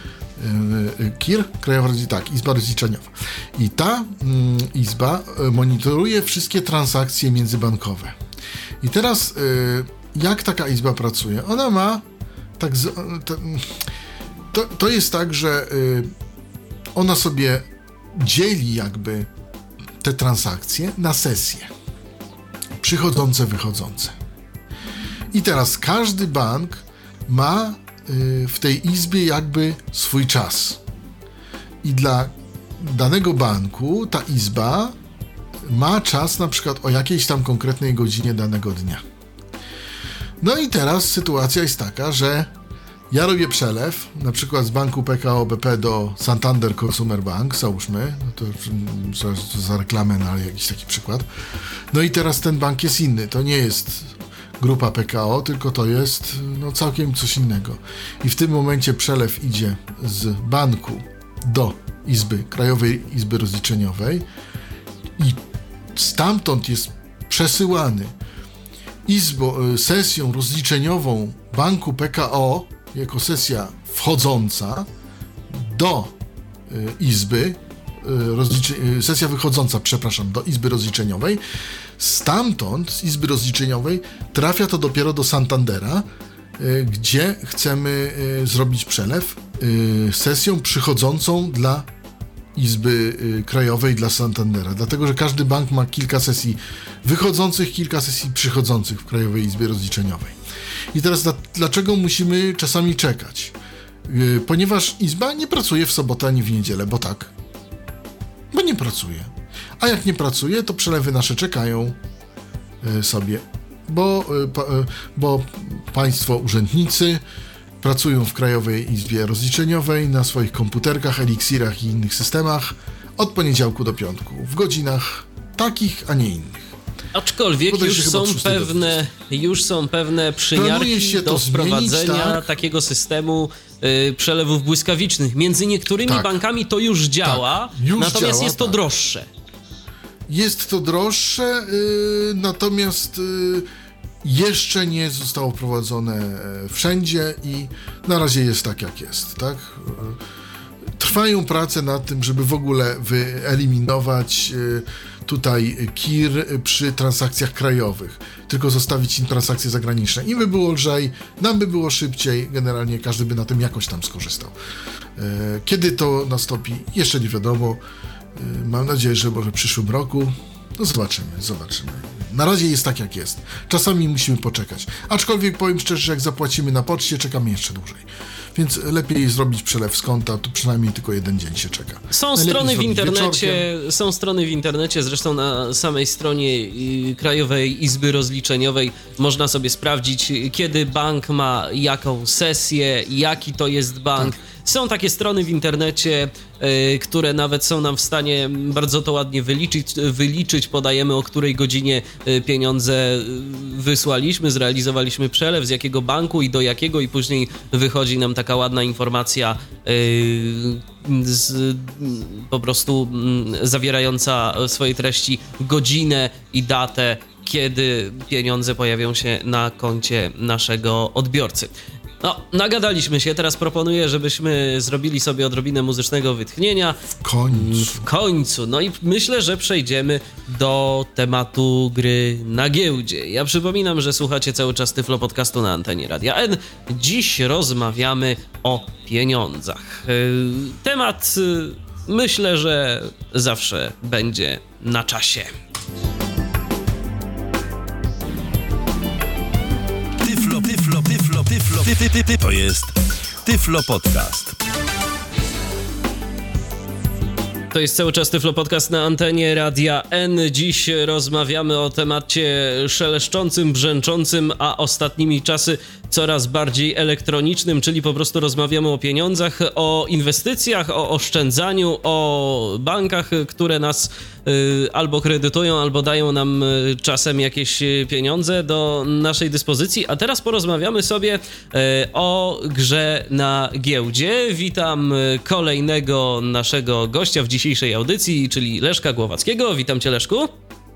K I R, Krajowa tak, Izba Rozliczeniowa. I ta mm, izba monitoruje wszystkie transakcje międzybankowe. I teraz y, jak taka izba pracuje? Ona ma tak z, to, to, to jest tak, że y, ona sobie dzieli jakby te transakcje na sesje przychodzące, wychodzące. I teraz każdy bank ma w tej izbie jakby swój czas. I dla danego banku ta izba ma czas na przykład o jakiejś tam konkretnej godzinie danego dnia. No i teraz sytuacja jest taka, że ja robię przelew, na przykład z banku P K O B P do Santander Consumer Bank, załóżmy, no to za, za reklamę, no ale jakiś taki przykład. No i teraz ten bank jest inny, to nie jest grupa P K O, tylko to jest no, całkiem coś innego. I w tym momencie przelew idzie z banku do izby, Krajowej Izby Rozliczeniowej i stamtąd jest przesyłany izbo, sesją rozliczeniową banku P K O jako sesja wchodząca do y, izby, y, rozlicze, y, sesja wychodząca, przepraszam, do izby rozliczeniowej. Stamtąd, z izby rozliczeniowej, trafia to dopiero do Santandera, y, gdzie chcemy y, zrobić przelew y, sesją przychodzącą dla Izby y, Krajowej, dla Santandera. Dlatego, że każdy bank ma kilka sesji wychodzących, kilka sesji przychodzących w Krajowej Izbie Rozliczeniowej. I teraz dla, dlaczego musimy czasami czekać? Y, ponieważ Izba nie pracuje w sobotę ani w niedzielę, bo tak. Bo nie pracuje. A jak nie pracuje, to przelewy nasze czekają y, sobie, bo, y, pa, y, bo państwo urzędnicy pracują w Krajowej Izbie Rozliczeniowej na swoich komputerkach, eliksirach i innych systemach od poniedziałku do piątku, w godzinach takich, a nie innych. Aczkolwiek już są, pewne, już są pewne przymiarki do wprowadzenia zmienić, tak. takiego systemu y, przelewów błyskawicznych. Między niektórymi tak. bankami to już działa, tak. już natomiast działa, jest to tak. droższe. Jest to droższe, yy, natomiast yy, jeszcze nie zostało wprowadzone wszędzie i na razie jest tak, jak jest, tak? Trwają prace nad tym, żeby w ogóle wyeliminować yy, tutaj K I R przy transakcjach krajowych, tylko zostawić im transakcje zagraniczne. Im by było lżej, nam by było szybciej, generalnie każdy by na tym jakoś tam skorzystał. Yy, kiedy to nastąpi, jeszcze nie wiadomo. Mam nadzieję, że może w przyszłym roku. No zobaczymy, zobaczymy. Na razie jest tak, jak jest. Czasami musimy poczekać. Aczkolwiek powiem szczerze, że jak zapłacimy na poczcie, czekamy jeszcze dłużej. Więc lepiej zrobić przelew z konta, to przynajmniej tylko jeden dzień się czeka. Są Najlepiej strony w internecie, wieczorkiem. są strony w internecie, zresztą na samej stronie Krajowej Izby Rozliczeniowej można sobie sprawdzić, kiedy bank ma jaką sesję, jaki to jest bank. Tak. Są takie strony w internecie, y, które nawet są nam w stanie bardzo to ładnie wyliczyć, wyliczyć. Podajemy, o której godzinie y, pieniądze wysłaliśmy, zrealizowaliśmy przelew, z jakiego banku i do jakiego, i później wychodzi nam taka ładna informacja y, z, po prostu y, zawierająca w swojej treści godzinę i datę, kiedy pieniądze pojawią się na koncie naszego odbiorcy. No, nagadaliśmy się, teraz proponuję, żebyśmy zrobili sobie odrobinę muzycznego wytchnienia. W końcu. W końcu. No i myślę, że przejdziemy do tematu gry na giełdzie. Ja przypominam, że słuchacie cały czas Tyflo Podcastu na antenie Radia N. Dziś rozmawiamy o pieniądzach. Temat, myślę, że zawsze będzie na czasie. Tyflo, tyflo, tyflo, tyflo, ty, ty, ty, ty. To jest Tyflo Podcast. To jest cały czas Tyflo Podcast na antenie Radia N. Dziś rozmawiamy o temacie szeleszczącym, brzęczącym, a ostatnimi czasy coraz bardziej elektronicznym, czyli po prostu rozmawiamy o pieniądzach, o inwestycjach, o oszczędzaniu, o bankach, które nas y, albo kredytują, albo dają nam y, czasem jakieś pieniądze do naszej dyspozycji. A teraz porozmawiamy sobie y, o grze na giełdzie. Witam kolejnego naszego gościa w dzisiejszej audycji, czyli Leszka Głowackiego. Witam cię, Leszku.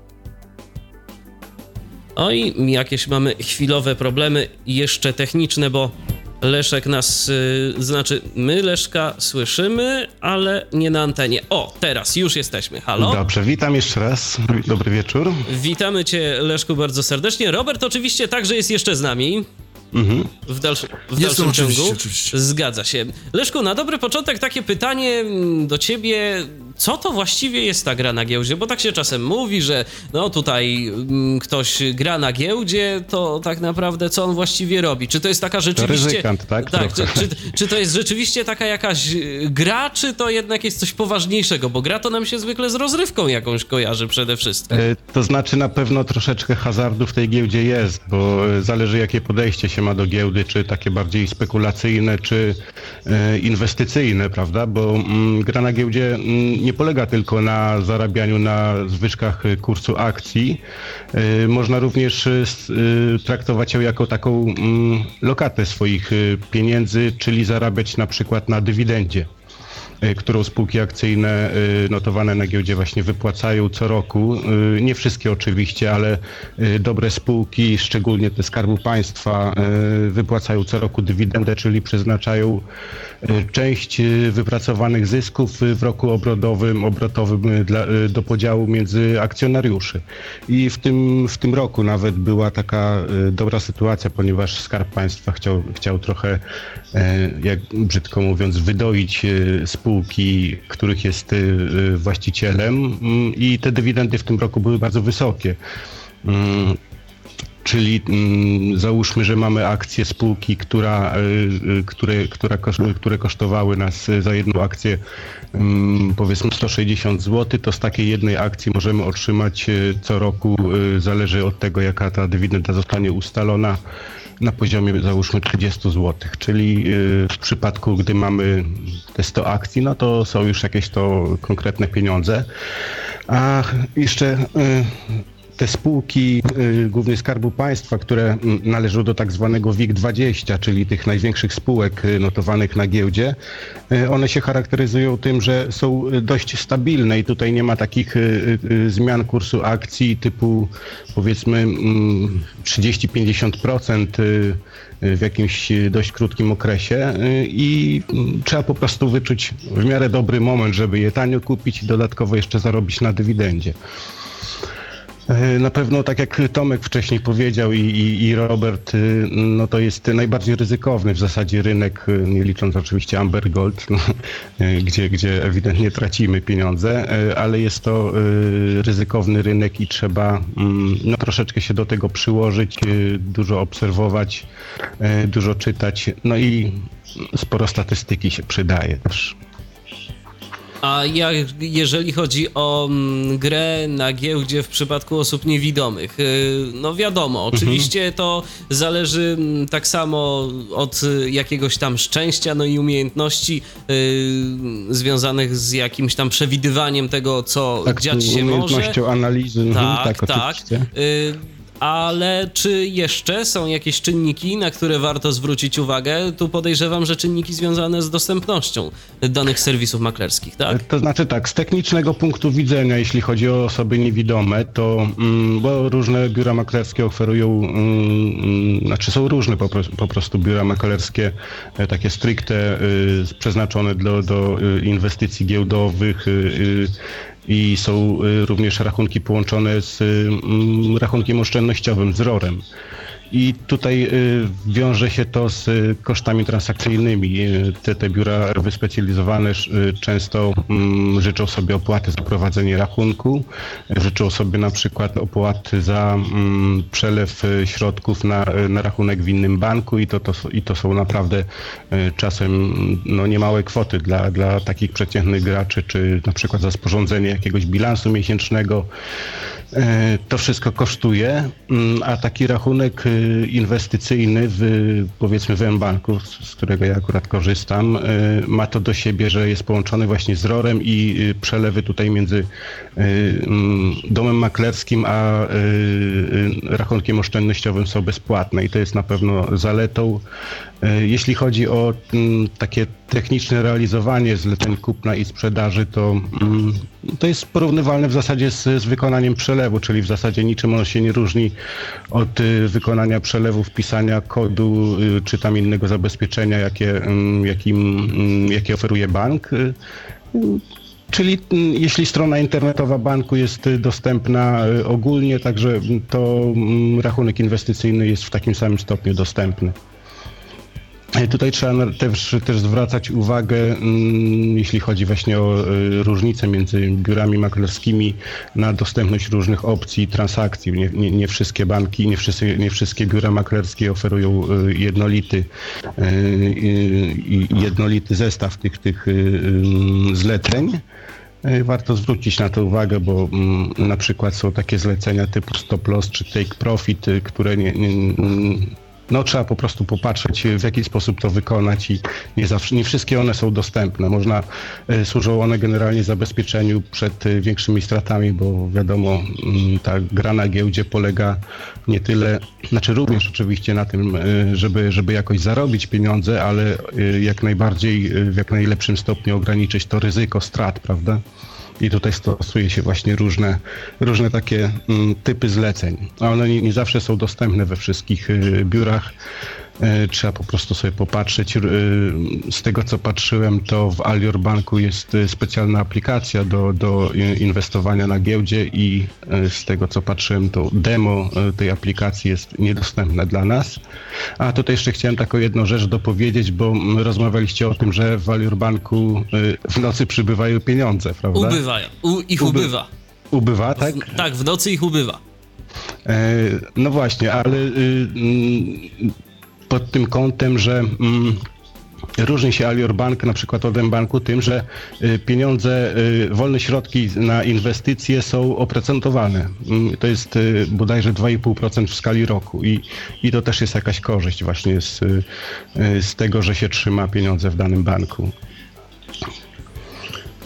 Oj, jakieś mamy chwilowe problemy, jeszcze techniczne, bo Leszek nas, yy, znaczy my Leszka słyszymy, ale nie na antenie. O, teraz już jesteśmy, halo? Dobrze, witam jeszcze raz, dobry wieczór. Witamy cię, Leszku, bardzo serdecznie. Robert oczywiście także jest jeszcze z nami. Mhm. W, dalszy, w dalszym ciągu. Oczywiście. Zgadza się. Leszku, na dobry początek takie pytanie do ciebie. Co to właściwie jest ta gra na giełdzie? Bo tak się czasem mówi, że no tutaj m, ktoś gra na giełdzie, to tak naprawdę co on właściwie robi? Czy to jest taka rzeczywiście... To ryzykant, tak? Tak, czy, czy, czy to jest rzeczywiście taka jakaś gra, czy to jednak jest coś poważniejszego? Bo gra to nam się zwykle z rozrywką jakąś kojarzy przede wszystkim. E, to znaczy na pewno troszeczkę hazardu w tej giełdzie jest, bo zależy jakie podejście się ma do giełdy, czy takie bardziej spekulacyjne, czy e, inwestycyjne, prawda? Bo m, gra na giełdzie m, nie polega tylko na zarabianiu na zwyżkach kursu akcji. Można również traktować ją jako taką lokatę swoich pieniędzy, czyli zarabiać na przykład na dywidendzie, którą spółki akcyjne notowane na giełdzie właśnie wypłacają co roku. Nie wszystkie oczywiście, ale dobre spółki, szczególnie te Skarbu Państwa, wypłacają co roku dywidendę, czyli przeznaczają część wypracowanych zysków w roku obrotowym, obrotowym dla, do podziału między akcjonariuszy. I w tym, w tym roku nawet była taka dobra sytuacja, ponieważ Skarb Państwa chciał, chciał trochę, jak brzydko mówiąc, wydoić spółki, których jest właścicielem, i te dywidendy w tym roku były bardzo wysokie. Czyli mm, załóżmy, że mamy akcję spółki, która, y, które, która kosz, które kosztowały nas za jedną akcję y, powiedzmy sto sześćdziesiąt złotych, to z takiej jednej akcji możemy otrzymać y, co roku, y, zależy od tego, jaka ta dywidenda zostanie ustalona, na poziomie załóżmy trzydzieści złotych, czyli y, w przypadku, gdy mamy te sto akcji, no to są już jakieś to konkretne pieniądze. A jeszcze... Y, te spółki głównie Skarbu Państwa, które należą do tak zwanego WIG dwadzieścia, czyli tych największych spółek notowanych na giełdzie, one się charakteryzują tym, że są dość stabilne i tutaj nie ma takich zmian kursu akcji typu powiedzmy trzydzieści do pięćdziesięciu procent w jakimś dość krótkim okresie i trzeba po prostu wyczuć w miarę dobry moment, żeby je tanio kupić i dodatkowo jeszcze zarobić na dywidendzie. Na pewno, tak jak Tomek wcześniej powiedział i, i, i Robert, no to jest najbardziej ryzykowny w zasadzie rynek, nie licząc oczywiście Amber Gold, no, gdzie, gdzie ewidentnie tracimy pieniądze, ale jest to ryzykowny rynek i trzeba no, troszeczkę się do tego przyłożyć, dużo obserwować, dużo czytać, no i sporo statystyki się przydaje też. A jak, jeżeli chodzi o mm, grę na giełdzie w przypadku osób niewidomych, yy, no wiadomo, oczywiście mhm. to zależy m, tak samo od y, jakiegoś tam szczęścia, no i umiejętności y, związanych z jakimś tam przewidywaniem tego, co tak, dziać się może. Umiejętnością analizy. Tak, tak, tak. oczywiście. Y, Ale czy jeszcze są jakieś czynniki, na które warto zwrócić uwagę? Tu podejrzewam, że czynniki związane z dostępnością danych serwisów maklerskich, tak? To znaczy tak, z technicznego punktu widzenia, jeśli chodzi o osoby niewidome, to mm, bo różne biura maklerskie oferują, mm, znaczy są różne po, po prostu biura maklerskie, takie stricte y, przeznaczone do, do inwestycji giełdowych, y, i są również rachunki połączone z rachunkiem oszczędnościowym, z rorem. I tutaj wiąże się to z kosztami transakcyjnymi. Te, te biura wyspecjalizowane często życzą sobie opłaty za prowadzenie rachunku, życzą sobie na przykład opłaty za przelew środków na, na rachunek w innym banku i to, to, i to są naprawdę czasem no, niemałe kwoty dla, dla takich przeciętnych graczy, czy na przykład za sporządzenie jakiegoś bilansu miesięcznego. To wszystko kosztuje, a taki rachunek inwestycyjny w, powiedzmy w mBanku, z którego ja akurat korzystam, ma to do siebie, że jest połączony właśnie z rorem i przelewy tutaj między domem maklerskim a rachunkiem oszczędnościowym są bezpłatne i to jest na pewno zaletą. Jeśli chodzi o takie techniczne realizowanie zleceń kupna i sprzedaży, to, to jest porównywalne w zasadzie z, z wykonaniem przelewu, czyli w zasadzie niczym ono się nie różni od wykonania przelewu, wpisania kodu czy tam innego zabezpieczenia, jakie, jakim, jakie oferuje bank. Czyli jeśli strona internetowa banku jest dostępna ogólnie, także to rachunek inwestycyjny jest w takim samym stopniu dostępny. Tutaj trzeba też, też zwracać uwagę, jeśli chodzi właśnie o różnice między biurami maklerskimi na dostępność różnych opcji transakcji. Nie, nie, nie wszystkie banki, nie wszystkie, nie wszystkie biura maklerskie oferują jednolity, jednolity zestaw tych, tych zleceń. Warto zwrócić na to uwagę, bo na przykład są takie zlecenia typu stop loss czy take profit, które nie, nie No trzeba po prostu popatrzeć, w jaki sposób to wykonać i nie zawsze, nie wszystkie one są dostępne. Można, służą one generalnie zabezpieczeniu przed większymi stratami, bo wiadomo, ta gra na giełdzie polega nie tyle, znaczy również oczywiście na tym, żeby, żeby jakoś zarobić pieniądze, ale jak najbardziej, w jak najlepszym stopniu ograniczyć to ryzyko strat, prawda? I tutaj stosuje się właśnie różne, różne takie mm, typy zleceń. A one nie, nie zawsze są dostępne we wszystkich y, biurach. Y, trzeba po prostu sobie popatrzeć. Y, z tego co patrzyłem, to w Alior Banku jest y, specjalna aplikacja do, do y, inwestowania na giełdzie i y, z tego co patrzyłem, to demo y, tej aplikacji jest niedostępne dla nas. A tutaj jeszcze chciałem taką jedną rzecz dopowiedzieć, bo rozmawialiście o tym, że w Alior Banku y, w nocy przybywają pieniądze, prawda? Ubywają. U, ich Uby- ubywa. Ubywa, tak? W, tak, w nocy ich ubywa. E, no właśnie, ale y, y, pod tym kątem, że y, różni się Alior Bank na przykład od mBanku tym, że y, pieniądze, y, wolne środki na inwestycje są oprocentowane. Y, to jest y, bodajże dwa i pół procent w skali roku i, i to też jest jakaś korzyść właśnie z, y, z tego, że się trzyma pieniądze w danym banku.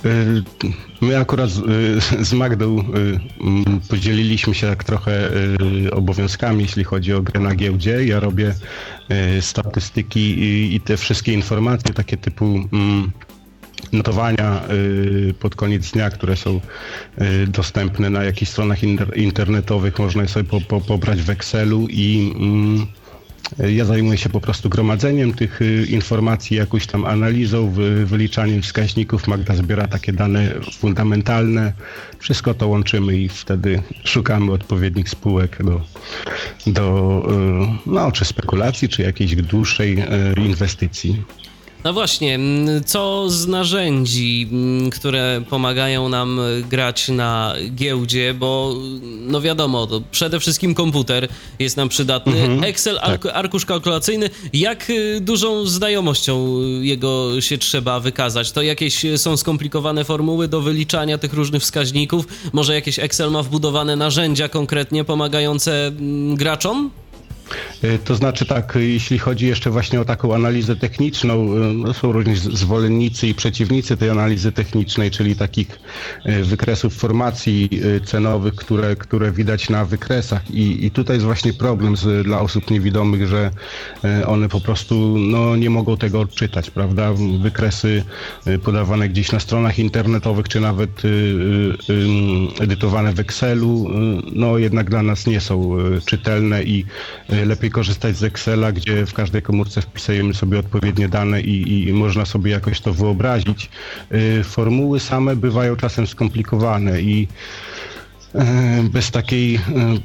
My akurat z, z Magdą podzieliliśmy się tak trochę obowiązkami, jeśli chodzi o grę na giełdzie. Ja robię statystyki i te wszystkie informacje takie typu notowania pod koniec dnia, które są dostępne na jakichś stronach internetowych, można je sobie po, po, pobrać w Excelu i ja zajmuję się po prostu gromadzeniem tych informacji, jakąś tam analizą, wyliczaniem wskaźników. Magda zbiera takie dane fundamentalne. Wszystko to łączymy i wtedy szukamy odpowiednich spółek do, do no, czy spekulacji, czy jakiejś dłuższej inwestycji. No właśnie, co z narzędzi, które pomagają nam grać na giełdzie, bo no wiadomo, to przede wszystkim komputer jest nam przydatny, mhm, Excel, tak. Arkusz kalkulacyjny, jak dużą znajomością jego się trzeba wykazać? To jakieś są skomplikowane formuły do wyliczania tych różnych wskaźników? Może jakieś Excel ma wbudowane narzędzia konkretnie pomagające graczom? To znaczy tak, jeśli chodzi jeszcze właśnie o taką analizę techniczną, no są różni zwolennicy i przeciwnicy tej analizy technicznej, czyli takich wykresów formacji cenowych, które, które widać na wykresach i, i tutaj jest właśnie problem z, dla osób niewidomych, że one po prostu no, nie mogą tego odczytać, prawda? Wykresy podawane gdzieś na stronach internetowych, czy nawet edytowane w Excelu, no jednak dla nas nie są czytelne i lepiej korzystać z Excela, gdzie w każdej komórce wpisujemy sobie odpowiednie dane i, i można sobie jakoś to wyobrazić. Formuły same bywają czasem skomplikowane i bez takiej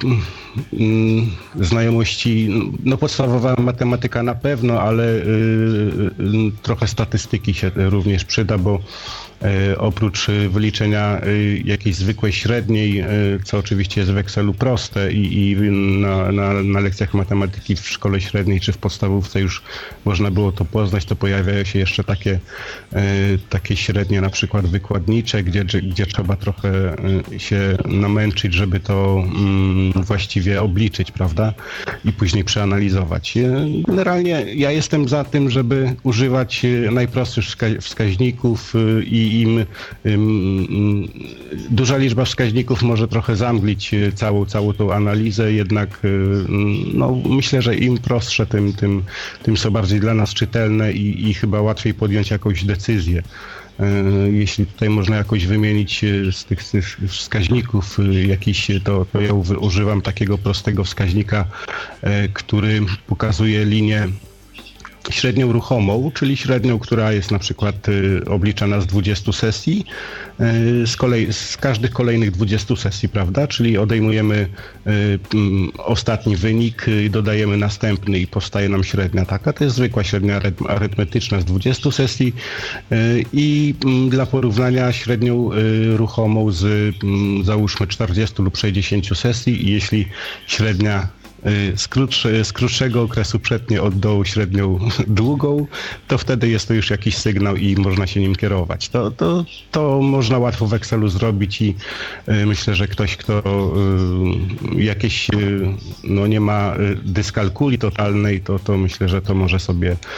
znajomości, no podstawowa matematyka na pewno, ale trochę statystyki się również przyda, bo oprócz wyliczenia jakiejś zwykłej średniej, co oczywiście jest w Excelu proste i, i na, na, na lekcjach matematyki w szkole średniej czy w podstawówce już można było to poznać, to pojawiają się jeszcze takie, takie średnie, na przykład wykładnicze, gdzie, gdzie trzeba trochę się namęczyć, żeby to właściwie obliczyć, prawda? I później przeanalizować. Generalnie ja jestem za tym, żeby używać najprostszych wskaźników i im, im duża liczba wskaźników może trochę zamglić całą, całą tą analizę, jednak no, myślę, że im prostsze, tym, tym, tym są bardziej dla nas czytelne i, i chyba łatwiej podjąć jakąś decyzję. Jeśli tutaj można jakoś wymienić z tych, z tych wskaźników jakiś, to, to ja używam takiego prostego wskaźnika, który pokazuje linię średnią ruchomą, czyli średnią, która jest na przykład y, obliczana z dwudziestu sesji, y, z, kolei, z każdych kolejnych dwudziestu sesji, prawda? Czyli odejmujemy y, y, ostatni wynik i y, dodajemy następny i powstaje nam średnia taka. To jest zwykła średnia arytmetyczna z dwudziestu sesji y, i y, dla porównania średnią y, ruchomą z y, załóżmy czterdziestu lub sześćdziesięciu sesji i jeśli średnia z, krótsze, z krótszego okresu przetnie od dołu średnią długą, to wtedy jest to już jakiś sygnał i można się nim kierować. To, to, to można łatwo w Excelu zrobić i y, myślę, że ktoś, kto y, jakieś y, no nie ma dyskalkuli totalnej, to, to myślę, że to może sobie y,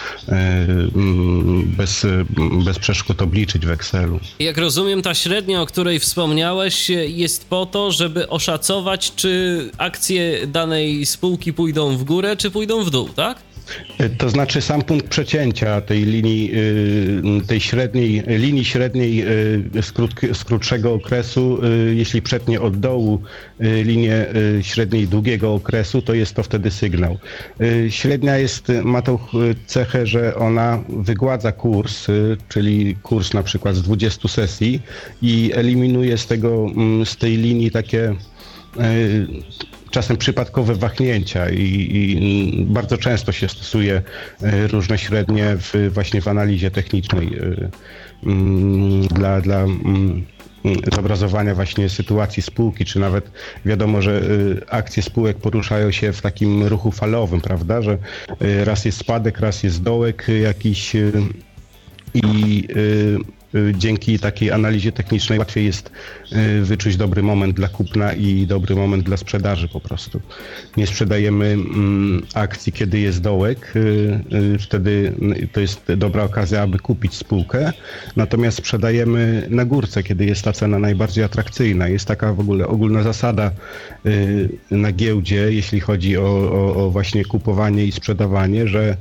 bez, bez przeszkód obliczyć w Excelu. Jak rozumiem, ta średnia, o której wspomniałeś, jest po to, żeby oszacować, czy akcje danej spółki pójdą w górę, czy pójdą w dół, tak? To znaczy sam punkt przecięcia tej linii, tej średniej, linii średniej z, krót, z krótszego okresu, jeśli przetnie od dołu linię średniej długiego okresu, to jest to wtedy sygnał. Średnia jest, ma tą cechę, że ona wygładza kurs, czyli kurs na przykład z dwudziestu sesji i eliminuje z tego, z tej linii takie czasem przypadkowe wahnięcia i, i bardzo często się stosuje różne średnie w, właśnie w analizie technicznej dla, dla zobrazowania właśnie sytuacji spółki, czy nawet wiadomo, że akcje spółek poruszają się w takim ruchu falowym, prawda, że raz jest spadek, raz jest dołek jakiś i dzięki takiej analizie technicznej łatwiej jest wyczuć dobry moment dla kupna i dobry moment dla sprzedaży po prostu. Nie sprzedajemy akcji, kiedy jest dołek, wtedy to jest dobra okazja, aby kupić spółkę, natomiast sprzedajemy na górce, kiedy jest ta cena najbardziej atrakcyjna. Jest taka w ogóle ogólna zasada na giełdzie, jeśli chodzi o, o, o właśnie kupowanie i sprzedawanie, że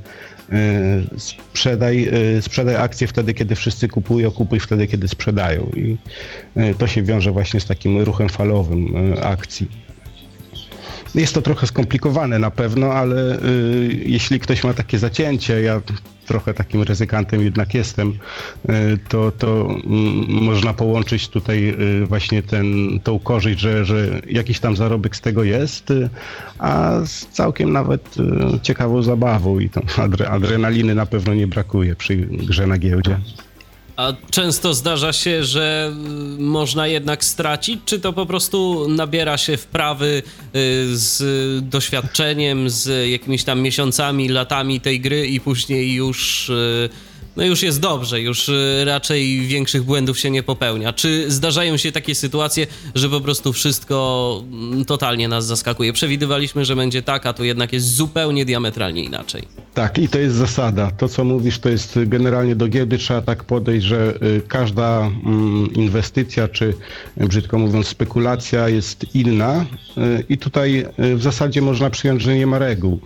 sprzedaj, sprzedaj akcje wtedy, kiedy wszyscy kupują, kupuj wtedy, kiedy sprzedają. I to się wiąże właśnie z takim ruchem falowym akcji. Jest to trochę skomplikowane na pewno, ale y, jeśli ktoś ma takie zacięcie, ja trochę takim ryzykantem jednak jestem, y, to, to y, można połączyć tutaj y, właśnie ten, tą korzyść, że, że jakiś tam zarobek z tego jest, y, a z całkiem nawet y, ciekawą zabawą i tą adre, adrenaliny na pewno nie brakuje przy grze na giełdzie. A często zdarza się, że można jednak stracić, czy to po prostu nabiera się wprawy z doświadczeniem, z jakimiś tam miesiącami, latami tej gry i później już, no już jest dobrze, już raczej większych błędów się nie popełnia. Czy zdarzają się takie sytuacje, że po prostu wszystko totalnie nas zaskakuje? Przewidywaliśmy, że będzie tak, a tu jednak jest zupełnie diametralnie inaczej. Tak, i to jest zasada. To, co mówisz, to jest generalnie do giełdy trzeba tak podejść, że każda inwestycja, czy brzydko mówiąc spekulacja jest inna i tutaj w zasadzie można przyjąć, że nie ma reguł.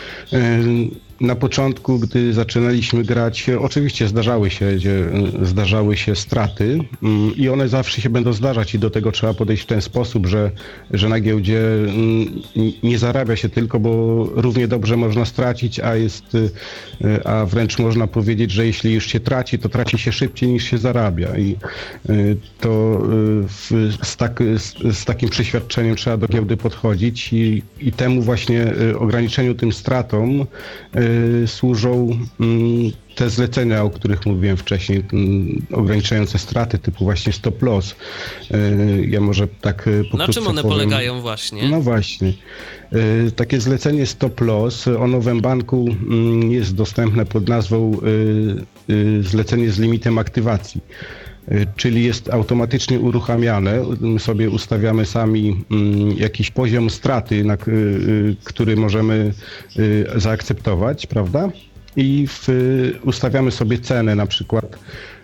Na początku, gdy zaczynaliśmy grać, oczywiście zdarzały się, zdarzały się straty i one zawsze się będą zdarzać i do tego trzeba podejść w ten sposób, że, że na giełdzie nie zarabia się tylko, bo równie dobrze można stracić, a jest, a wręcz można powiedzieć, że jeśli już się traci, to traci się szybciej niż się zarabia i to w, z, tak, z, z takim przeświadczeniem trzeba do giełdy podchodzić i, i temu właśnie ograniczeniu tym stratom służą te zlecenia, o których mówiłem wcześniej, ograniczające straty typu właśnie stop loss. Ja może tak pokrótce Na czym one powiem. polegają właśnie? No właśnie. Takie zlecenie stop loss o nowym banku jest dostępne pod nazwą zlecenie z limitem aktywacji. Czyli jest automatycznie uruchamiane. My sobie ustawiamy sami jakiś poziom straty, na, który możemy zaakceptować, prawda? I w, ustawiamy sobie cenę, na przykład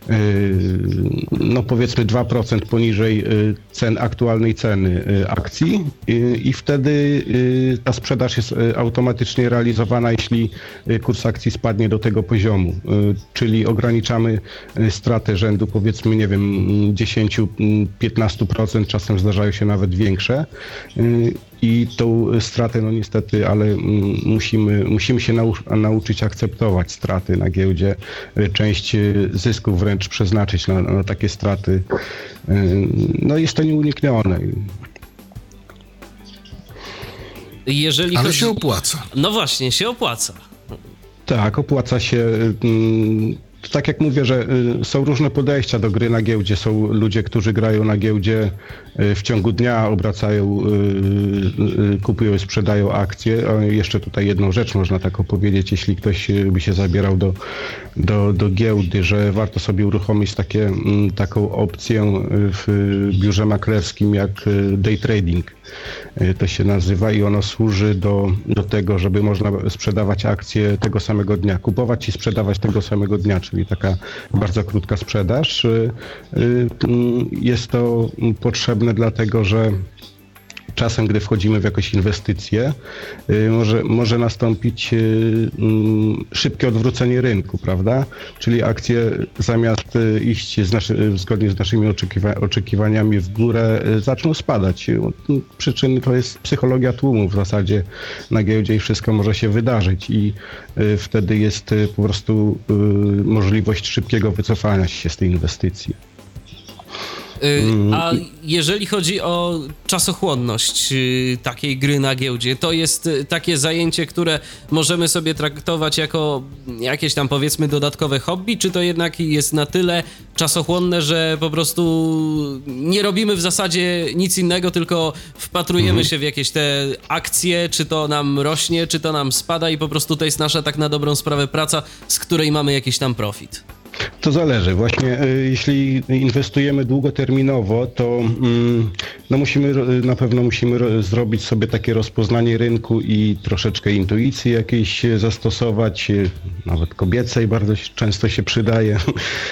no powiedzmy dwa procent poniżej cen, aktualnej ceny akcji i wtedy ta sprzedaż jest automatycznie realizowana, jeśli kurs akcji spadnie do tego poziomu, czyli ograniczamy stratę rzędu powiedzmy, nie wiem, dziesięć do piętnastu procent, czasem zdarzają się nawet większe. I tą stratę, no niestety, ale musimy, musimy się nau- nauczyć akceptować straty na giełdzie, część zysków wręcz przeznaczyć na, na takie straty. No jest to nieuniknione. Jeżeli ale chodzi... się opłaca. No właśnie, się opłaca. Tak, opłaca się. Tak jak mówię, że są różne podejścia do gry na giełdzie. Są ludzie, którzy grają na giełdzie w ciągu dnia, obracają, kupują i sprzedają akcje. A jeszcze tutaj jedną rzecz można tak opowiedzieć, jeśli ktoś by się zabierał do, do, do giełdy, że warto sobie uruchomić takie, taką opcję w biurze maklerskim jak day trading. To się nazywa i ono służy do, do tego, żeby można sprzedawać akcje tego samego dnia, kupować i sprzedawać tego samego dnia, czyli taka bardzo krótka sprzedaż. Jest to potrzebne dlatego, że czasem, gdy wchodzimy w jakąś inwestycję, może, może nastąpić szybkie odwrócenie rynku, prawda? Czyli akcje zamiast iść z naszy, zgodnie z naszymi oczekiwa- oczekiwaniami w górę, zaczną spadać. Przyczyny to jest psychologia tłumu w zasadzie na giełdzie i wszystko może się wydarzyć i wtedy jest po prostu możliwość szybkiego wycofania się z tej inwestycji. A jeżeli chodzi o czasochłonność takiej gry na giełdzie, to jest takie zajęcie, które możemy sobie traktować jako jakieś tam powiedzmy dodatkowe hobby, czy to jednak jest na tyle czasochłonne, że po prostu nie robimy w zasadzie nic innego, tylko wpatrujemy mhm. się w jakieś te akcje, czy to nam rośnie, czy to nam spada i po prostu to jest nasza tak na dobrą sprawę praca, z której mamy jakiś tam profit. To zależy. Właśnie jeśli inwestujemy długoterminowo, to no musimy, na pewno musimy zrobić sobie takie rozpoznanie rynku i troszeczkę intuicji jakiejś zastosować, nawet kobiecej bardzo często się przydaje.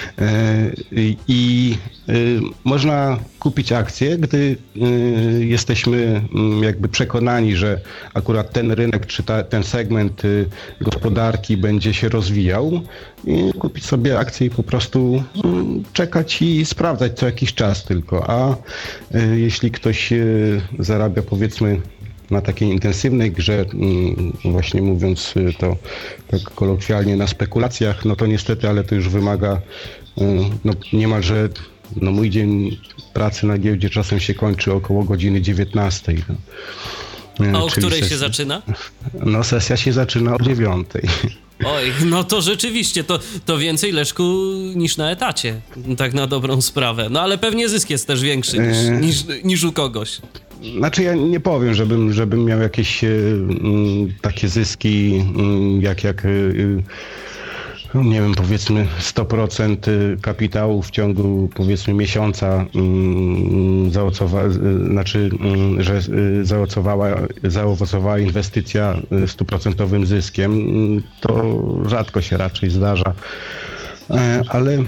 I można kupić akcje, gdy jesteśmy jakby przekonani, że akurat ten rynek czy ta, ten segment gospodarki będzie się rozwijał, i kupić sobie akcje i po prostu czekać i sprawdzać co jakiś czas tylko. A jeśli ktoś zarabia, powiedzmy, na takiej intensywnej grze, właśnie mówiąc to tak kolokwialnie, na spekulacjach, no to niestety, ale to już wymaga no, niemalże, no mój dzień pracy na giełdzie czasem się kończy około godziny dziewiętnastej. No. A o Czyli której sesja, się zaczyna? No sesja się zaczyna o dziewiątej. Oj, no to rzeczywiście, to, to więcej, Leszku, niż na etacie, tak na dobrą sprawę. No ale pewnie zysk jest też większy niż, Eee. niż, niż u kogoś. Znaczy ja nie powiem, żebym, żebym miał jakieś y, y, takie zyski, y, jak, jak y, nie wiem, powiedzmy sto procent kapitału w ciągu, powiedzmy, miesiąca um, zaocowa, znaczy, um, że zaowocowała, zaowocowała inwestycja stuprocentowym zyskiem. To rzadko się raczej zdarza, ale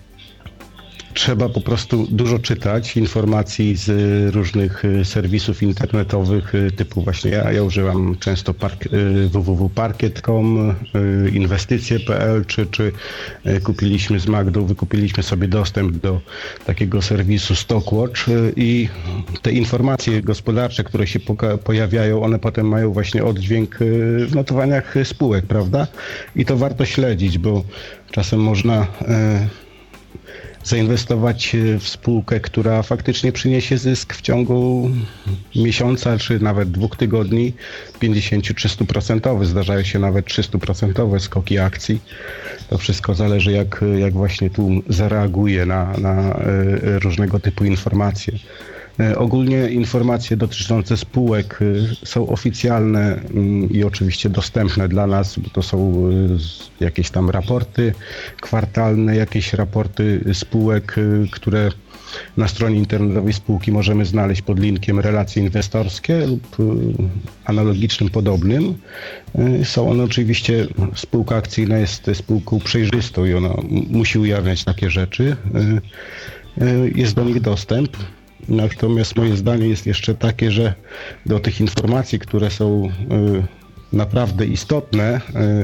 trzeba po prostu dużo czytać informacji z różnych serwisów internetowych, typu właśnie ja, ja używam często park, w w w kropka parkiet kropka com, inwestycje kropka p l, czy, czy kupiliśmy z Magdą, wykupiliśmy sobie dostęp do takiego serwisu Stockwatch i te informacje gospodarcze, które się poka- pojawiają, one potem mają właśnie oddźwięk w notowaniach spółek, prawda? I to warto śledzić, bo czasem można zainwestować w spółkę, która faktycznie przyniesie zysk w ciągu miesiąca, czy nawet dwóch tygodni, pięćdziesiąt czy sto procent. Zdarzają się nawet trzysta procent skoki akcji. To wszystko zależy, jak, jak właśnie tu zareaguje na, na różnego typu informacje. Ogólnie informacje dotyczące spółek są oficjalne i oczywiście dostępne dla nas, bo to są jakieś tam raporty kwartalne, jakieś raporty spółek, które na stronie internetowej spółki możemy znaleźć pod linkiem relacje inwestorskie lub analogicznym, podobnym. Są one oczywiście, spółka akcyjna jest spółką przejrzystą i ona musi ujawniać takie rzeczy. Jest do nich dostęp. Natomiast moje zdanie jest jeszcze takie, że do tych informacji, które są y, naprawdę istotne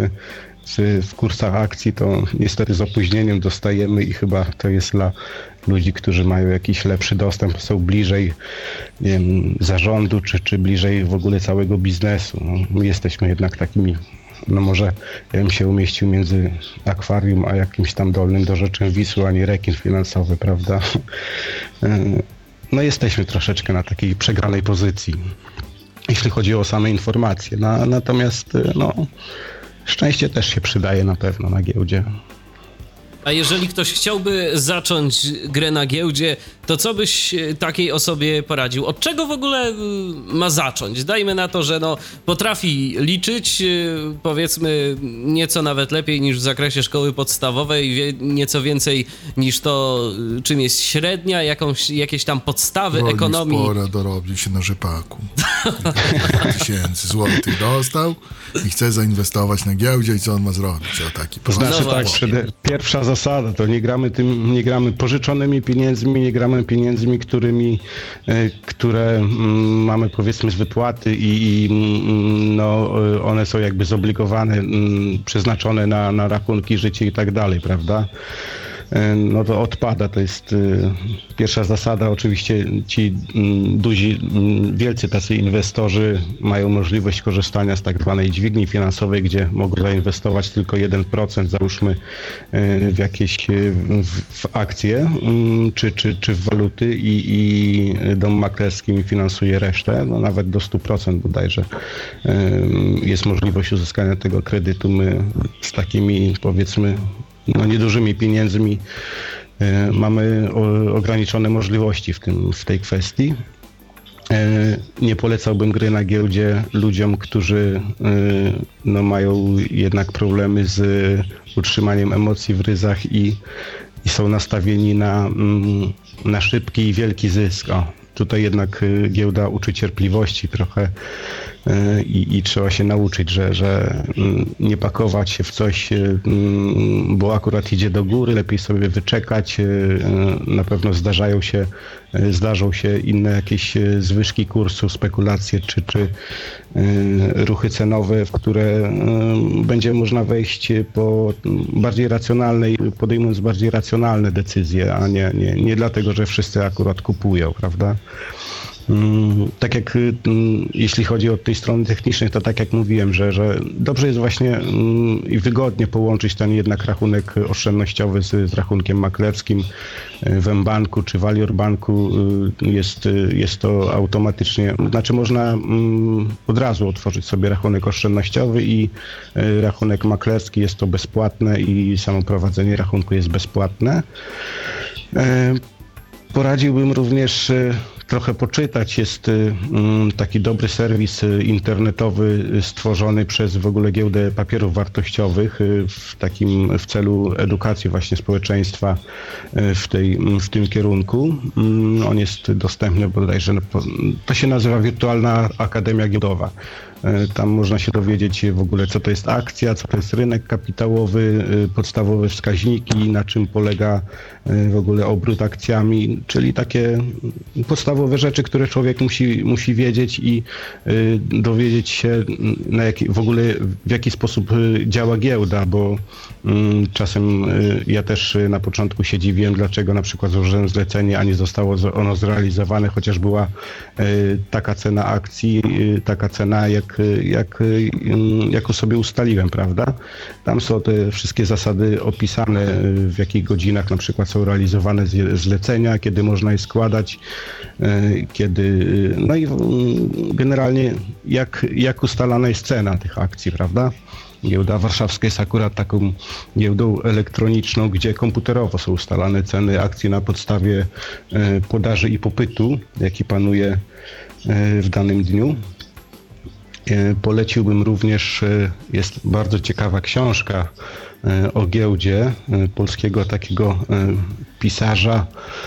y, w kursach akcji, to niestety z opóźnieniem dostajemy i chyba to jest dla ludzi, którzy mają jakiś lepszy dostęp, są bliżej, nie wiem, zarządu, czy, czy bliżej w ogóle całego biznesu. No, my jesteśmy jednak takimi, no może ja bym się umieścił między akwarium a jakimś tam dolnym dorzeczem Wisły, a nie rekin finansowy, prawda? No jesteśmy troszeczkę na takiej przegranej pozycji, jeśli chodzi o same informacje. Na, natomiast no, szczęście też się przydaje na pewno na giełdzie. A jeżeli ktoś chciałby zacząć grę na giełdzie, to co byś takiej osobie poradził? Od czego w ogóle ma zacząć? Dajmy na to, że no, potrafi liczyć, powiedzmy nieco nawet lepiej niż w zakresie szkoły podstawowej, wie nieco więcej niż to, czym jest średnia, jakąś, jakieś tam podstawy Rolnik ekonomii. Spora dorobił się na rzepaku. Tysięcy złotych dostał i chce zainwestować na giełdzie i co on ma zrobić? O taki To znaczy No tak, przede, pierwsza zasada to nie gramy tym, nie gramy pożyczonymi pieniędzmi, nie gramy pieniędzmi, którymi, e, które mm, mamy, powiedzmy, z wypłaty i, i mm, no, one są jakby zobligowane, mm, przeznaczone na, na rachunki, życie i tak dalej, prawda? No to odpada, to jest y, pierwsza zasada. Oczywiście ci y, duzi, y, wielcy tacy inwestorzy mają możliwość korzystania z tak zwanej dźwigni finansowej, gdzie mogą zainwestować tylko jeden procent, załóżmy, y, w jakieś y, w, w akcje y, czy, czy, czy w waluty i, i dom maklerski mi finansuje resztę, no nawet do stu procent bodajże y, jest możliwość uzyskania tego kredytu. My z takimi, powiedzmy, no niedużymi pieniędzmi y, mamy o, ograniczone możliwości w tym, w tej kwestii. Nie polecałbym gry na giełdzie ludziom, którzy no, mają jednak problemy z utrzymaniem emocji w ryzach i, i są nastawieni na, na szybki i wielki zysk. O, tutaj jednak giełda uczy cierpliwości trochę i, i trzeba się nauczyć, że, że nie pakować się w coś, bo akurat idzie do góry, lepiej sobie wyczekać. Na pewno zdarzają się, zdarzą się inne jakieś zwyżki kursu, spekulacje czy, czy ruchy cenowe, w które będzie można wejść po bardziej racjonalnej, podejmując bardziej racjonalne decyzje, a nie, nie, nie dlatego, że wszyscy akurat kupują, prawda? Tak jak jeśli chodzi o tej strony technicznej, to tak jak mówiłem, że, że dobrze jest właśnie i wygodnie połączyć ten jednak rachunek oszczędnościowy z, z rachunkiem maklerskim w mBanku czy w Alior Banku. Jest, jest to automatycznie, znaczy można od razu otworzyć sobie rachunek oszczędnościowy i rachunek maklerski, jest to bezpłatne i samo prowadzenie rachunku jest bezpłatne. Poradziłbym również trochę poczytać. Jest taki dobry serwis internetowy stworzony przez w ogóle Giełdę Papierów Wartościowych w takim w celu edukacji właśnie społeczeństwa w, tej, w tym kierunku. On jest dostępny bodajże, to się nazywa Wirtualna Akademia Giełdowa. Tam można się dowiedzieć w ogóle, co to jest akcja, co to jest rynek kapitałowy, podstawowe wskaźniki, na czym polega w ogóle obrót akcjami, czyli takie podstawowe rzeczy, które człowiek musi, musi wiedzieć i dowiedzieć się na jaki, w ogóle w jaki sposób działa giełda, bo czasem ja też na początku się dziwiłem, dlaczego na przykład złożyłem zlecenie, a nie zostało ono zrealizowane, chociaż była taka cena akcji, taka cena, jak Jak, jaką sobie ustaliłem, prawda? Tam są te wszystkie zasady opisane, w jakich godzinach na przykład są realizowane zlecenia, kiedy można je składać, kiedy, no i generalnie jak, jak ustalana jest cena tych akcji, prawda? Giełda warszawska jest akurat taką giełdą elektroniczną, gdzie komputerowo są ustalane ceny akcji na podstawie podaży i popytu, jaki panuje w danym dniu. Poleciłbym również, jest bardzo ciekawa książka o giełdzie polskiego takiego pisarza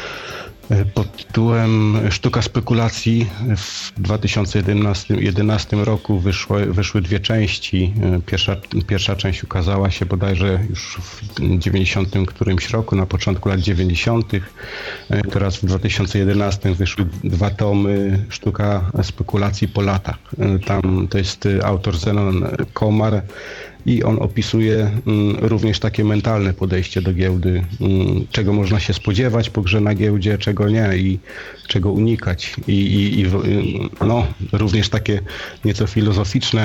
pod tytułem Sztuka spekulacji. W dwa tysiące jedenastym roku wyszły, wyszły dwie części. Pierwsza, pierwsza część ukazała się bodajże już w dziewięćdziesiątym którymś roku, na początku lat dziewięćdziesiątych. Teraz w dwa tysiące jedenastym wyszły dwa tomy Sztuka spekulacji po latach. Tam to jest autor Zenon Komar. I on opisuje również takie mentalne podejście do giełdy, czego można się spodziewać po grze na giełdzie, czego nie i czego unikać. I, i, i no, również takie nieco filozoficzne,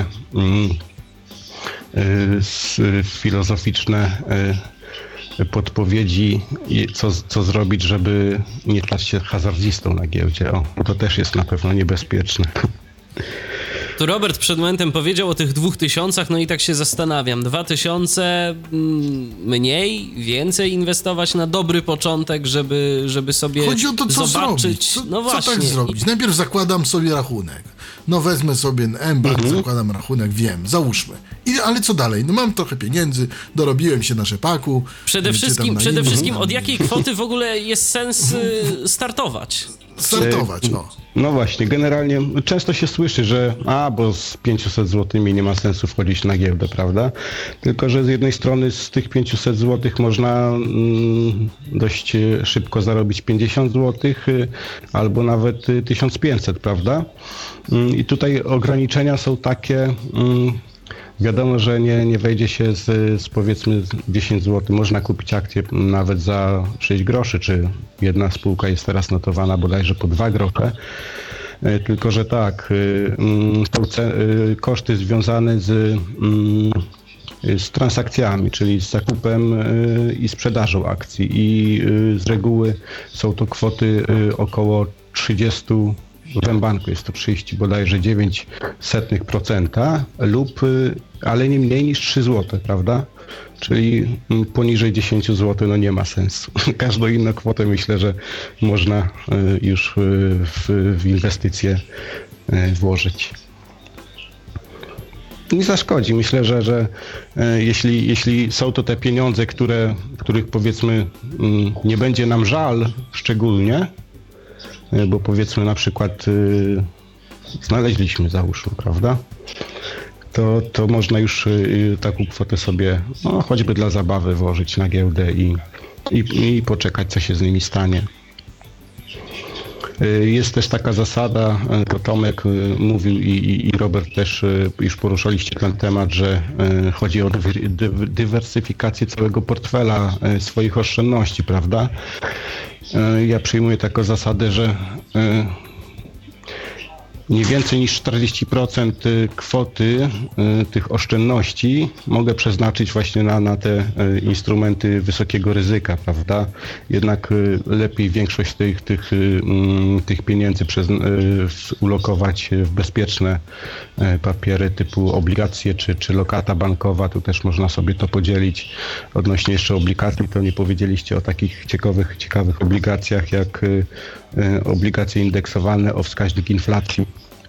filozoficzne podpowiedzi, co, co zrobić, żeby nie stać się hazardzistą na giełdzie. O, to też jest na pewno niebezpieczne. Tu Robert przed momentem powiedział o tych dwóch tysiącach, no i tak się zastanawiam. Dwa tysiące mniej, więcej inwestować na dobry początek, żeby, żeby sobie Chodzi o to, co zobaczyć. zrobić. Co, no właśnie. co tak zrobić? Najpierw zakładam sobie rachunek. No wezmę sobie mBank, mhm. zakładam rachunek, wiem, załóżmy. I, ale co dalej? No mam trochę pieniędzy, dorobiłem się na rzepaku. Przede wszystkim, na przede innym. wszystkim od jakiej kwoty w ogóle jest sens y, startować? Startować, o. No właśnie, generalnie często się słyszy, że a, bo z pięćset złotych nie ma sensu wchodzić na giełdę, prawda? Tylko że z jednej strony z tych pięćset złotych można mm, dość szybko zarobić pięćdziesiąt złotych y, albo nawet y, tysiąc pięćset, prawda? Y, I tutaj ograniczenia są takie... Y, Wiadomo, że nie, nie wejdzie się z, z powiedzmy dziesięć złotych. Można kupić akcję nawet za sześć groszy, czy jedna spółka jest teraz notowana bodajże po dwa grosze. Tylko że tak, są koszty związane z, z transakcjami, czyli z zakupem i sprzedażą akcji. I z reguły są to kwoty około trzydzieści w mBanku jest to trzydzieści bodajże dziewięć setnych procenta lub ale nie mniej niż trzy złote, prawda? Czyli poniżej dziesięć złotych no nie ma sensu. Każdą inną kwotę myślę, że można już w, w inwestycje włożyć. Nie zaszkodzi. Myślę, że, że jeśli, jeśli są to te pieniądze, które, których powiedzmy nie będzie nam żal szczególnie, bo powiedzmy na przykład znaleźliśmy, załóżmy, prawda? To, to można już taką kwotę sobie, no, choćby dla zabawy włożyć na giełdę i, i, i poczekać, co się z nimi stanie. Jest też taka zasada, to Tomek mówił i, i Robert też już poruszaliście ten temat, że chodzi o dywersyfikację całego portfela swoich oszczędności, prawda? Ja przyjmuję taką zasadę, że nie więcej niż czterdzieści procent kwoty tych oszczędności mogę przeznaczyć właśnie na, na te instrumenty wysokiego ryzyka, prawda? Jednak lepiej większość tych, tych, tych pieniędzy przez, ulokować w bezpieczne papiery typu obligacje czy, czy lokata bankowa. Tu też można sobie to podzielić. Odnośnie jeszcze obligacji, to nie powiedzieliście o takich ciekawych, ciekawych obligacjach jak obligacje indeksowane o wskaźnik inflacji.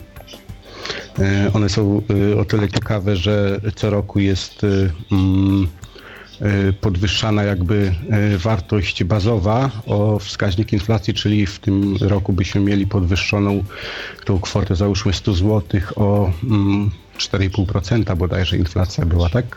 One są o tyle ciekawe, że co roku jest podwyższana jakby wartość bazowa o wskaźnik inflacji, czyli w tym roku byśmy mieli podwyższoną tą kwotę, załóżmy sto złotych o cztery i pół procent bodajże inflacja była, tak?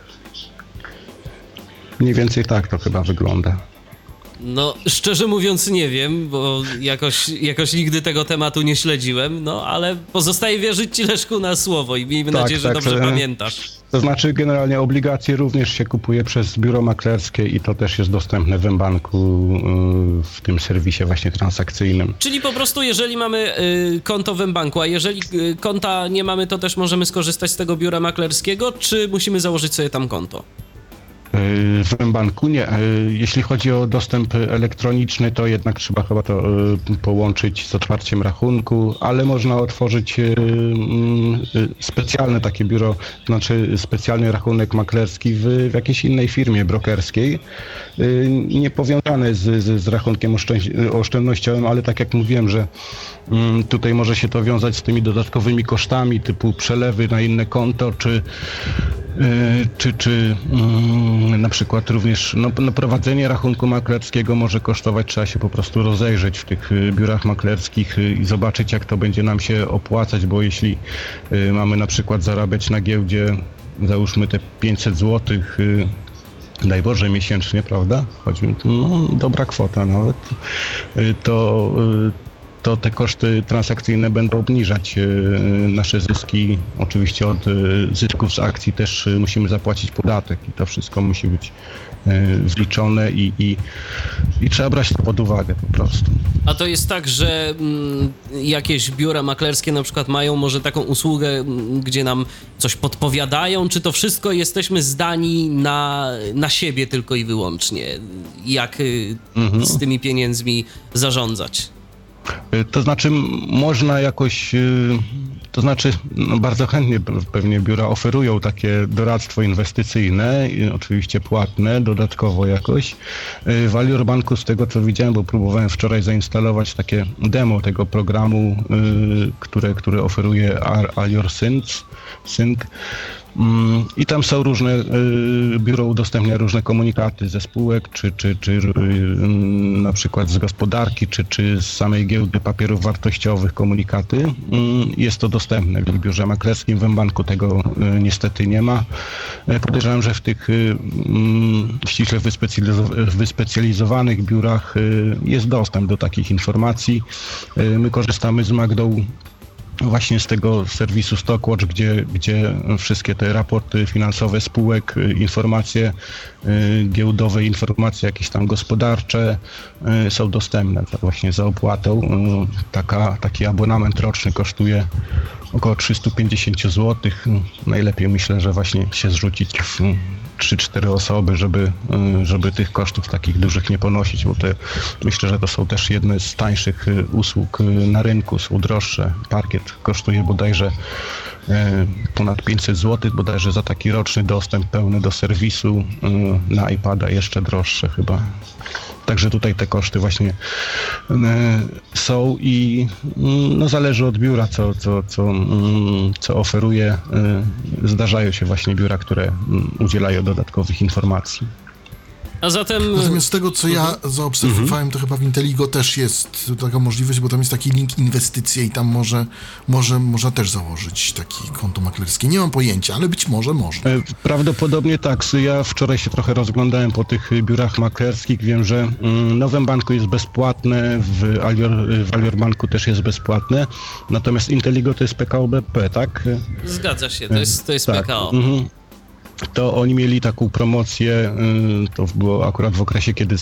Mniej więcej tak to chyba wygląda. No, szczerze mówiąc nie wiem, bo jakoś, jakoś nigdy tego tematu nie śledziłem, no ale pozostaje wierzyć Ci, Leszku, na słowo i miejmy tak, nadzieję, że tak, dobrze to, pamiętasz. To znaczy generalnie obligacje również się kupuje przez biuro maklerskie i to też jest dostępne w mBanku, w tym serwisie właśnie transakcyjnym. Czyli po prostu jeżeli mamy konto w mBanku, a jeżeli konta nie mamy, to też możemy skorzystać z tego biura maklerskiego, czy musimy założyć sobie tam konto? W mBanku nie. Jeśli chodzi o dostęp elektroniczny, to jednak trzeba chyba to połączyć z otwarciem rachunku, ale można otworzyć specjalne takie biuro, to znaczy specjalny rachunek maklerski w, w jakiejś innej firmie brokerskiej, nie powiązane z, z, z rachunkiem oszczędnościowym, ale tak jak mówiłem, że tutaj może się to wiązać z tymi dodatkowymi kosztami typu przelewy na inne konto, czy czy, czy na przykład również no, no, prowadzenie rachunku maklerskiego może kosztować, trzeba się po prostu rozejrzeć w tych biurach maklerskich i zobaczyć, jak to będzie nam się opłacać, bo jeśli mamy na przykład zarabiać na giełdzie, załóżmy te pięćset złotych, daj Boże, miesięcznie, prawda? Choćby, no, dobra kwota nawet, to to te koszty transakcyjne będą obniżać nasze zyski. Oczywiście od zysków z akcji też musimy zapłacić podatek i to wszystko musi być wliczone i, i, i trzeba brać to pod uwagę po prostu. A to jest tak, że mm, jakieś biura maklerskie na przykład mają może taką usługę, m, gdzie nam coś podpowiadają, czy to wszystko jesteśmy zdani na, na siebie tylko i wyłącznie, jak mhm. z tymi pieniędzmi zarządzać? To znaczy można jakoś, to znaczy no bardzo chętnie pewnie biura oferują takie doradztwo inwestycyjne, oczywiście płatne, dodatkowo jakoś. W Alior Banku z tego co widziałem, bo próbowałem wczoraj zainstalować takie demo tego programu, które, które oferuje Alior Sync. Sync. I tam są różne, biuro udostępnia różne komunikaty ze spółek, czy, czy, czy na przykład z gospodarki, czy, czy z samej giełdy papierów wartościowych komunikaty. Jest to dostępne w biurze maklerskim, w mBanku tego niestety nie ma. Podejrzewam, że w tych ściśle wyspecjalizowanych biurach jest dostęp do takich informacji. My korzystamy z Magdą właśnie z tego serwisu Stockwatch, gdzie, gdzie wszystkie te raporty finansowe spółek, informacje giełdowe, informacje jakieś tam gospodarcze są dostępne właśnie za opłatą. Taka, taki abonament roczny kosztuje około trzysta pięćdziesiąt złotych. Najlepiej myślę, że właśnie się zrzucić w trzy cztery osoby, żeby, żeby tych kosztów takich dużych nie ponosić, bo te, myślę, że to są też jedne z tańszych usług na rynku, są droższe. Parkiet kosztuje bodajże ponad pięćset złotych bodajże za taki roczny dostęp pełny do serwisu, na iPada jeszcze droższe chyba. Także tutaj te koszty właśnie są i no, zależy od biura, co, co, co, co oferuje. Zdarzają się właśnie biura, które udzielają dodatkowych informacji. A zatem... Natomiast z tego, co ja zaobserwowałem, mm-hmm. to chyba w Inteligo też jest taka możliwość, bo tam jest taki link inwestycje i tam może, może można też założyć takie konto maklerskie. Nie mam pojęcia, ale być może można. Prawdopodobnie tak. Ja wczoraj się trochę rozglądałem po tych biurach maklerskich. Wiem, że w Nowym Banku jest bezpłatne, w Alior, w Alior Banku też jest bezpłatne. Natomiast Inteligo to jest P K O B P, tak? Zgadza się, to jest, to jest tak. P K O. Mhm. To oni mieli taką promocję, to było akurat w okresie, kiedy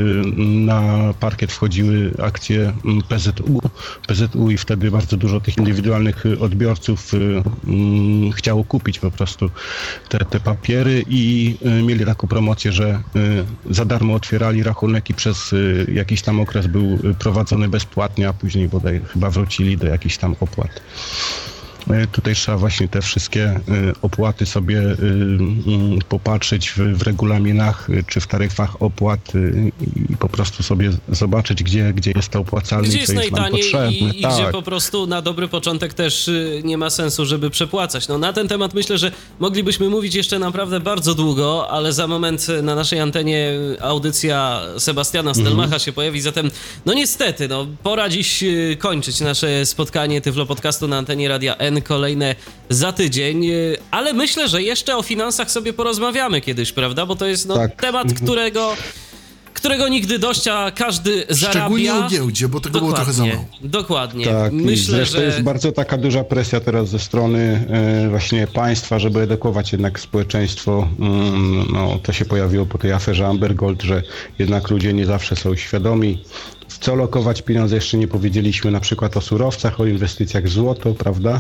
na parkiet wchodziły akcje P Z U, P Z U i wtedy bardzo dużo tych indywidualnych odbiorców chciało kupić po prostu te, te papiery i mieli taką promocję, że za darmo otwierali rachunek i przez jakiś tam okres był prowadzony bezpłatnie, a później bodaj chyba wrócili do jakichś tam opłat. Tutaj trzeba właśnie te wszystkie opłaty sobie popatrzeć w, w regulaminach czy w taryfach opłat i po prostu sobie zobaczyć, gdzie, gdzie jest to opłacalne, gdzie i jest co jest nam potrzebne. i, i tak. gdzie po prostu na dobry początek też nie ma sensu, żeby przepłacać. No na ten temat myślę, że moglibyśmy mówić jeszcze naprawdę bardzo długo, ale za moment na naszej antenie audycja Sebastiana Stelmacha mhm. się pojawi, zatem no niestety, no pora dziś kończyć nasze spotkanie Tyflo Podcastu na antenie Radia N. Kolejne za tydzień, ale myślę, że jeszcze o finansach sobie porozmawiamy kiedyś, prawda? Bo to jest no, tak. temat, którego, którego nigdy dość, a każdy zarabia. Szczególnie o giełdzie, bo tego dokładnie, było trochę za mało. Dokładnie. Tak, myślę, zresztą że... jest bardzo taka duża presja teraz ze strony e, właśnie państwa, żeby edukować jednak społeczeństwo. Mm, no, to się pojawiło po tej aferze Amber Gold, że jednak ludzie nie zawsze są świadomi, w co lokować pieniądze. Jeszcze nie powiedzieliśmy na przykład o surowcach, o inwestycjach w złoto, prawda?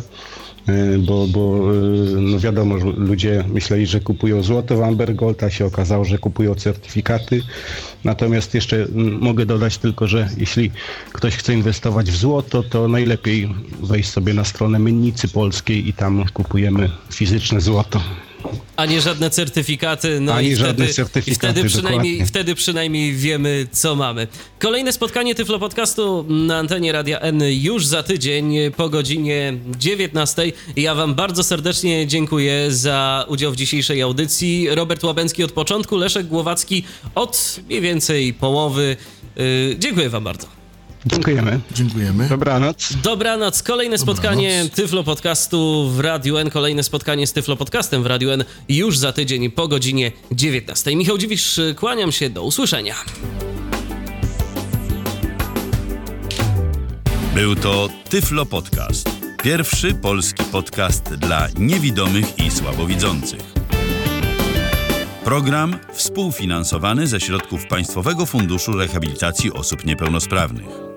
Bo, bo no wiadomo, że ludzie myśleli, że kupują złoto w Amber Gold, a się okazało, że kupują certyfikaty. Natomiast jeszcze mogę dodać tylko, że jeśli ktoś chce inwestować w złoto, to najlepiej wejść sobie na stronę Mennicy Polskiej i tam kupujemy fizyczne złoto. A nie żadne certyfikaty, no Ani i żadne wtedy, certyfikaty, i wtedy, przynajmniej, dokładnie. wtedy przynajmniej wiemy, co mamy. Kolejne spotkanie Tyflo Podcastu na antenie Radia N już za tydzień po godzinie dziewiętnastej. Ja wam bardzo serdecznie dziękuję za udział w dzisiejszej audycji. Robert Łabęcki od początku, Leszek Głowacki od mniej więcej połowy. Yy, dziękuję wam bardzo. Dziękujemy. Dziękujemy. Dobranoc. Dobranoc. Kolejne spotkanie Dobranoc. Tyflo Podcastu w Radiu N. Kolejne spotkanie z Tyflo Podcastem w Radiu N już za tydzień po godzinie dziewiętnastej. Michał Dziwisz, kłaniam się. Do usłyszenia. Był to Tyflo Podcast. Pierwszy polski podcast dla niewidomych i słabowidzących. Program współfinansowany ze środków Państwowego Funduszu Rehabilitacji Osób Niepełnosprawnych.